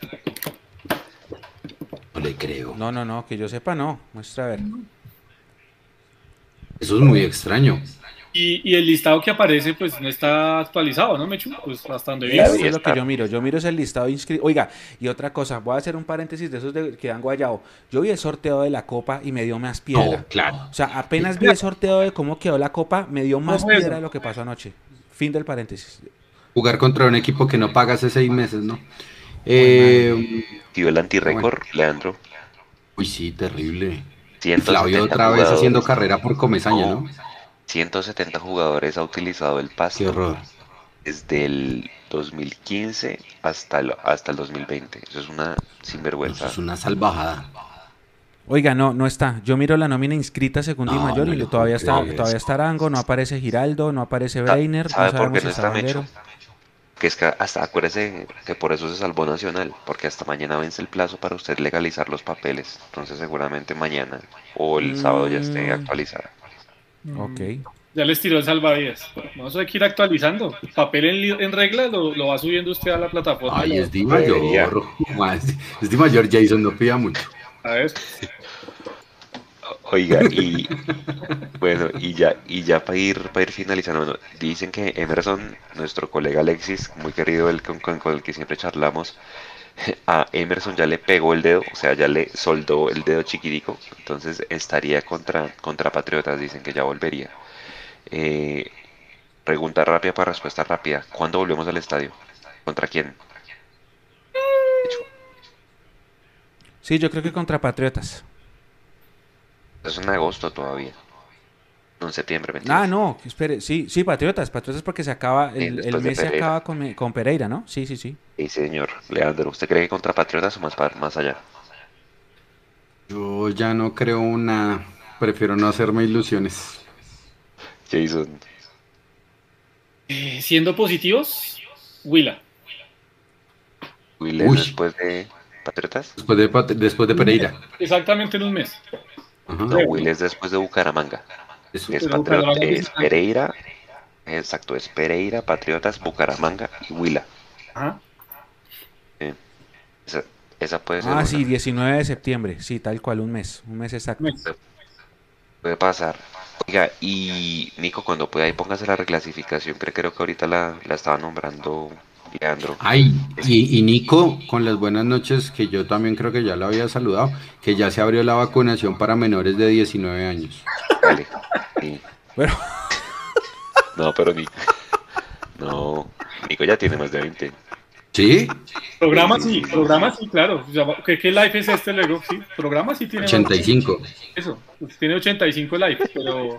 No le creo. No, no, no, que yo sepa no. Muestra a ver. Eso es muy extraño. Y, y el listado que aparece, pues no está actualizado, ¿no, Mechu? Pues hasta donde vi. Eso es lo que yo miro. Yo miro es el listado inscrito. Oiga, y otra cosa, voy a hacer un paréntesis de esos de, que dan guayao. Yo vi el sorteo de la Copa y me dio más piedra. No, claro. O sea, apenas vi el sorteo de cómo quedó la Copa, me dio más ¿Cómo es? piedra de lo que pasó anoche. Fin del paréntesis. Jugar contra un equipo que no paga hace seis meses, ¿no? Eh, Tío, el antirrécord, Leandro. Uy, sí, terrible. ciento setenta Flavio otra vez jugadores. haciendo carrera por Comesaña, ¿no? ciento setenta jugadores ha utilizado el Qué pasto horror. desde el dos mil quince hasta el, hasta el dos mil veinte. Eso es una sinvergüenza. Eso es una salvajada. Oiga, no, no está. Yo miro la nómina inscrita según Di No, Mayor no y le todavía puedo está, creer todavía está Arango, no aparece Giraldo, no aparece Breiner, ¿Sabe no por qué sabemos no si está Vanguero. Mecho? Que es que hasta acuérdese que por eso se salvó Nacional, porque hasta mañana vence el plazo para usted legalizar los papeles. Entonces seguramente mañana o el sábado ya esté Mm. actualizada. Ok. Ya les tiró el salvavidas. Vamos a que ir actualizando. Papel en, li- en regla lo, lo va subiendo usted a la plataforma. Ay, La- es Di Mayor. Más, es Di Mayor, Jason, no pida mucho. A ver. Oiga, y bueno, y ya, y ya para ir, para ir finalizando, bueno, dicen que Emerson, nuestro colega Alexis, muy querido, el con, con- con el que siempre charlamos, a Emerson ya le pegó el dedo, o sea, ya le soldó el dedo chiquitico, entonces estaría contra, contra Patriotas, dicen que ya volvería. Eh, pregunta rápida para respuesta rápida, ¿cuándo volvemos al estadio? ¿Contra quién? Sí, yo creo que contra Patriotas. Es en agosto todavía, no en septiembre, mentiras. Ah, no, espere, sí, sí, Patriotas, Patriotas porque se acaba, Sí, el, el después de mes se Pereira. acaba con, con Pereira, ¿no? Sí, sí, sí. Sí, señor. Leandro, ¿usted cree que contra Patriotas o más, pa- más allá? Yo ya no creo nada. Prefiero no hacerme ilusiones. Jason, Eh, siendo positivos, Huila. Willes Uy. después de Patriotas. Después de, Pat- después de Pereira. Exactamente en un mes. Ajá. No, Willes después de Bucaramanga. Eso. Es, Pero Patriot- Bucaramanga es visitante. Pereira, exacto, es Pereira, Patriotas, Bucaramanga y Huila. Ajá. Esa, esa puede ser Ah, una. sí, diecinueve de septiembre, sí, tal cual, un mes, un mes exacto. Mes. Puede pasar. Oiga, y Nico, cuando pueda ahí póngase la reclasificación, que creo que ahorita la, la estaba nombrando Leandro. Ay, y, y Nico, con las buenas noches, que yo también creo que ya lo había saludado, que ya se abrió la vacunación para menores de diecinueve años. Dale. Sí. Bueno, No, pero Nico. No, Nico ya tiene más de veinte. ¿Sí? Programa sí, programa sí, claro. O sea, ¿Qué, qué live es este luego? Sí, programa sí tiene. ochenta y cinco. más. Eso, pues tiene ochenta y cinco likes, pero.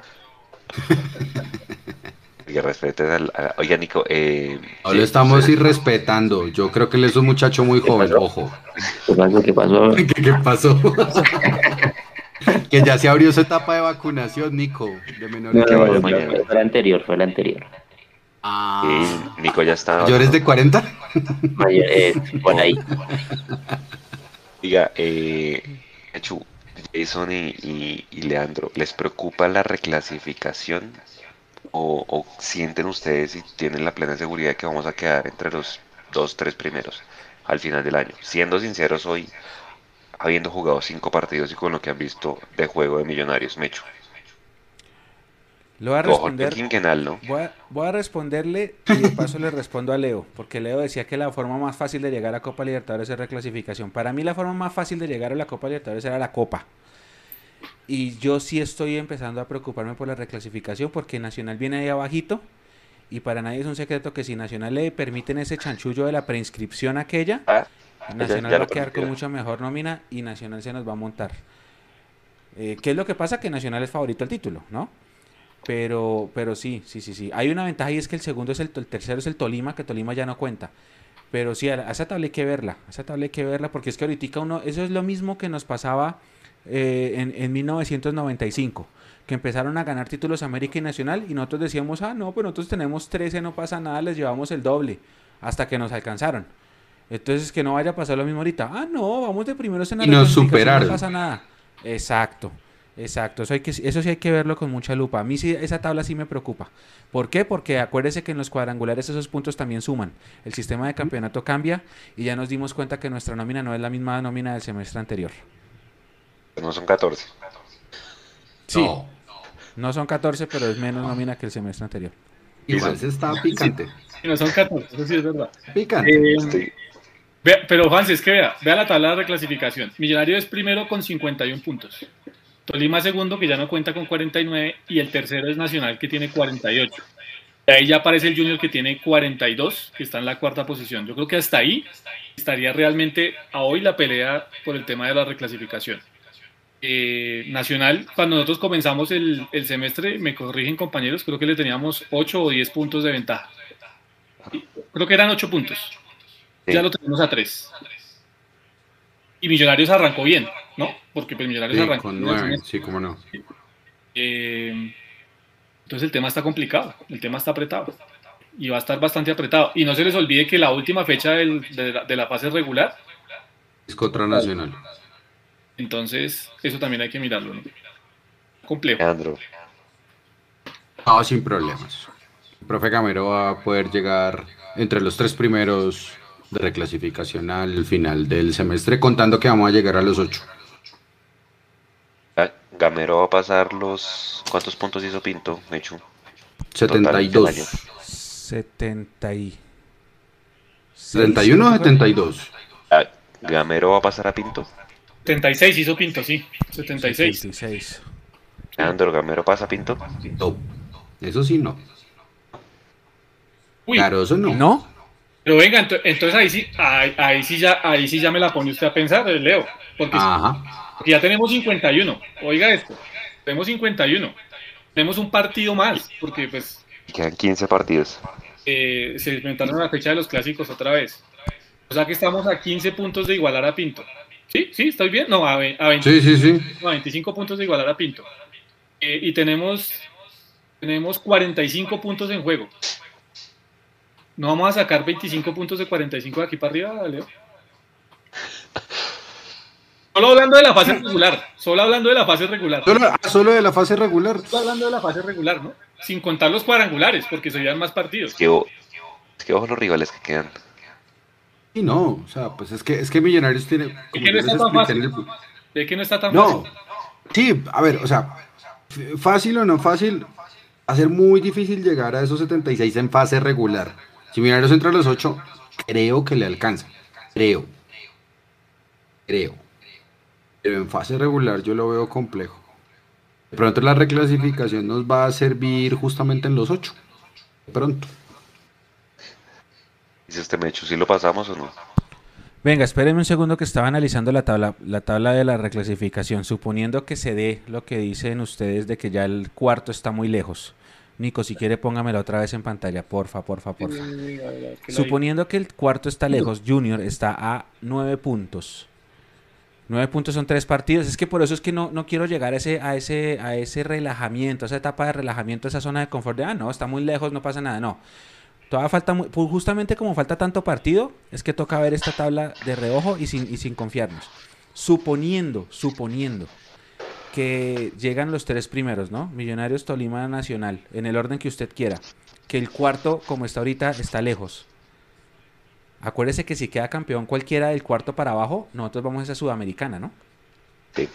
Oiga, respete al, a- oiga, Nico, eh, No sí, lo estamos usted- irrespetando. Yo creo que él es un muchacho muy joven, pasó? ojo. ¿Qué pasó? ¿Qué pasó? ¿Qué, qué pasó? Que ya se abrió su etapa de vacunación, Nico, de menores No, de no, vaya fue, mañana. fue la anterior, fue la anterior. Ah, sí, Nico ya está. ¿mayores de cuarenta? Mayor, eh, por ahí. Diga, eh, Chu, Jason y, y- y Leandro, ¿les preocupa la reclasificación o, o sienten ustedes y tienen la plena seguridad de que vamos a quedar entre los dos, tres primeros al final del año? Siendo sinceros hoy, habiendo jugado cinco partidos y con lo que han visto de juego de Millonarios, Mecho. Lo voy a Ojo, el responder. quinquenal, ¿no? Voy a, voy a responderle y de paso le respondo a Leo, porque Leo decía que la forma más fácil de llegar a Copa Libertadores es reclasificación. Para mí la forma más fácil de llegar a la Copa Libertadores era la Copa. Y yo sí estoy empezando a preocuparme por la reclasificación porque Nacional viene ahí abajito y para nadie es un secreto que si Nacional le permiten ese chanchullo de la preinscripción aquella, Ah, Nacional ya va lo a quedar con permitieron. mucha mejor nómina y Nacional se nos va a montar. Eh, ¿Qué es lo que pasa? Que Nacional es favorito al título, ¿no? Pero, pero sí, sí, sí, sí. Hay una ventaja y es que el segundo es el, el tercero es el Tolima, que Tolima ya no cuenta. Pero sí, a, a esa tabla hay que verla, a esa tabla hay que verla, porque es que ahorita uno, eso es lo mismo que nos pasaba eh, en, en mil novecientos noventa y cinco, que empezaron a ganar títulos América y Nacional, y nosotros decíamos, ah, no, pues nosotros tenemos trece, no pasa nada, les llevamos el doble, hasta que nos alcanzaron. Entonces, que no vaya a pasar lo mismo ahorita. Ah, no, vamos de primeros en la Y nos reclasificación, superaron. no pasa nada. Exacto. Exacto, eso, hay que, eso sí hay que verlo con mucha lupa. A mí sí, esa tabla sí me preocupa. ¿Por qué? Porque acuérdese que en los cuadrangulares esos puntos también suman. El sistema de campeonato cambia y ya nos dimos cuenta que nuestra nómina no es la misma nómina del semestre anterior. No son catorce. Sí, No. no son catorce, pero es menos nómina que el semestre anterior. Igual se está picante. Y no son catorce, eso sí es verdad. Picante. Eh, Estoy- vea- pero Juan, es que vea, vea la tabla de reclasificación. Millonario es primero con cincuenta y uno puntos. Tolima segundo, que ya no cuenta con cuarenta y nueve, y el tercero es Nacional, que tiene cuarenta y ocho. De ahí ya aparece el Junior, que tiene cuarenta y dos, que está en la cuarta posición. Yo creo que hasta ahí estaría realmente a hoy la pelea por el tema de la reclasificación. Eh, Nacional, cuando nosotros comenzamos el, el semestre, me corrigen compañeros, creo que le teníamos ocho o diez puntos de ventaja. Creo que eran ocho puntos. Sí. Ya lo tenemos a tres. Y Millonarios arrancó bien, ¿no? Porque pues Millonarios Sí, arrancó con bien el nueve, semestre. sí, cómo no. Eh, entonces el tema está complicado, el tema está apretado. Y va a estar bastante apretado. Y no se les olvide que la última fecha del- de, la, de la fase regular, Es contra Nacional. entonces eso también hay que mirarlo, ¿no? Complejo. Leandro, No, sin problemas. El profe Gamero va a poder llegar entre los tres primeros de reclasificación al final del semestre, contando que vamos a llegar a los ocho. Ga- Gamero va a pasar los... ¿Cuántos puntos hizo Pinto, Mechu? setenta y Total, dos. setenta y... setenta y uno o setenta y dos. Ah, ¿Gamero va a pasar a Pinto? setenta y seis hizo Pinto, sí. setenta y seis. setenta y seis. Leandro, ¿Gamero pasa a Pinto? No. Eso sí, no. Uy, Claro, eso no. ¿No? pero venga, ento- entonces ahí sí, ahí, ahí sí ya, ahí sí ya me la pone usted a pensar, eh, Leo. Porque Ajá. porque ya tenemos cincuenta y uno. Oiga esto, tenemos cincuenta y uno. Tenemos un partido más, porque pues Y quedan quince partidos. eh, se inventaron la fecha de los clásicos otra vez. O sea que estamos a quince puntos de igualar a Pinto. ¿Sí? ¿Sí? ¿Estoy bien? No, a, ve- a veinte, Sí, sí, sí. no, a veinticinco puntos de igualar a Pinto. Eh, y tenemos, tenemos cuarenta y cinco puntos en juego. ¿No vamos a sacar veinticinco puntos de cuarenta y cinco de aquí para arriba, Leo? Solo hablando de la fase regular. Solo hablando de la fase regular. Solo, ah, solo de la fase regular. Solo hablando de la fase regular, ¿no? Sin contar los cuadrangulares, porque serían más partidos. Es que, o- es que ojo los rivales que quedan. Y no, o sea, pues es que, es que Millonarios tiene. Es Como que no yo les está tan expliqué en fácil. el- ¿De que no está tan No, fácil? sí, a ver, o sea, f- fácil o no fácil, va a ser muy difícil llegar a esos setenta y seis en fase regular. Si Millonarios entra a los ocho, creo que le alcanza. Creo. Creo. Pero en fase regular yo lo veo complejo. De pronto la reclasificación nos va a servir justamente en los ocho. De pronto. Dice este Mechu, ¿sí lo pasamos o no? Venga, espérenme un segundo que estaba analizando la tabla, la tabla de la reclasificación, suponiendo que se dé lo que dicen ustedes de que ya el cuarto está muy lejos. Nico, si quiere póngamela otra vez en pantalla, porfa, porfa, porfa. Suponiendo que el cuarto está lejos, Junior está a nueve puntos. Nueve puntos son tres partidos. Es que por eso es que no, no quiero llegar a ese, a ese, a ese relajamiento, a esa etapa de relajamiento, a esa zona de confort de, ah, no, está muy lejos, no pasa nada. No. Todavía falta, muy, pues justamente como falta tanto partido, es que toca ver esta tabla de reojo y sin, y sin confiarnos. Suponiendo, suponiendo que llegan los tres primeros, ¿no? Millonarios, Tolima, Nacional, en el orden que usted quiera. Que el cuarto, como está ahorita, está lejos. Acuérdese que si queda campeón cualquiera del cuarto para abajo, nosotros vamos a esa Sudamericana, ¿no? Sí.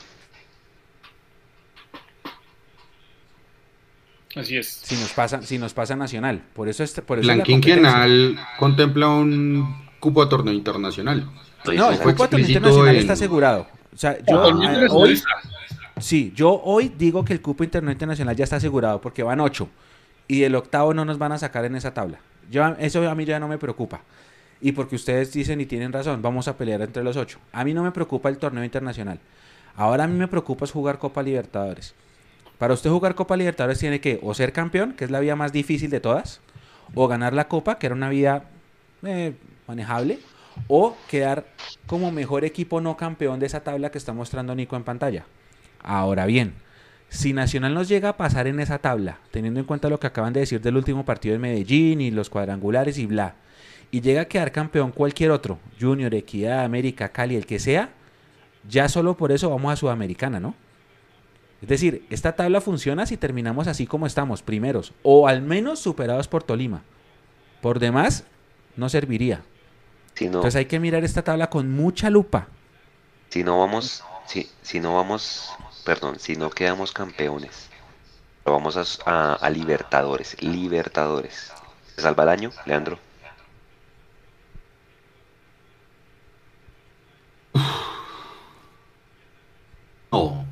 Así es. Si nos pasa, si nos pasa Nacional. Por eso es, por eso Plan es la competencia. quinquenal contempla un cupo a torneo internacional. Estoy No, el seguro. cupo a torneo explícito internacional en- está asegurado. O sea, El yo torneo eh, internacional hoy, está. sí, yo hoy digo que el cupo interno internacional ya está asegurado porque van ocho y el octavo no nos van a sacar en esa tabla. Yo, eso a mí ya no me preocupa. Y porque ustedes dicen y tienen razón, vamos a pelear entre los ocho. A mí no me preocupa el torneo internacional. Ahora a mí me preocupa es jugar Copa Libertadores. Para usted jugar Copa Libertadores tiene que o ser campeón, que es la vía más difícil de todas, o ganar la Copa, que era una vía eh, manejable, o quedar como mejor equipo no campeón de esa tabla que está mostrando Nico en pantalla. Ahora bien, si Nacional nos llega a pasar en esa tabla, teniendo en cuenta lo que acaban de decir del último partido de Medellín y los cuadrangulares y bla, y llega a quedar campeón cualquier otro, Junior, Equidad, América, Cali, el que sea, ya solo por eso vamos a Sudamericana, ¿no? Es decir, esta tabla funciona si terminamos así como estamos, primeros, o al menos superados por Tolima. Por demás, no serviría. Si no, Entonces hay que mirar esta tabla con mucha lupa. si no vamos, si, si no vamos, perdón, si no quedamos campeones, pero vamos a, a- a Libertadores, Libertadores. ¿Se salva el año, Leandro? No.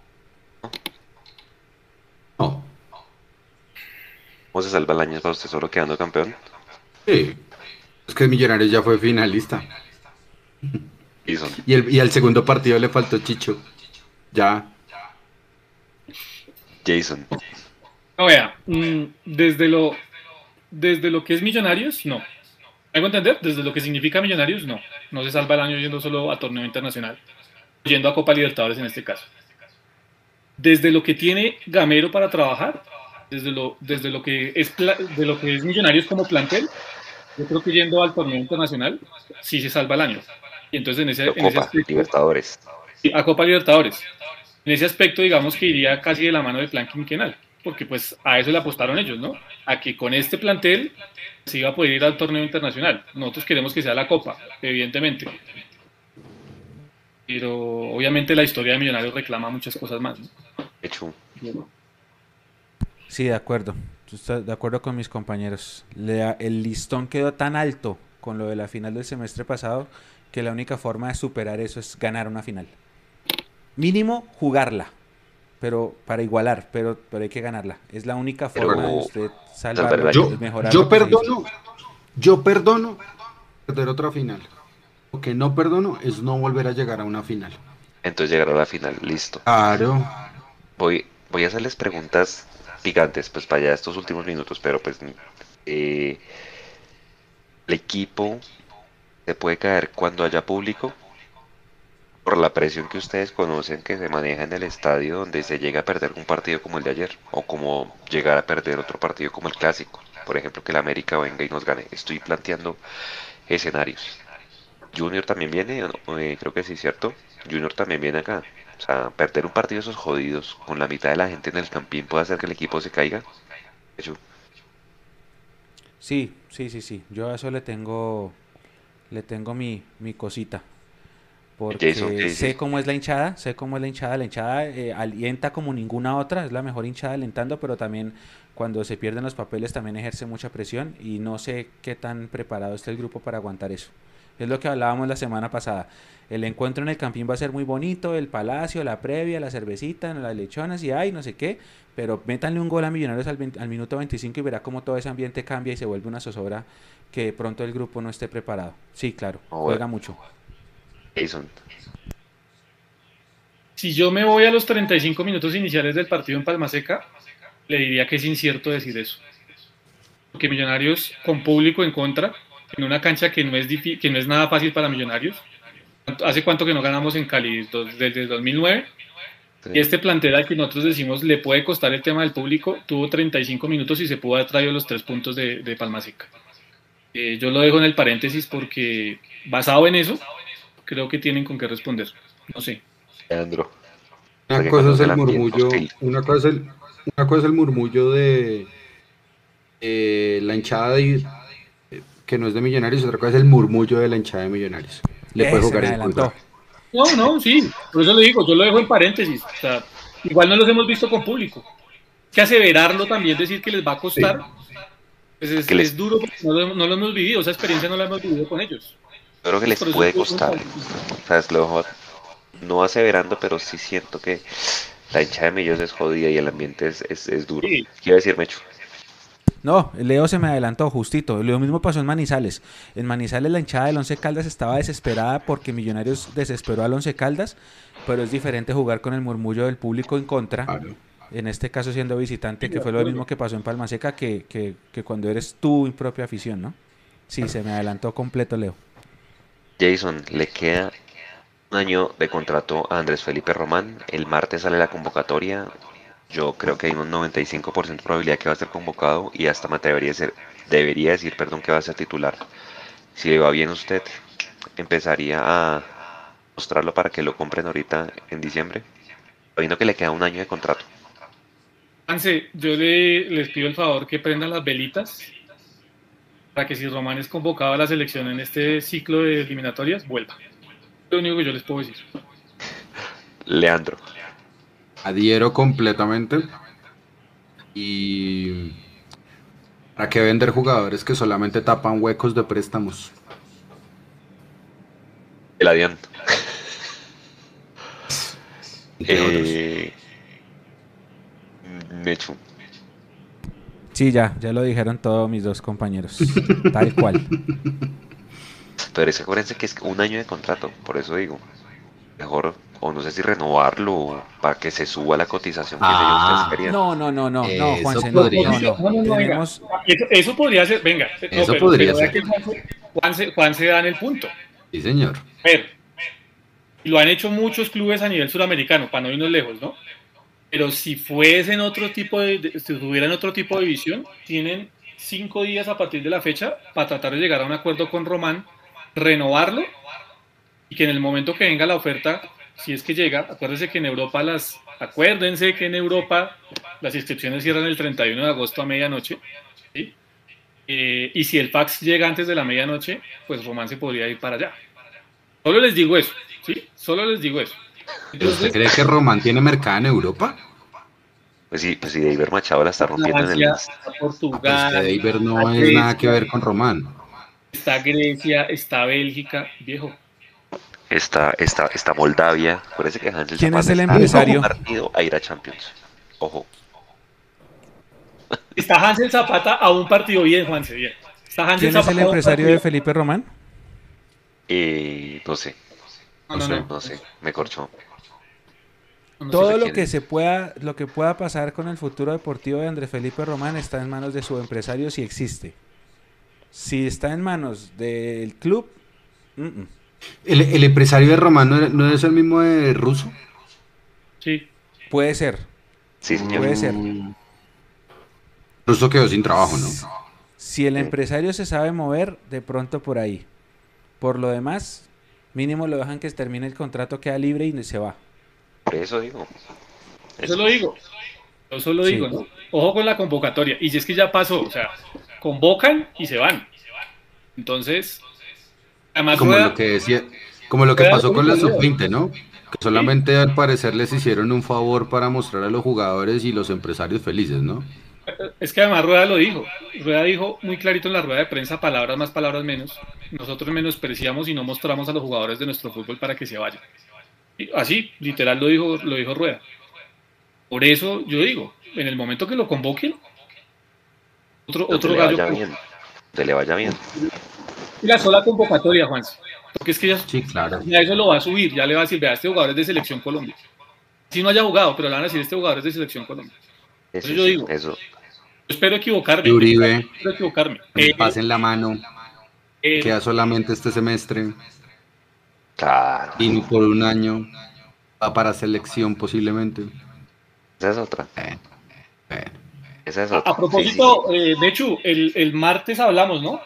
No. ¿Cómo se salva el año para usted solo quedando campeón? Sí. Es que Millonarios ya fue finalista. Jason, Y el, y al segundo partido le faltó Chicho. Ya. Jason, No, vea, mm, desde lo, desde lo que es Millonarios, no. ¿Hago entender? Desde lo que significa Millonarios, no. No se salva el año yendo solo a torneo internacional, yendo a Copa Libertadores en este caso. Desde lo que tiene Gamero para trabajar, desde lo, desde lo que es pla- de lo que es Millonarios como plantel, yo creo que yendo al torneo internacional sí se salva el año. Y entonces en ese, en ese Copa, aspecto, Libertadores. a Copa Libertadores. En ese aspecto, digamos que iría casi de la mano del plan quinquenal, porque pues a eso le apostaron ellos, ¿no? A que con este plantel se iba a poder ir al torneo internacional. Nosotros queremos que sea la Copa, evidentemente. Pero obviamente la historia de Millonarios reclama muchas cosas más, ¿no? Hecho, Sí, de acuerdo. Estoy de acuerdo con mis compañeros. Le- el listón quedó tan alto con lo de la final del semestre pasado que la única forma de superar eso es ganar una final. Mínimo jugarla, pero para igualar, pero, pero hay que ganarla. Es la única Pero forma de usted salvar salvar, el Yo, año. mejorar. yo lo que se hizo. perdono. Yo perdono perder otra final. Lo que no perdono es no volver a llegar a una final. entonces llegará a la final, listo. Claro. Voy, voy a hacerles preguntas picantes, pues para allá estos últimos minutos, pero pues eh, el equipo se puede caer cuando haya público por la presión que ustedes conocen que se maneja en el estadio donde se llega a perder un partido como el de ayer o como llegar a perder otro partido como el clásico, por ejemplo que el América venga y nos gane. Estoy planteando escenarios. Junior también viene, ¿o no? Eh, creo que sí, ¿cierto? Junior también viene acá. O sea, perder un partido de esos jodidos con la mitad de la gente en el campín puede hacer que el equipo se caiga. Eso. Sí, sí, sí, sí. Yo a eso le tengo, le tengo mi, mi cosita. Porque Jason, ¿qué sé dice? cómo es la hinchada, sé cómo es la hinchada. La hinchada eh, alienta como ninguna otra, es la mejor hinchada alentando, pero también cuando se pierden los papeles también ejerce mucha presión y no sé qué tan preparado está el grupo para aguantar eso. Es lo que hablábamos la semana pasada. El encuentro en el Campín va a ser muy bonito, el palacio, la previa, la cervecita, las lechonas y ay, no sé qué, pero métanle un gol a Millonarios al, veinte al minuto veinticinco y verá cómo todo ese ambiente cambia y se vuelve una zozobra que de pronto el grupo no esté preparado. Sí, claro, Oh, juega bueno. mucho. Jason. Si yo me voy a los treinta y cinco minutos iniciales del partido en Palma Seca, le diría que es incierto decir eso. Porque Millonarios con público en contra, en una cancha que no es, difí- que no es nada fácil para Millonarios. ¿Hace cuánto que no ganamos en Cali? Dos- Desde el dos mil nueve. Sí. Y este plantel al que nosotros decimos le puede costar el tema del público, tuvo treinta y cinco minutos y se pudo haber traído los tres puntos de, de Palma Seca. Eh, yo lo dejo en el paréntesis porque basado en eso, creo que tienen con qué responder. No sé. Leandro. Una Porque cosa cuando es el el ambiente murmullo, hostil. una cosa es el, una cosa es el murmullo de eh, la hinchada de- que no es de Millonarios, otra cosa es el murmullo de la hinchada de Millonarios. Le puede Ese jugar me en contra. adelantó. No, no, sí, por eso lo digo, yo lo dejo en paréntesis. O sea, igual no los hemos visto con público. Que aseverarlo también, decir que les va a Sí. costar, pues es, Que les, es duro porque no lo, no lo hemos vivido, esa experiencia no la hemos vivido con ellos. yo creo que Entonces, les por eso puede lo dejo en costar. paréntesis. O sea, es lo dejo no aseverando, pero sí siento que la hinchada de Millos es jodida y el ambiente es, es, es duro. Sí, Quiero decir, Mecho. No, Leo se me adelantó, justito. Lo mismo pasó en Manizales. En Manizales la hinchada del Once Caldas estaba desesperada porque Millonarios desesperó al Once Caldas, pero es diferente jugar con el murmullo del público en contra, Claro. en este caso siendo visitante, sí, que de fue lo acuerdo. mismo que pasó en Palma Seca, que, que, que cuando eres tu propia afición, ¿no? Sí, se me adelantó completo, Leo. Jason, le queda un año de contrato a Andrés Felipe Román. El martes sale la convocatoria. Yo creo que hay un noventa y cinco por ciento de probabilidad que va a ser convocado y hasta me atrevería a ser, debería decir, perdón, que va a ser titular. Si le va bien a usted, empezaría a mostrarlo para que lo compren ahorita en diciembre, sabiendo que le queda un año de contrato. Juanse, yo le, les pido el favor que prendan las velitas para que si Román es convocado a la selección en este ciclo de eliminatorias, vuelva. Es lo único que yo les puedo decir. Leandro, Adhiero completamente. Y ¿para qué vender jugadores que solamente tapan huecos de préstamos? el adianto. Entre otros. Eh, Mechu, Sí, ya, ya lo dijeron todos mis dos compañeros. Tal cual. pero es que acuérdense que es un año de contrato, por eso digo, mejor, o no sé si renovarlo para que se suba la cotización que sé yo ustedes Ah, querían. No, no, no, no, no, Eso Juanse, no, podría no, ser. no. No, no, no, venga. Tenemos, Eso, eso podría ser, venga. No, Eso pero, podría pero vea ser. que Juanse, Juanse, Juanse da en el punto. Sí, señor. A ver, y lo han hecho muchos clubes a nivel suramericano, para no irnos lejos, ¿no? Pero si fuese en otro tipo de, de- si estuviera en otro tipo de división, tienen cinco días a partir de la fecha para tratar de llegar a un acuerdo con Román, renovarlo y que en el momento que venga la oferta, si es que llega, acuérdense que en Europa las, acuérdense que en Europa las inscripciones cierran el treinta y uno de agosto a medianoche, ¿sí? Eh, y si el fax llega antes de la medianoche, pues Román se podría ir para allá. Solo les digo eso, ¿sí? Solo les digo eso. ¿Pero usted Entonces, cree que Román tiene mercado en Europa? Pues sí, pues sí, David Machado la está rompiendo en el Francia, Nice. está Ah, pero es que Portugal, David está no es nada que Grecia, ver con Román. está Grecia, está Bélgica, viejo. Está, está, está Moldavia. Acuérdense que Hansel ¿Quién es Zapata el está a empresario? un partido a ir a Champions. Ojo. Está Hansel Zapata a un partido bien, Juanse, bien. Está Hansel ¿quién es Zapata el a un empresario de partido. Felipe Román? Eh, no sé, No, No no, sé. no. no sé, me corchó. no sé. Todo sé lo quién que es. se pueda, lo que pueda pasar con el futuro deportivo de Andrés Felipe Román está en manos de su empresario si existe. Si está en manos del club, mm, mm. ¿El, el empresario de Román no, era- no es el mismo de Russo? Sí. puede ser, Sí, señor. puede ser. Mm. Russo quedó sin trabajo, ¿no? Si el empresario se sabe mover, de pronto por ahí. Por lo demás, mínimo lo dejan que termine el contrato, queda libre y se va. Por eso digo. Eso lo digo. Yo solo Sí. digo, ¿no? Ojo con la convocatoria. Y si es que ya pasó, o sea, convocan y se van. Entonces, además Como Rueda, lo que decía, como lo que Rueda pasó lo con la dijo, sub veinte, ¿no? Que solamente al parecer les hicieron un favor para mostrar a los jugadores y los empresarios felices, ¿no? es que además Rueda lo dijo. Rueda dijo muy clarito en la rueda de prensa, palabras más, palabras menos. Nosotros menospreciamos y no mostramos a los jugadores de nuestro fútbol para que se vayan. Y así, literal lo dijo, lo dijo Rueda. Por eso yo digo, en el momento que lo convoquen, otro, Donde otro le gallo. vaya bien. Donde le vaya bien. Y la sola convocatoria, Juan. Porque es que ya, Sí, claro. ya eso lo va a subir, ya le va a decir, vea, este jugador es de Selección Colombia. Si no haya jugado, pero le van a decir, este jugador es de Selección Colombia. Eso, Eso yo sí, digo. eso. Yo espero equivocarme. Y Uribe, Espero equivocarme. le Eh, pasen la mano, eh, queda solamente este semestre, Claro. y por un año, va para selección posiblemente. Esa es otra. Eh, bueno. Esa es a, otra. a propósito, eh, Mechu, el, el martes hablamos, ¿no?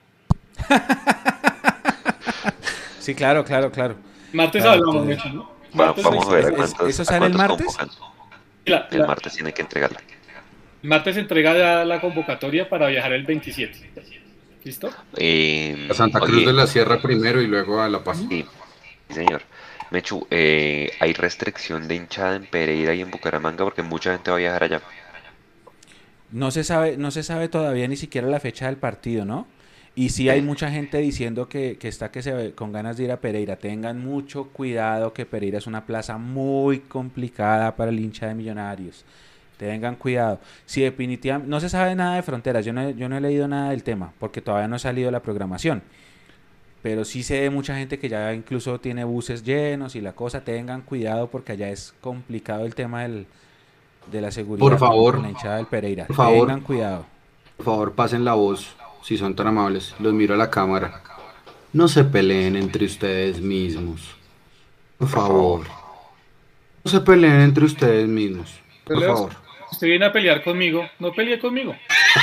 Sí, claro, claro, claro. Martes Claro, hablamos, entonces- Mechu, ¿no? Va- Martes vamos a ver a ¿Es- es- cuántos, eso a sale el cuántos martes? convocan. La- El la- martes tiene que entregarla. martes entrega ya la convocatoria para viajar el veintisiete. ¿Listo? Eh, A Santa Cruz oye, de la Sierra primero y luego a La Paz. sí, sí, señor. Mechu, eh, ¿hay restricción de hinchada en Pereira y en Bucaramanga? Porque mucha gente va a viajar allá. No se sabe, no se sabe todavía ni siquiera la fecha del partido, ¿no? Y sí hay Sí. mucha gente diciendo que, que está que se ve con ganas de ir a Pereira. Tengan mucho cuidado que Pereira es una plaza muy complicada para el hincha de Millonarios. Tengan cuidado. Si definitivamente no se sabe nada de fronteras, yo no, he- yo no he leído nada del tema porque todavía no ha salido la programación. Pero sí sé de mucha gente que ya incluso tiene buses llenos y la cosa. Tengan cuidado porque allá es complicado el tema del, de la seguridad Por con- favor, con la hinchada del Pereira. por favor. Tengan cuidado. Por favor, pasen la voz, si son tan amables. Los miro a la cámara. No se peleen entre ustedes mismos. Por favor. No se peleen entre ustedes mismos. Por Leo, favor. Usted viene a pelear conmigo, no pelee conmigo.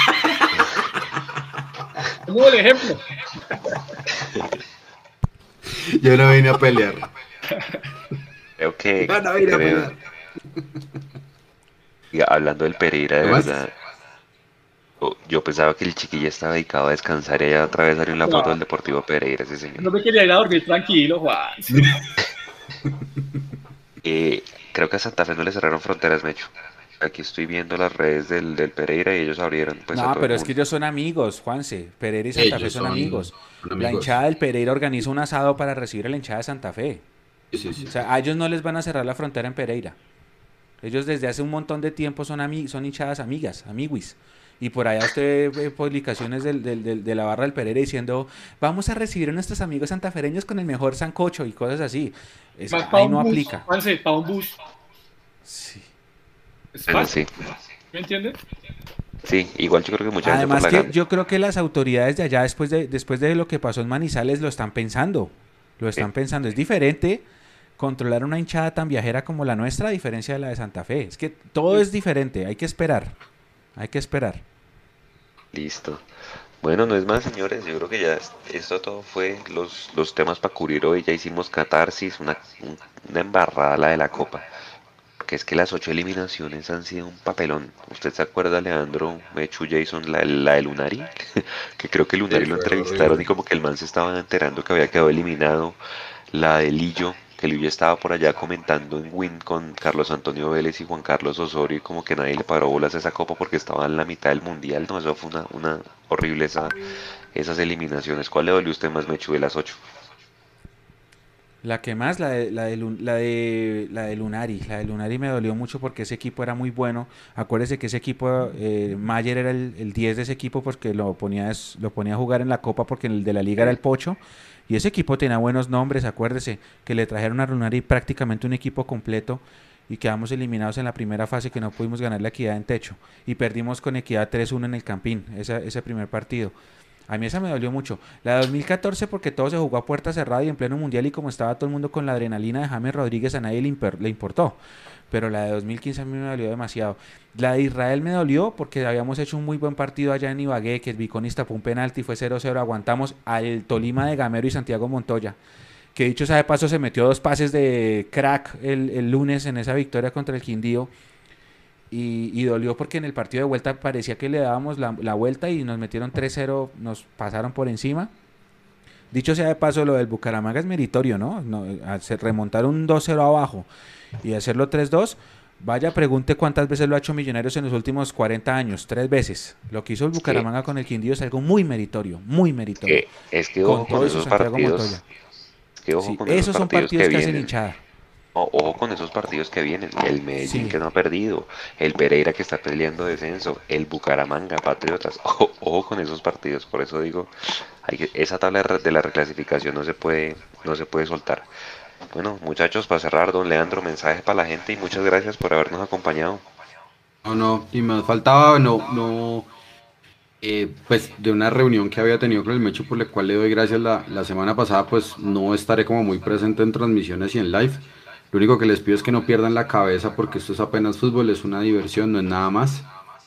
Como el ejemplo. Yo no vine a pelear. Creo que, Yo no vine a creo- pelear. y hablando del Pereira, de ¿Qué más? verdad, yo, yo pensaba que el chiquillo estaba dedicado a descansar y allá otra vez salió en la foto No. del Deportivo Pereira, ese señor. No me quería ir a dormir tranquilo, Juan. Eh, creo que a Santa Fe no le cerraron fronteras, Mecho. Aquí estoy viendo las redes del, del Pereira y ellos abrieron pues a No, todo pero el es que mundo. ellos son amigos, Juanse. Pereira y Santa Fe Ellos son, son- amigos. son La amigos. hinchada del Pereira organiza un asado para recibir a la hinchada de Santa Fe. Sí, sí, sí. O sea, a ellos no les van a cerrar la frontera en Pereira. Ellos desde hace un montón de tiempo son, ami- son hinchadas amigas, amiguis. Y por allá usted ve publicaciones del- del- del- de la barra del Pereira diciendo, vamos a recibir a nuestros amigos santafereños con el mejor sancocho y cosas así. Es- Más para ahí un no bus, aplica. Juanse, para un bus. Sí. Es Bueno, fácil, sí, ¿me entiende? sí, igual yo creo que mucha gente por Además la que gana. yo creo que las autoridades de allá después de después de lo que pasó en Manizales lo están pensando, lo están Sí. pensando. Es diferente controlar una hinchada tan viajera como la nuestra a diferencia de la de Santa Fe. Es que todo es diferente, hay que esperar, hay que esperar. Listo. Bueno, no es más, señores. Yo creo que ya es- esto todo fue los, los temas para cubrir hoy. Ya hicimos catarsis, una, un- una embarrada la de la copa. Que es que las ocho eliminaciones han sido un papelón. ¿Usted se acuerda, Leandro, Mechu, Jason, la, la de Lunari? Que creo que Lunari Sí, lo fue entrevistaron horrible. y como que el man se estaba enterando que había quedado eliminado. La de Lillo, que Lillo estaba por allá comentando en Win con Carlos Antonio Vélez y Juan Carlos Osorio y como que nadie le paró bolas a esa copa porque estaba en la mitad del mundial. No, eso fue una, una horrible esa, esas eliminaciones. ¿Cuál le dolió a usted más, Mechu, de las ocho? La que más, la de, la de, Lun- la de, la de Lunari. La de Lunari me dolió mucho porque ese equipo era muy bueno. Acuérdese que ese equipo, eh, Mayer era el, el diez de ese equipo porque lo ponía, es- lo ponía a jugar en la Copa porque el de la Liga era el Pocho. Y ese equipo tenía buenos nombres, acuérdese, que le trajeron a Lunari prácticamente un equipo completo y quedamos eliminados en la primera fase que no pudimos ganar la Equidad en techo. Y perdimos con Equidad tres uno en el Campín, esa- ese primer partido. A mí esa me dolió mucho. La de dos mil catorce porque todo se jugó a puerta cerrada y en pleno mundial y como estaba todo el mundo con la adrenalina de James Rodríguez a nadie le, imper- le importó. Pero la de dos mil quince a mí me dolió demasiado. La de Israel me dolió porque habíamos hecho un muy buen partido allá en Ibagué, que el Viconis tapó un penalti, fue cero cero, aguantamos al Tolima de Gamero y Santiago Montoya. Que dicho sea de paso se metió dos pases de crack el, el lunes en esa victoria contra el Quindío. Y, y dolió porque en el partido de vuelta parecía que le dábamos la, la vuelta y nos metieron tres cero, nos pasaron por encima. Dicho sea de paso, lo del Bucaramanga es meritorio, ¿no? no hacer, remontar un dos cero abajo y hacerlo tres dos. Vaya, pregunte cuántas veces lo ha hecho Millonarios en los últimos cuarenta años. Tres veces. Lo que hizo el Bucaramanga Sí. con el Quindío es algo muy meritorio, muy meritorio. Que, es que Con ojo con, todo eso esos Santiago partidos. Montoya. Es que ojo Sí, con esos esos son partidos, partidos que, que hacen vienen. hinchada. O- Ojo con esos partidos que vienen, el Medellín Sí. que no ha perdido, el Pereira que está peleando descenso, el Bucaramanga, Patriotas, ojo, ojo con esos partidos, por eso digo, hay que- esa tabla de re- de la reclasificación no se puede, no se puede soltar. Bueno, muchachos, para cerrar, don Leandro, mensaje para la gente y muchas gracias por habernos acompañado. No, no, y me faltaba, no, no, eh, pues de una reunión que había tenido con el Mecho, por la cual le doy gracias la, la semana pasada, pues no estaré como muy presente en transmisiones y en live. Lo único que les pido es que no pierdan la cabeza porque esto es apenas fútbol, es una diversión, no es nada más.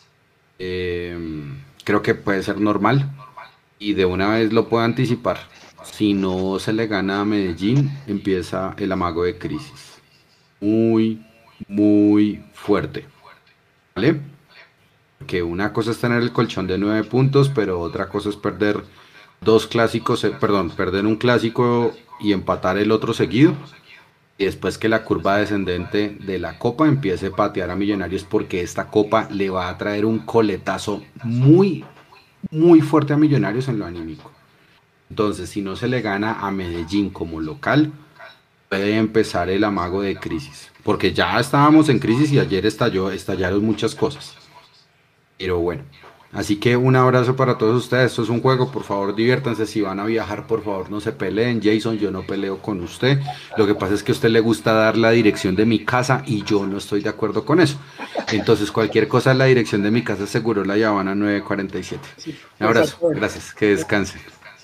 Eh, creo que puede ser normal y de una vez lo puedo anticipar. Si no se le gana a Medellín, empieza el amago de crisis. muy, muy fuerte, ¿vale? Que una cosa es tener el colchón de nueve puntos, pero otra cosa es perder dos clásicos, eh, perdón, perder un clásico y empatar el otro seguido. Y después que la curva descendente de la copa empiece a patear a Millonarios, porque esta copa le va a traer un coletazo muy, muy fuerte a Millonarios en lo anímico. Entonces, si no se le gana a Medellín como local, puede empezar el amago de crisis. Porque ya estábamos en crisis y ayer estalló, estallaron muchas cosas. Pero bueno, así que un abrazo para todos ustedes. Esto es un juego, por favor diviértanse. Si van a viajar, por favor no se peleen. Jason, yo no peleo con usted. Lo que pasa es que a usted le gusta dar la dirección de mi casa y yo no estoy de acuerdo con eso. Entonces cualquier cosa en la dirección de mi casa, seguro la llevan a nueve cuarenta y siete. Sí, Un abrazo, exacto. gracias, que descansen.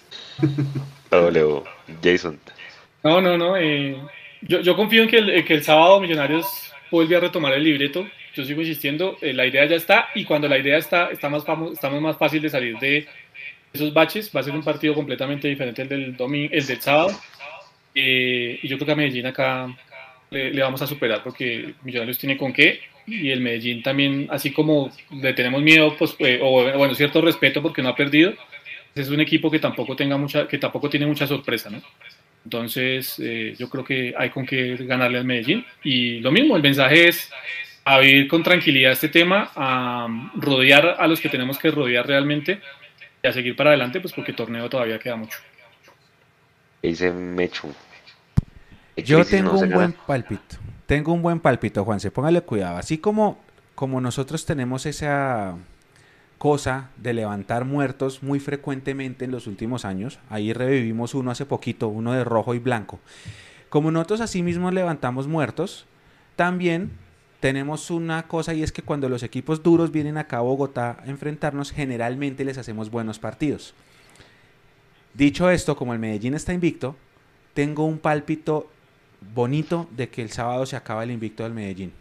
Oh, Leo, Jason. No, no, no. eh, yo, yo confío en que el, que el sábado Millonarios vuelve a retomar el libreto. Yo sigo insistiendo, eh, la idea ya está y cuando la idea está, está más famo- estamos más fácil de salir de esos baches. Va a ser un partido completamente diferente el del domingo, el del sábado. Eh, y yo creo que a Medellín acá le, le vamos a superar porque Millonarios tiene con qué y el Medellín también, así como le tenemos miedo, pues, eh, o bueno, cierto respeto porque no ha perdido, es un equipo que tampoco tenga mucha, que tampoco tiene mucha sorpresa, ¿no? Entonces, eh, yo creo que hay con qué ganarle al Medellín. Y lo mismo, el mensaje es a vivir con tranquilidad este tema, a um, rodear a los que tenemos que rodear realmente y a seguir para adelante, pues porque torneo todavía queda mucho. Dice Mechu. ¿Qué Yo crisis tengo no se un gana? buen pálpito. Tengo un buen pálpito, Juanse. Póngale cuidado. Así como, como nosotros tenemos esa cosa de levantar muertos muy frecuentemente en los últimos años. Ahí revivimos uno hace poquito, uno de rojo y blanco. Como nosotros así mismos levantamos muertos, también tenemos una cosa y es que cuando los equipos duros vienen acá a Bogotá a enfrentarnos, generalmente les hacemos buenos partidos. Dicho esto, como el Medellín está invicto, tengo un pálpito bonito de que el sábado se acaba el invicto del Medellín.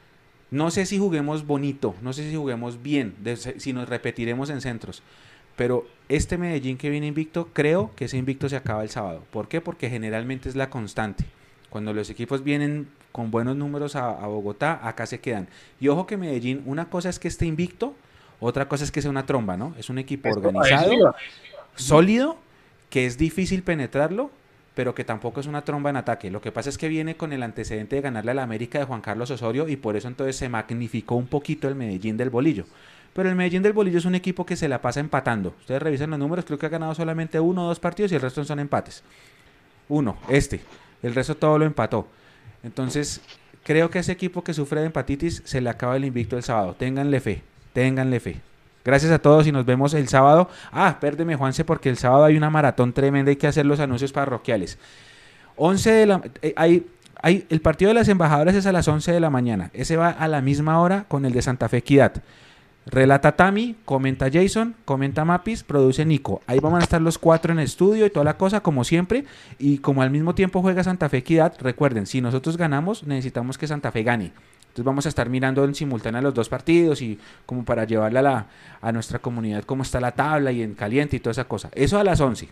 No sé si juguemos bonito, no sé si juguemos bien, de, si nos repetiremos en centros, pero este Medellín que viene invicto, creo que ese invicto se acaba el sábado. ¿Por qué? Porque generalmente es la constante. Cuando los equipos vienen con buenos números a, a Bogotá, acá se quedan. Y ojo que Medellín, una cosa es que esté invicto, otra cosa es que sea una tromba, ¿no? Es un equipo organizado, sólido, que es difícil penetrarlo, pero que tampoco es una tromba en ataque. Lo que pasa es que viene con el antecedente de ganarle a la América de Juan Carlos Osorio y por eso entonces se magnificó un poquito el Medellín del Bolillo. Pero el Medellín del Bolillo es un equipo que se la pasa empatando. Ustedes revisan los números, creo que ha ganado solamente uno o dos partidos y el resto son empates. Uno, este. El resto todo lo empató. Entonces, creo que a ese equipo que sufre de empatitis se le acaba el invicto el sábado. Ténganle fe, ténganle fe. Gracias a todos y nos vemos el sábado. Ah, pérdeme, Juanse, porque el sábado hay una maratón tremenda, hay que hacer los anuncios parroquiales. once de la, eh, hay, hay, el partido de las embajadoras es a las once de la mañana. Ese va a la misma hora con el de Santa Fe Equidad. Relata Tami, comenta Jason, comenta Mapis, produce Nico. Ahí vamos a estar los cuatro en estudio y toda la cosa, como siempre. Y como al mismo tiempo juega Santa Fe Equidad, recuerden, si nosotros ganamos, necesitamos que Santa Fe gane. Entonces vamos a estar mirando en simultáneo los dos partidos y como para llevarle a, la, a nuestra comunidad cómo está la tabla y en caliente y toda esa cosa. Eso a las once.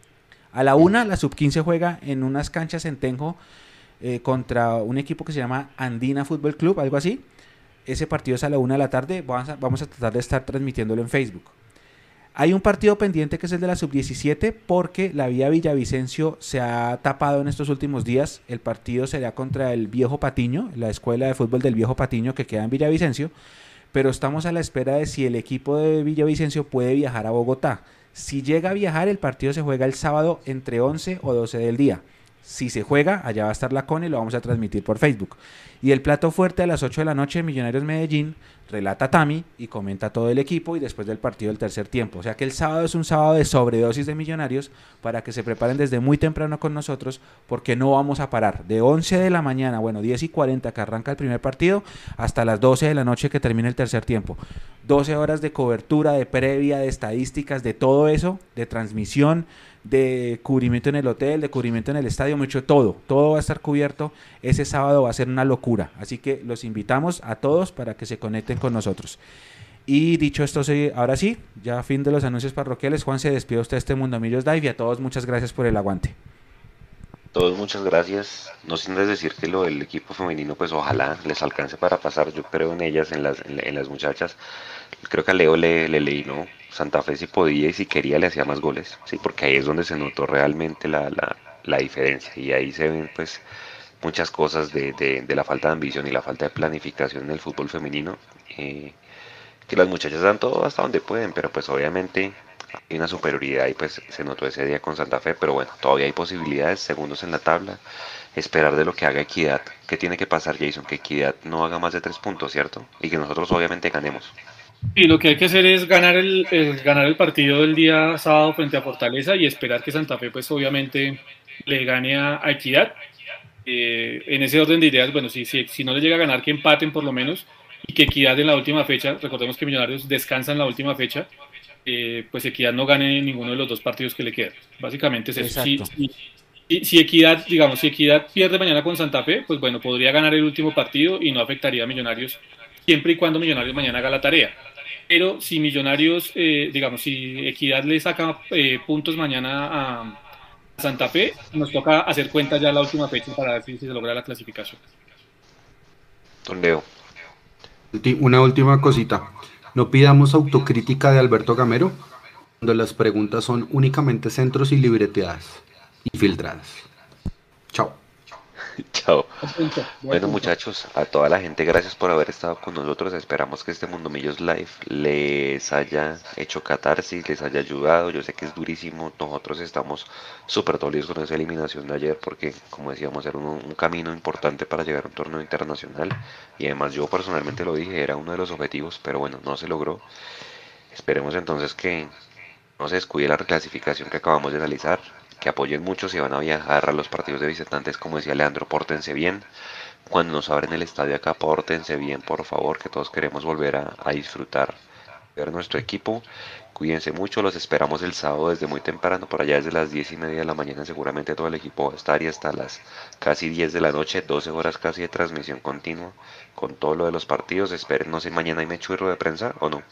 A la una, la sub quince juega en unas canchas en Tenjo eh, contra un equipo que se llama Andina Fútbol Club, algo así. Ese partido es a la una de la tarde. Vamos a, vamos a tratar de estar transmitiéndolo en Facebook. Hay un partido pendiente que es el de la sub diecisiete porque la vía Villavicencio se ha tapado en estos últimos días. El partido será contra el Viejo Patiño, la escuela de fútbol del Viejo Patiño que queda en Villavicencio, pero estamos a la espera de si el equipo de Villavicencio puede viajar a Bogotá. Si llega a viajar, el partido se juega el sábado entre once o doce del día. Si se juega, allá va a estar la Cone y lo vamos a transmitir por Facebook. Y el plato fuerte a las ocho de la noche, Millonarios Medellín, relata Tami y comenta todo el equipo y después del partido del tercer tiempo. O sea que el sábado es un sábado de sobredosis de Millonarios para que se preparen desde muy temprano con nosotros porque no vamos a parar. De once de la mañana, bueno, diez y cuarenta que arranca el primer partido, hasta las doce de la noche que termina el tercer tiempo. doce horas de cobertura, de previa, de estadísticas, de todo eso, de transmisión, de cubrimiento en el hotel, de cubrimiento en el estadio, mucho todo, todo va a estar cubierto. Ese sábado va a ser una locura, así que los invitamos a todos para que se conecten con nosotros. Y dicho esto, sí, ahora sí, ya fin de los anuncios parroquiales. Juan, se despide usted de este Mundo Millos Live y a todos muchas gracias por el aguante. Todos muchas gracias. No sin antes decir que lo del equipo femenino, pues ojalá les alcance para pasar. Yo creo en ellas, en las, en, la- en las muchachas. Creo que a Leo le, le leí, ¿no? Santa Fe si podía y si quería le hacía más goles, sí, porque ahí es donde se notó realmente la, la, la diferencia. Y ahí se ven, pues, muchas cosas de, de, de la falta de ambición y la falta de planificación en el fútbol femenino. Eh, que las muchachas dan todo hasta donde pueden, pero pues obviamente hay una superioridad y pues se notó ese día con Santa Fe, pero bueno, todavía hay posibilidades, segundos en la tabla, esperar de lo que haga Equidad. ¿Qué tiene que pasar, Jason? Que Equidad no haga más de tres puntos, ¿cierto? Y que nosotros obviamente ganemos. Y lo que hay que hacer es ganar el, el- ganar el partido del día sábado frente a Fortaleza y esperar que Santa Fe, pues obviamente, le gane a, a Equidad. Eh, en ese orden de ideas, bueno, si, si, si no le llega a ganar, que empaten por lo menos y que Equidad en la última fecha, recordemos que Millonarios descansa en la última fecha, eh, pues Equidad no gane ninguno de los dos partidos que le quedan. Básicamente es eso. Si, Exacto. si, si, si Equidad, digamos, si Equidad pierde mañana con Santa Fe, pues bueno, podría ganar el último partido y no afectaría a Millonarios siempre y cuando Millonarios mañana haga la tarea. Pero si Millonarios, eh, digamos, si Equidad le saca eh, puntos mañana a Santa Fe, nos toca hacer cuenta ya la última fecha para ver si, si se logra la clasificación. Don Leo, Ulti- Una última cosita. No pidamos autocrítica de Alberto Gamero cuando las preguntas son únicamente centros y libreteadas y filtradas. Chao. chao. Buen punto, buen Bueno punto. muchachos, a toda la gente, gracias por haber estado con nosotros. Esperamos que este Mundo Millos Live les haya hecho catarsis, les haya ayudado. Yo sé que es durísimo, nosotros estamos súper dolidos con esa eliminación de ayer porque, como decíamos, era un, un camino importante para llegar a un torneo internacional. Y además yo personalmente lo dije, era uno de los objetivos, pero bueno, no se logró. Esperemos entonces que no se descuide la reclasificación que acabamos de analizar, que apoyen mucho si van a viajar a los partidos de visitantes, como decía Leandro, pórtense bien. Cuando nos abren el estadio acá, pórtense bien, por favor, que todos queremos volver a, a disfrutar, ver nuestro equipo. Cuídense mucho, los esperamos el sábado desde muy temprano, por allá desde las diez y media de la mañana seguramente todo el equipo va a estar y hasta las casi diez de la noche, doce horas casi de transmisión continua con todo lo de los partidos. Esperen, no sé, mañana hay mechurro de prensa o no.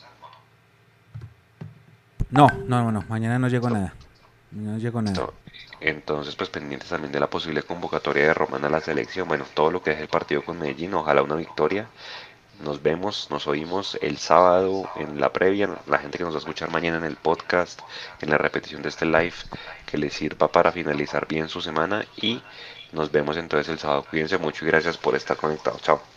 No, no, no, no, mañana no llegó Listo. nada. No llegó nada. Listo. Entonces, pues pendientes también de la posible convocatoria de Román a la selección. Bueno, todo lo que es el partido con Medellín, ojalá una victoria. Nos vemos, nos oímos el sábado en la previa. La gente que nos va a escuchar mañana en el podcast, en la repetición de este live, que les sirva para finalizar bien su semana. Y nos vemos entonces el sábado. Cuídense mucho y gracias por estar conectados. Chao.